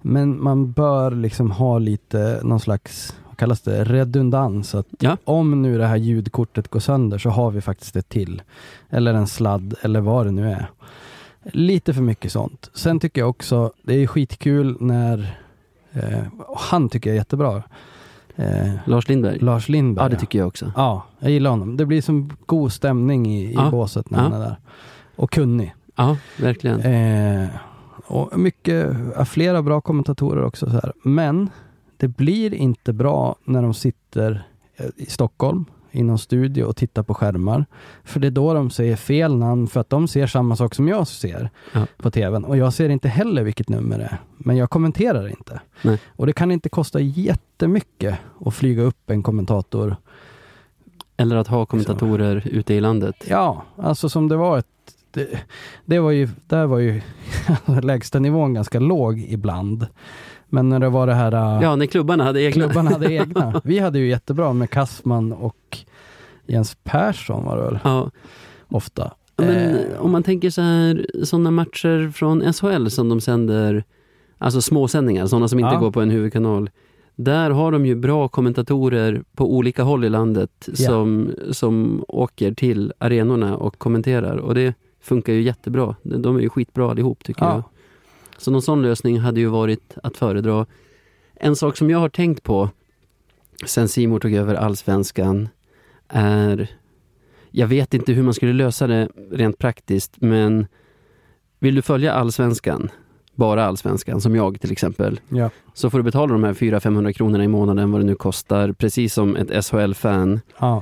[SPEAKER 2] Men man bör liksom ha lite någon slags, vad kallas det, redundans. Att
[SPEAKER 1] Ja.
[SPEAKER 2] om nu det här ljudkortet går sönder så har vi faktiskt ett till. Eller en sladd eller vad det nu är. Lite för mycket sånt. Sen tycker jag också, det är skitkul när eh, han tycker jag är jättebra. Eh,
[SPEAKER 1] Lars Lindberg.
[SPEAKER 2] Lars Lindberg.
[SPEAKER 1] Ja, det tycker jag också.
[SPEAKER 2] Ja, jag gillar honom. Det blir som god stämning i, i
[SPEAKER 1] Ja.
[SPEAKER 2] båset när
[SPEAKER 1] Ja.
[SPEAKER 2] han är där. Och kunnig.
[SPEAKER 1] Ja, verkligen.
[SPEAKER 2] Eh, och mycket, flera bra kommentatorer också. Så här. Men det blir inte bra när de sitter i Stockholm i någon studio och tittar på skärmar. För det är då de säger fel namn för att de ser samma sak som jag ser
[SPEAKER 1] Ja.
[SPEAKER 2] på tvn. Och jag ser inte heller vilket nummer det är. Men jag kommenterar inte.
[SPEAKER 1] Nej.
[SPEAKER 2] Och det kan inte kosta jättemycket att flyga upp en kommentator.
[SPEAKER 1] Eller att ha kommentatorer så. Ute i landet.
[SPEAKER 2] Ja, alltså som det var ett det, det var ju, där var ju lägsta nivån ganska låg ibland. Men när det var det här...
[SPEAKER 1] Ja, när klubbarna hade egna.
[SPEAKER 2] Klubbarna hade egna. Vi hade ju jättebra med Kassman och Jens Persson var det väl?
[SPEAKER 1] Ja.
[SPEAKER 2] Ofta.
[SPEAKER 1] Men
[SPEAKER 2] eh.
[SPEAKER 1] om man tänker så här, sådana matcher från S H L som de sänder, alltså småsändningar, sådana som inte
[SPEAKER 2] Ja.
[SPEAKER 1] går på en huvudkanal. Där har de ju bra kommentatorer på olika håll i landet
[SPEAKER 2] Ja.
[SPEAKER 1] som, som åker till arenorna och kommenterar. Och det funkar ju jättebra. De är ju skitbra allihop tycker
[SPEAKER 2] Ja.
[SPEAKER 1] jag. Så någon sån lösning hade ju varit att föredra. En sak som jag har tänkt på sen C More tog över Allsvenskan är, jag vet inte hur man skulle lösa det rent praktiskt, men vill du följa Allsvenskan, bara Allsvenskan, som jag till exempel,
[SPEAKER 2] Ja.
[SPEAKER 1] så får du betala de här fyra till femhundra kronorna i månaden vad det nu kostar, precis som ett S H L-fan,
[SPEAKER 2] Ja.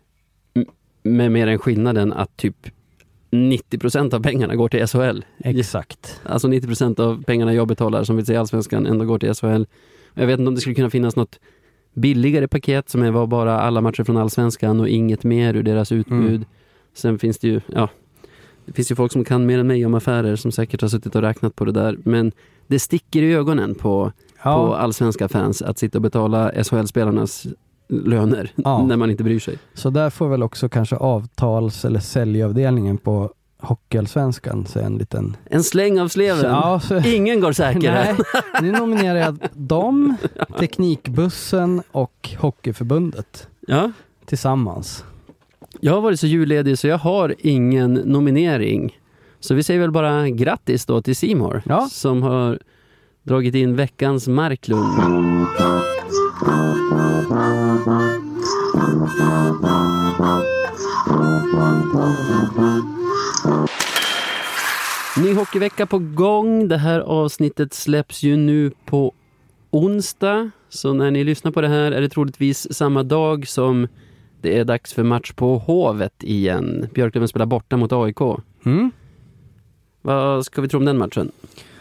[SPEAKER 1] med mer än skillnaden att typ nittio procent av pengarna går till S H L.
[SPEAKER 2] Exakt.
[SPEAKER 1] Alltså nittio procent av pengarna jag betalar som vill se Allsvenskan ändå går till S H L. Jag vet inte om det skulle kunna finnas något billigare paket som är var bara alla matcher från Allsvenskan och inget mer ur deras utbud.
[SPEAKER 2] Mm.
[SPEAKER 1] Sen finns det ju, ja, det finns ju folk som kan mer än mig om affärer som säkert har suttit och räknat på det där. Men det sticker i ögonen på,
[SPEAKER 2] Ja.
[SPEAKER 1] på allsvenska fans att sitta och betala S H L-spelarnas löner
[SPEAKER 2] Ja.
[SPEAKER 1] när man inte bryr sig.
[SPEAKER 2] Så där får väl också kanske avtals- eller säljavdelningen på Hockeyallsvenskan säga en liten...
[SPEAKER 1] En släng av sleven.
[SPEAKER 2] Ja, så...
[SPEAKER 1] Ingen går säkrare.
[SPEAKER 2] Nej, nu nominerar jag dem, Teknikbussen och Hockeyförbundet
[SPEAKER 1] Ja.
[SPEAKER 2] tillsammans.
[SPEAKER 1] Jag har varit så julledig så jag har ingen nominering. Så vi säger väl bara grattis då till C More
[SPEAKER 2] Ja.
[SPEAKER 1] som har dragit in veckans Marklund. Ny hockeyvecka på gång. Det här avsnittet släpps ju nu på onsdag. Så när ni lyssnar på det här är det troligtvis samma dag som det är dags för match på Hovet igen. Björklöven spelar borta mot A I K.
[SPEAKER 2] Mm.
[SPEAKER 1] Vad ska vi tro om den matchen?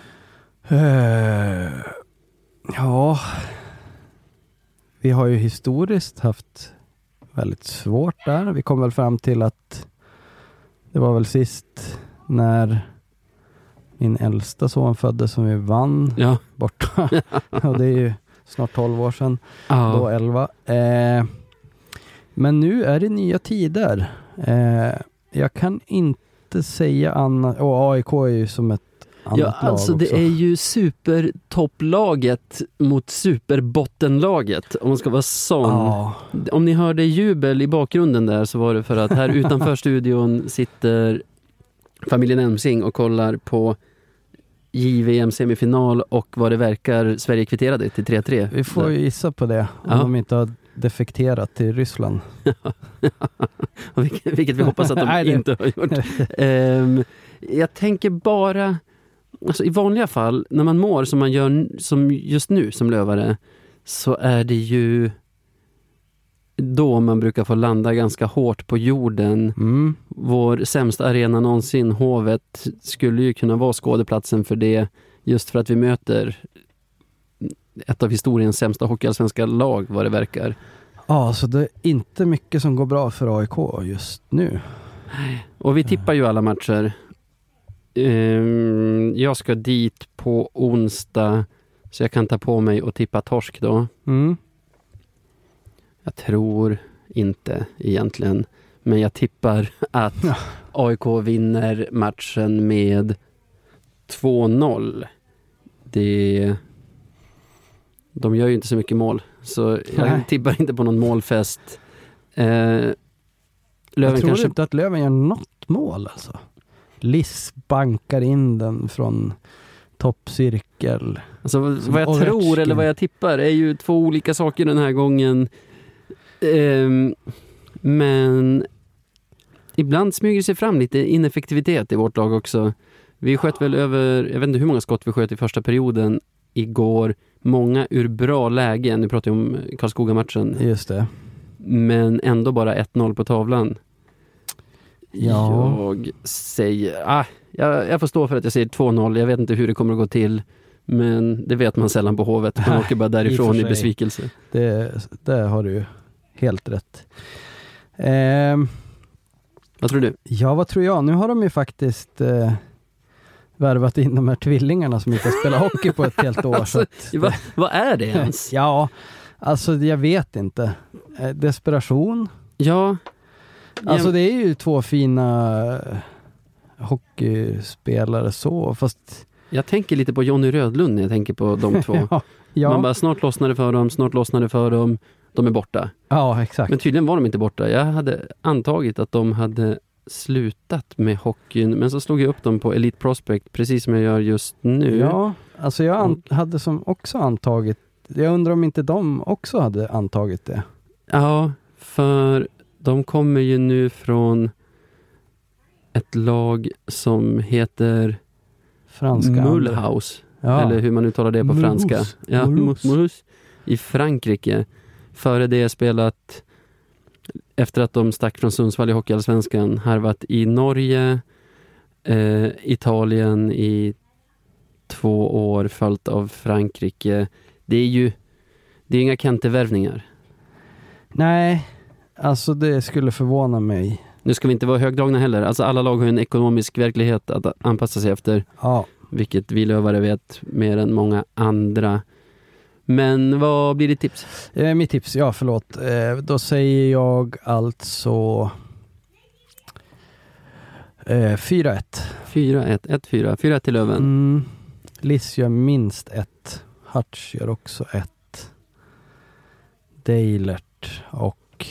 [SPEAKER 2] Uh, ja, vi har ju historiskt haft väldigt svårt där. Vi kom väl fram till att det var väl sist när min äldsta son föddes som vi vann
[SPEAKER 1] Ja.
[SPEAKER 2] borta. Och det är ju snart tolv år sedan.
[SPEAKER 1] Ja.
[SPEAKER 2] Då elva. Eh, men nu är det nya tider. Eh, jag kan inte säga annat. Och A I K är ju som ett annat
[SPEAKER 1] Ja,
[SPEAKER 2] lag
[SPEAKER 1] alltså
[SPEAKER 2] också.
[SPEAKER 1] det är ju supertopplaget mot superbottenlaget, om man ska vara sån.
[SPEAKER 2] Ja.
[SPEAKER 1] Om ni hörde jubel i bakgrunden där så var det för att här utanför studion sitter familjen Emsing och kollar på J V M-semifinal och vad det verkar Sverige kvitterade till tre tre.
[SPEAKER 2] Vi får ju gissa på det om
[SPEAKER 1] Ja.
[SPEAKER 2] de inte har defekterat till Ryssland.
[SPEAKER 1] vilket, vilket vi hoppas att de
[SPEAKER 2] Nej, det-
[SPEAKER 1] inte har gjort. um, jag tänker bara, alltså i vanliga fall när man mår som man gör som just nu som lövare, så är det ju då man brukar få landa ganska hårt på jorden.
[SPEAKER 2] Mm.
[SPEAKER 1] Vår sämsta arena någonsin, Hovet, skulle ju kunna vara skådeplatsen för det, just för att vi möter ett av historiens sämsta hockeyallsvenska lag, vad det verkar.
[SPEAKER 2] Ja, så det är inte mycket som går bra för A I K just nu.
[SPEAKER 1] Och vi tippar ju alla matcher. Ehm, jag ska dit på onsdag, så jag kan ta på mig och tippa torsk då.
[SPEAKER 2] Mm.
[SPEAKER 1] Jag tror inte egentligen, men jag tippar att
[SPEAKER 2] Ja.
[SPEAKER 1] A I K vinner matchen med två noll. Det De gör ju inte så mycket mål. Så jag
[SPEAKER 2] Nej.
[SPEAKER 1] tippar inte på någon målfest. Eh, Löven
[SPEAKER 2] jag tror
[SPEAKER 1] kanske...
[SPEAKER 2] inte att Löven gör något mål alltså. Liss bankar in den från toppcirkel.
[SPEAKER 1] Alltså, vad,
[SPEAKER 2] Som
[SPEAKER 1] vad jag
[SPEAKER 2] Ovechkin.
[SPEAKER 1] tror eller vad jag tippar är ju två olika saker den här gången. Ehm, men ibland smyger sig fram lite ineffektivitet i vårt lag också. Vi sköt väl över, jag vet inte hur många skott vi sköt i första perioden igår. Många ur bra lägen. Nu pratar jag om Karlskoga-matchen.
[SPEAKER 2] Just det.
[SPEAKER 1] Men ändå bara ett noll på tavlan.
[SPEAKER 2] Ja.
[SPEAKER 1] Jag säger... Ah, jag, jag får stå för att jag säger två noll. Jag vet inte hur det kommer att gå till. Men det vet man sällan på Hovet. Man åker bara därifrån i, i besvikelse.
[SPEAKER 2] Det, det har du helt rätt. Eh,
[SPEAKER 1] vad tror du?
[SPEAKER 2] Ja, vad tror jag? Nu har de ju faktiskt eh, värvat in de här tvillingarna som inte spelar hockey på ett helt år.
[SPEAKER 1] alltså,
[SPEAKER 2] så att,
[SPEAKER 1] vad, vad är det ens?
[SPEAKER 2] ja, alltså jag vet inte. Eh, desperation.
[SPEAKER 1] Ja.
[SPEAKER 2] Alltså det är ju två fina hockeyspelare så, fast...
[SPEAKER 1] Jag tänker lite på Johnny Rödlund när jag tänker på de två.
[SPEAKER 2] ja, ja.
[SPEAKER 1] Man bara, snart lossnade för dem, snart lossnade för dem. De är borta.
[SPEAKER 2] Ja, exakt.
[SPEAKER 1] Men tydligen var de inte borta. Jag hade antagit att de hade slutat med hockeyn. Men så slog jag upp dem på Elite Prospect, precis som jag gör just nu.
[SPEAKER 2] Ja, alltså jag an- hade som också antagit... Jag undrar om inte de också hade antagit det.
[SPEAKER 1] Ja, för de kommer ju nu från ett lag som heter
[SPEAKER 2] Franska
[SPEAKER 1] Mulhouse.
[SPEAKER 2] Ja.
[SPEAKER 1] Eller hur man uttalar det på
[SPEAKER 2] Mulhouse.
[SPEAKER 1] franska. Ja,
[SPEAKER 2] Mulhouse.
[SPEAKER 1] Mulhouse. I Frankrike. Före det spelat, efter att de stack från Sundsvall i Hockeyallsvenskan, harvat i Norge, eh, Italien i två år, följt av Frankrike. Det är ju det är inga Kente-värvningar.
[SPEAKER 2] Nej, alltså det skulle förvåna mig.
[SPEAKER 1] Nu ska vi inte vara högdragna heller. Alltså alla lag har en ekonomisk verklighet att anpassa sig efter.
[SPEAKER 2] Ja.
[SPEAKER 1] Vilket vi lövare vet mer än många andra. Men vad blir ditt tips?
[SPEAKER 2] Eh, mitt tips, ja förlåt. Eh, då säger jag alltså eh, fyra ett.
[SPEAKER 1] fyra ett, ett fyra. fyra ett till Löven.
[SPEAKER 2] Mm. Liss gör minst ett. Hutch gör också ett. Deilert och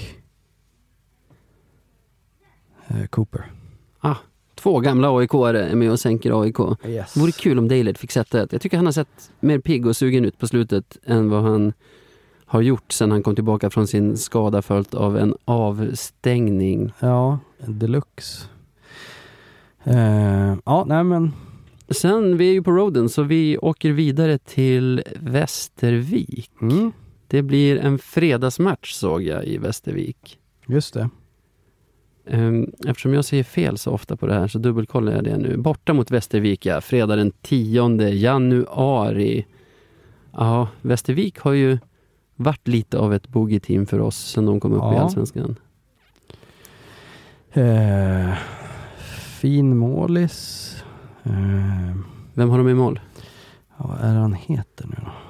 [SPEAKER 2] eh, Cooper.
[SPEAKER 1] Ah, två gamla A I K-are är med och sänker A I K.
[SPEAKER 2] Yes.
[SPEAKER 1] Det vore kul om Deilert fick sätta ett. Jag tycker han har sett mer pigg och sugen ut på slutet än vad han har gjort sedan han kom tillbaka från sin skada följt av en avstängning.
[SPEAKER 2] Ja, deluxe. Eh, ja, nej men...
[SPEAKER 1] Sen, vi är ju på roaden så vi åker vidare till Västervik.
[SPEAKER 2] Mm,
[SPEAKER 1] Det blir en fredagsmatch såg jag i Västervik.
[SPEAKER 2] just det.
[SPEAKER 1] Eftersom jag säger fel så ofta på det här så dubbelkollar jag det nu. Borta mot Västervik, ja. Fredag den tionde januari. Ja, Västervik har ju varit lite av ett boogie-team för oss sen de kom upp
[SPEAKER 2] Ja.
[SPEAKER 1] i Allsvenskan.
[SPEAKER 2] Eh, fin målis. Eh,
[SPEAKER 1] Vem har de i mål?
[SPEAKER 2] ja, vad är han heter nu då?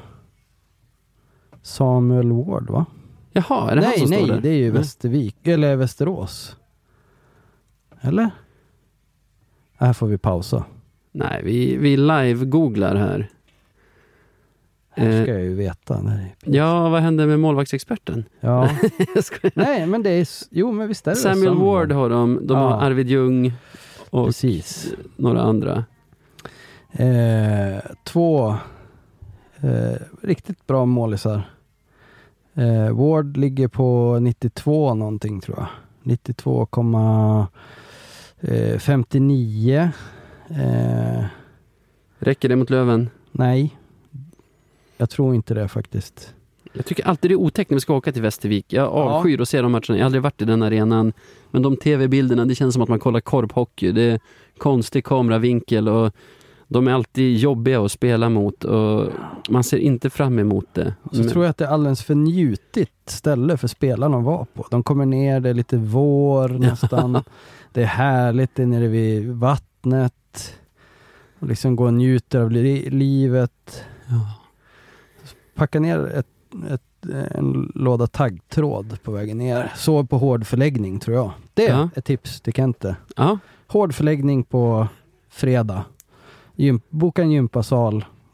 [SPEAKER 2] Samuel Ward, va?
[SPEAKER 1] Jaha, är det han
[SPEAKER 2] Nej,
[SPEAKER 1] som
[SPEAKER 2] nej,
[SPEAKER 1] står där?
[SPEAKER 2] det är ju
[SPEAKER 1] Nej.
[SPEAKER 2] Västervik. Eller Västerås. Eller? Här får vi pausa.
[SPEAKER 1] Nej, vi, vi live-googlar här.
[SPEAKER 2] Här ska
[SPEAKER 1] Eh,
[SPEAKER 2] jag ju veta. Nej,
[SPEAKER 1] ja, vad hände med målvaktsexperten?
[SPEAKER 2] ja.
[SPEAKER 1] Jag skojar.
[SPEAKER 2] Nej, men det är... s- Jo, men visst är det
[SPEAKER 1] Samuel
[SPEAKER 2] samma.
[SPEAKER 1] Ward har de. De har
[SPEAKER 2] Ja.
[SPEAKER 1] Arvid Ljung och
[SPEAKER 2] Precis.
[SPEAKER 1] några andra.
[SPEAKER 2] Eh, två eh, riktigt bra målisar. Eh, Ward ligger på nittiotvå någonting tror jag. nittiotvå komma femtionio. Eh,
[SPEAKER 1] Räcker det mot Löven?
[SPEAKER 2] nej, jag tror inte det faktiskt.
[SPEAKER 1] Jag tycker alltid det är otäckt när vi ska åka till Västervik. Jag avskyr att se de matcherna. Jag har aldrig varit i den arenan. Men de tv-bilderna, det känns som att man kollar korphockey. Det är konstig kameravinkel och de är alltid jobbiga att spela mot och man ser inte fram emot det.
[SPEAKER 2] Och så
[SPEAKER 1] Men-
[SPEAKER 2] tror jag att det är alldeles för njutigt ställe för spelarna att vara på. De kommer ner, det är lite vår nästan. Det är härligt, det är nere vid vattnet. Och liksom gå och njuta av li- livet.
[SPEAKER 1] Ja.
[SPEAKER 2] Packa ner ett, ett, en låda taggtråd på vägen ner. Sov på hård förläggning tror jag. Det är
[SPEAKER 1] Ja.
[SPEAKER 2] ett tips till Kente.
[SPEAKER 1] Ja,
[SPEAKER 2] Hård förläggning på fredag. Gym, boka en gympasal.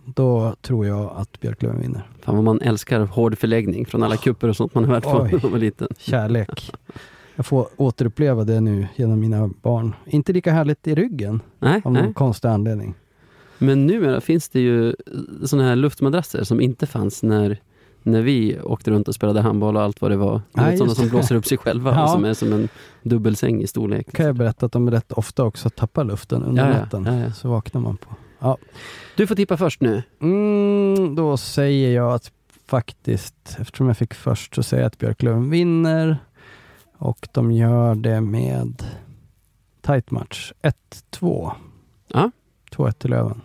[SPEAKER 2] då tror jag att Björklöven vinner.
[SPEAKER 1] Fan vad man älskar hård förläggning från alla kupper och sånt man har varit på när man var liten.
[SPEAKER 2] Kärlek. Jag får återuppleva det nu genom mina barn. Inte lika härligt i ryggen.
[SPEAKER 1] Nej,
[SPEAKER 2] av någon
[SPEAKER 1] nej.
[SPEAKER 2] konstig anledning.
[SPEAKER 1] Men nu finns det ju såna här luftmadrasser som inte fanns när, när vi åkte runt och spelade handboll och allt vad det var.
[SPEAKER 2] Nej,
[SPEAKER 1] Sådana
[SPEAKER 2] just
[SPEAKER 1] som
[SPEAKER 2] det.
[SPEAKER 1] blåser upp sig själva
[SPEAKER 2] Ja.
[SPEAKER 1] och som är som en dubbelsäng i storlek.
[SPEAKER 2] Kan jag berätta att de rätt ofta också tappar luften under
[SPEAKER 1] Ja, ja,
[SPEAKER 2] natten.
[SPEAKER 1] ja, ja.
[SPEAKER 2] Så vaknar man på. Ja.
[SPEAKER 1] Du får tippa först nu.
[SPEAKER 2] Mm, då säger jag att faktiskt, eftersom jag fick först, så säger jag att Björklöven vinner. Och de gör det med tight match. ett två.
[SPEAKER 1] Ja.
[SPEAKER 2] två ett till Löven.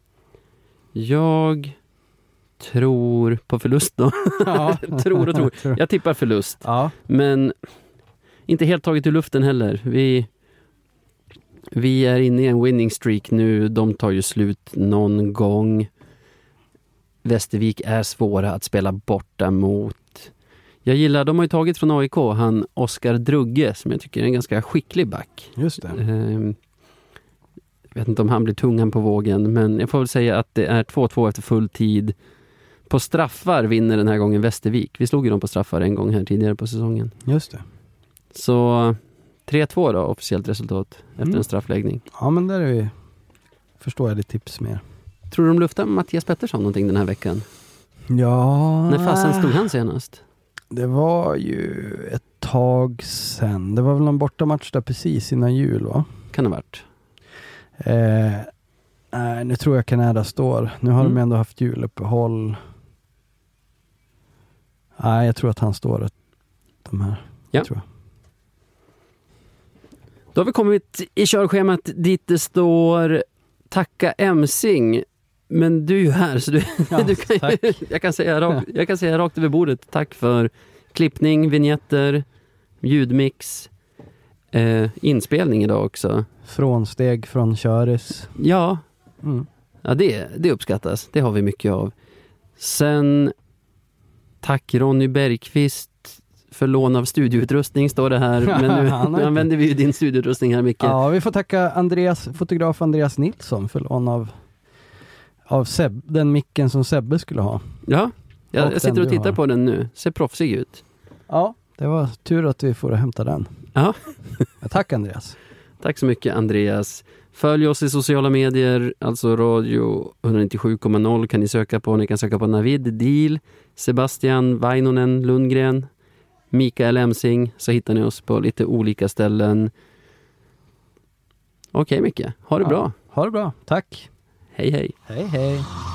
[SPEAKER 1] Jag tror på förlust då.
[SPEAKER 2] Ja.
[SPEAKER 1] tror och tror. Jag tippar förlust.
[SPEAKER 2] Ja.
[SPEAKER 1] Men inte helt taget ur luften heller. Vi, vi är inne i en winning streak nu. De tar ju slut någon gång. Västervik är svåra att spela borta mot. Jag gillar, de har ju tagit från A I K han Oskar Drugge som jag tycker är en ganska skicklig back.
[SPEAKER 2] Just det.
[SPEAKER 1] Ehm, jag vet inte om han blir tungan på vågen, men jag får väl säga att det är två två efter full tid. På straffar vinner den här gången Västervik. Vi slog ju dem på straffar en gång här tidigare på säsongen.
[SPEAKER 2] Just det.
[SPEAKER 1] Så tre två då, officiellt resultat efter
[SPEAKER 2] Mm.
[SPEAKER 1] en straffläggning.
[SPEAKER 2] Ja, men där är vi, förstår jag ditt tips mer.
[SPEAKER 1] Tror du de luftar Mattias Pettersson någonting den här veckan?
[SPEAKER 2] Ja.
[SPEAKER 1] När fasen stod han senast?
[SPEAKER 2] Det var ju ett tag sen. Det var väl en bortamatch där precis innan jul, va?
[SPEAKER 1] Kan det ha varit.
[SPEAKER 2] Eh, nej, nu tror jag Kanada står. Nu har
[SPEAKER 1] Mm.
[SPEAKER 2] de ändå haft juluppehåll. Nej, jag tror att han står ett, de här.
[SPEAKER 1] Ja.
[SPEAKER 2] Tror jag.
[SPEAKER 1] Då har vi kommit i körschemat dit det står tacka Emsing. Men du är ju här så du,
[SPEAKER 2] Ja,
[SPEAKER 1] du kan,
[SPEAKER 2] tack.
[SPEAKER 1] jag, kan säga rakt, jag kan säga rakt över bordet. Tack för klippning, vignetter, ljudmix, eh, inspelning idag också.
[SPEAKER 2] Frånsteg från Köris.
[SPEAKER 1] Ja,
[SPEAKER 2] Mm.
[SPEAKER 1] ja det, det uppskattas. Det har vi mycket av. Sen tack Ronny Bergqvist för lån av studioutrustning står det här. Men nu,
[SPEAKER 2] Han har
[SPEAKER 1] nu
[SPEAKER 2] inte-
[SPEAKER 1] använder vi ju din studioutrustning här mycket.
[SPEAKER 2] Ja, vi får tacka Andreas, fotograf Andreas Nilsson för lån av, av Seb, den micken som Sebbe skulle ha.
[SPEAKER 1] Ja, jag,
[SPEAKER 2] Och
[SPEAKER 1] jag sitter
[SPEAKER 2] den
[SPEAKER 1] och
[SPEAKER 2] du
[SPEAKER 1] tittar
[SPEAKER 2] har.
[SPEAKER 1] på den nu. Ser proffsig ut.
[SPEAKER 2] Ja, det var tur att vi får hämta den.
[SPEAKER 1] Ja.
[SPEAKER 2] Ja, tack Andreas.
[SPEAKER 1] Tack så mycket Andreas. Följ oss i sociala medier, alltså radio etthundranittiosju komma noll kan ni söka på. Ni kan söka på Navid Deal, Sebastian Vainonen Lundgren, Mikael Emsing, så hittar ni oss på lite olika ställen. Okej Micke, ha det
[SPEAKER 2] Ja.
[SPEAKER 1] bra.
[SPEAKER 2] Ha det bra. Tack.
[SPEAKER 1] Hej hej.
[SPEAKER 2] Hej hej.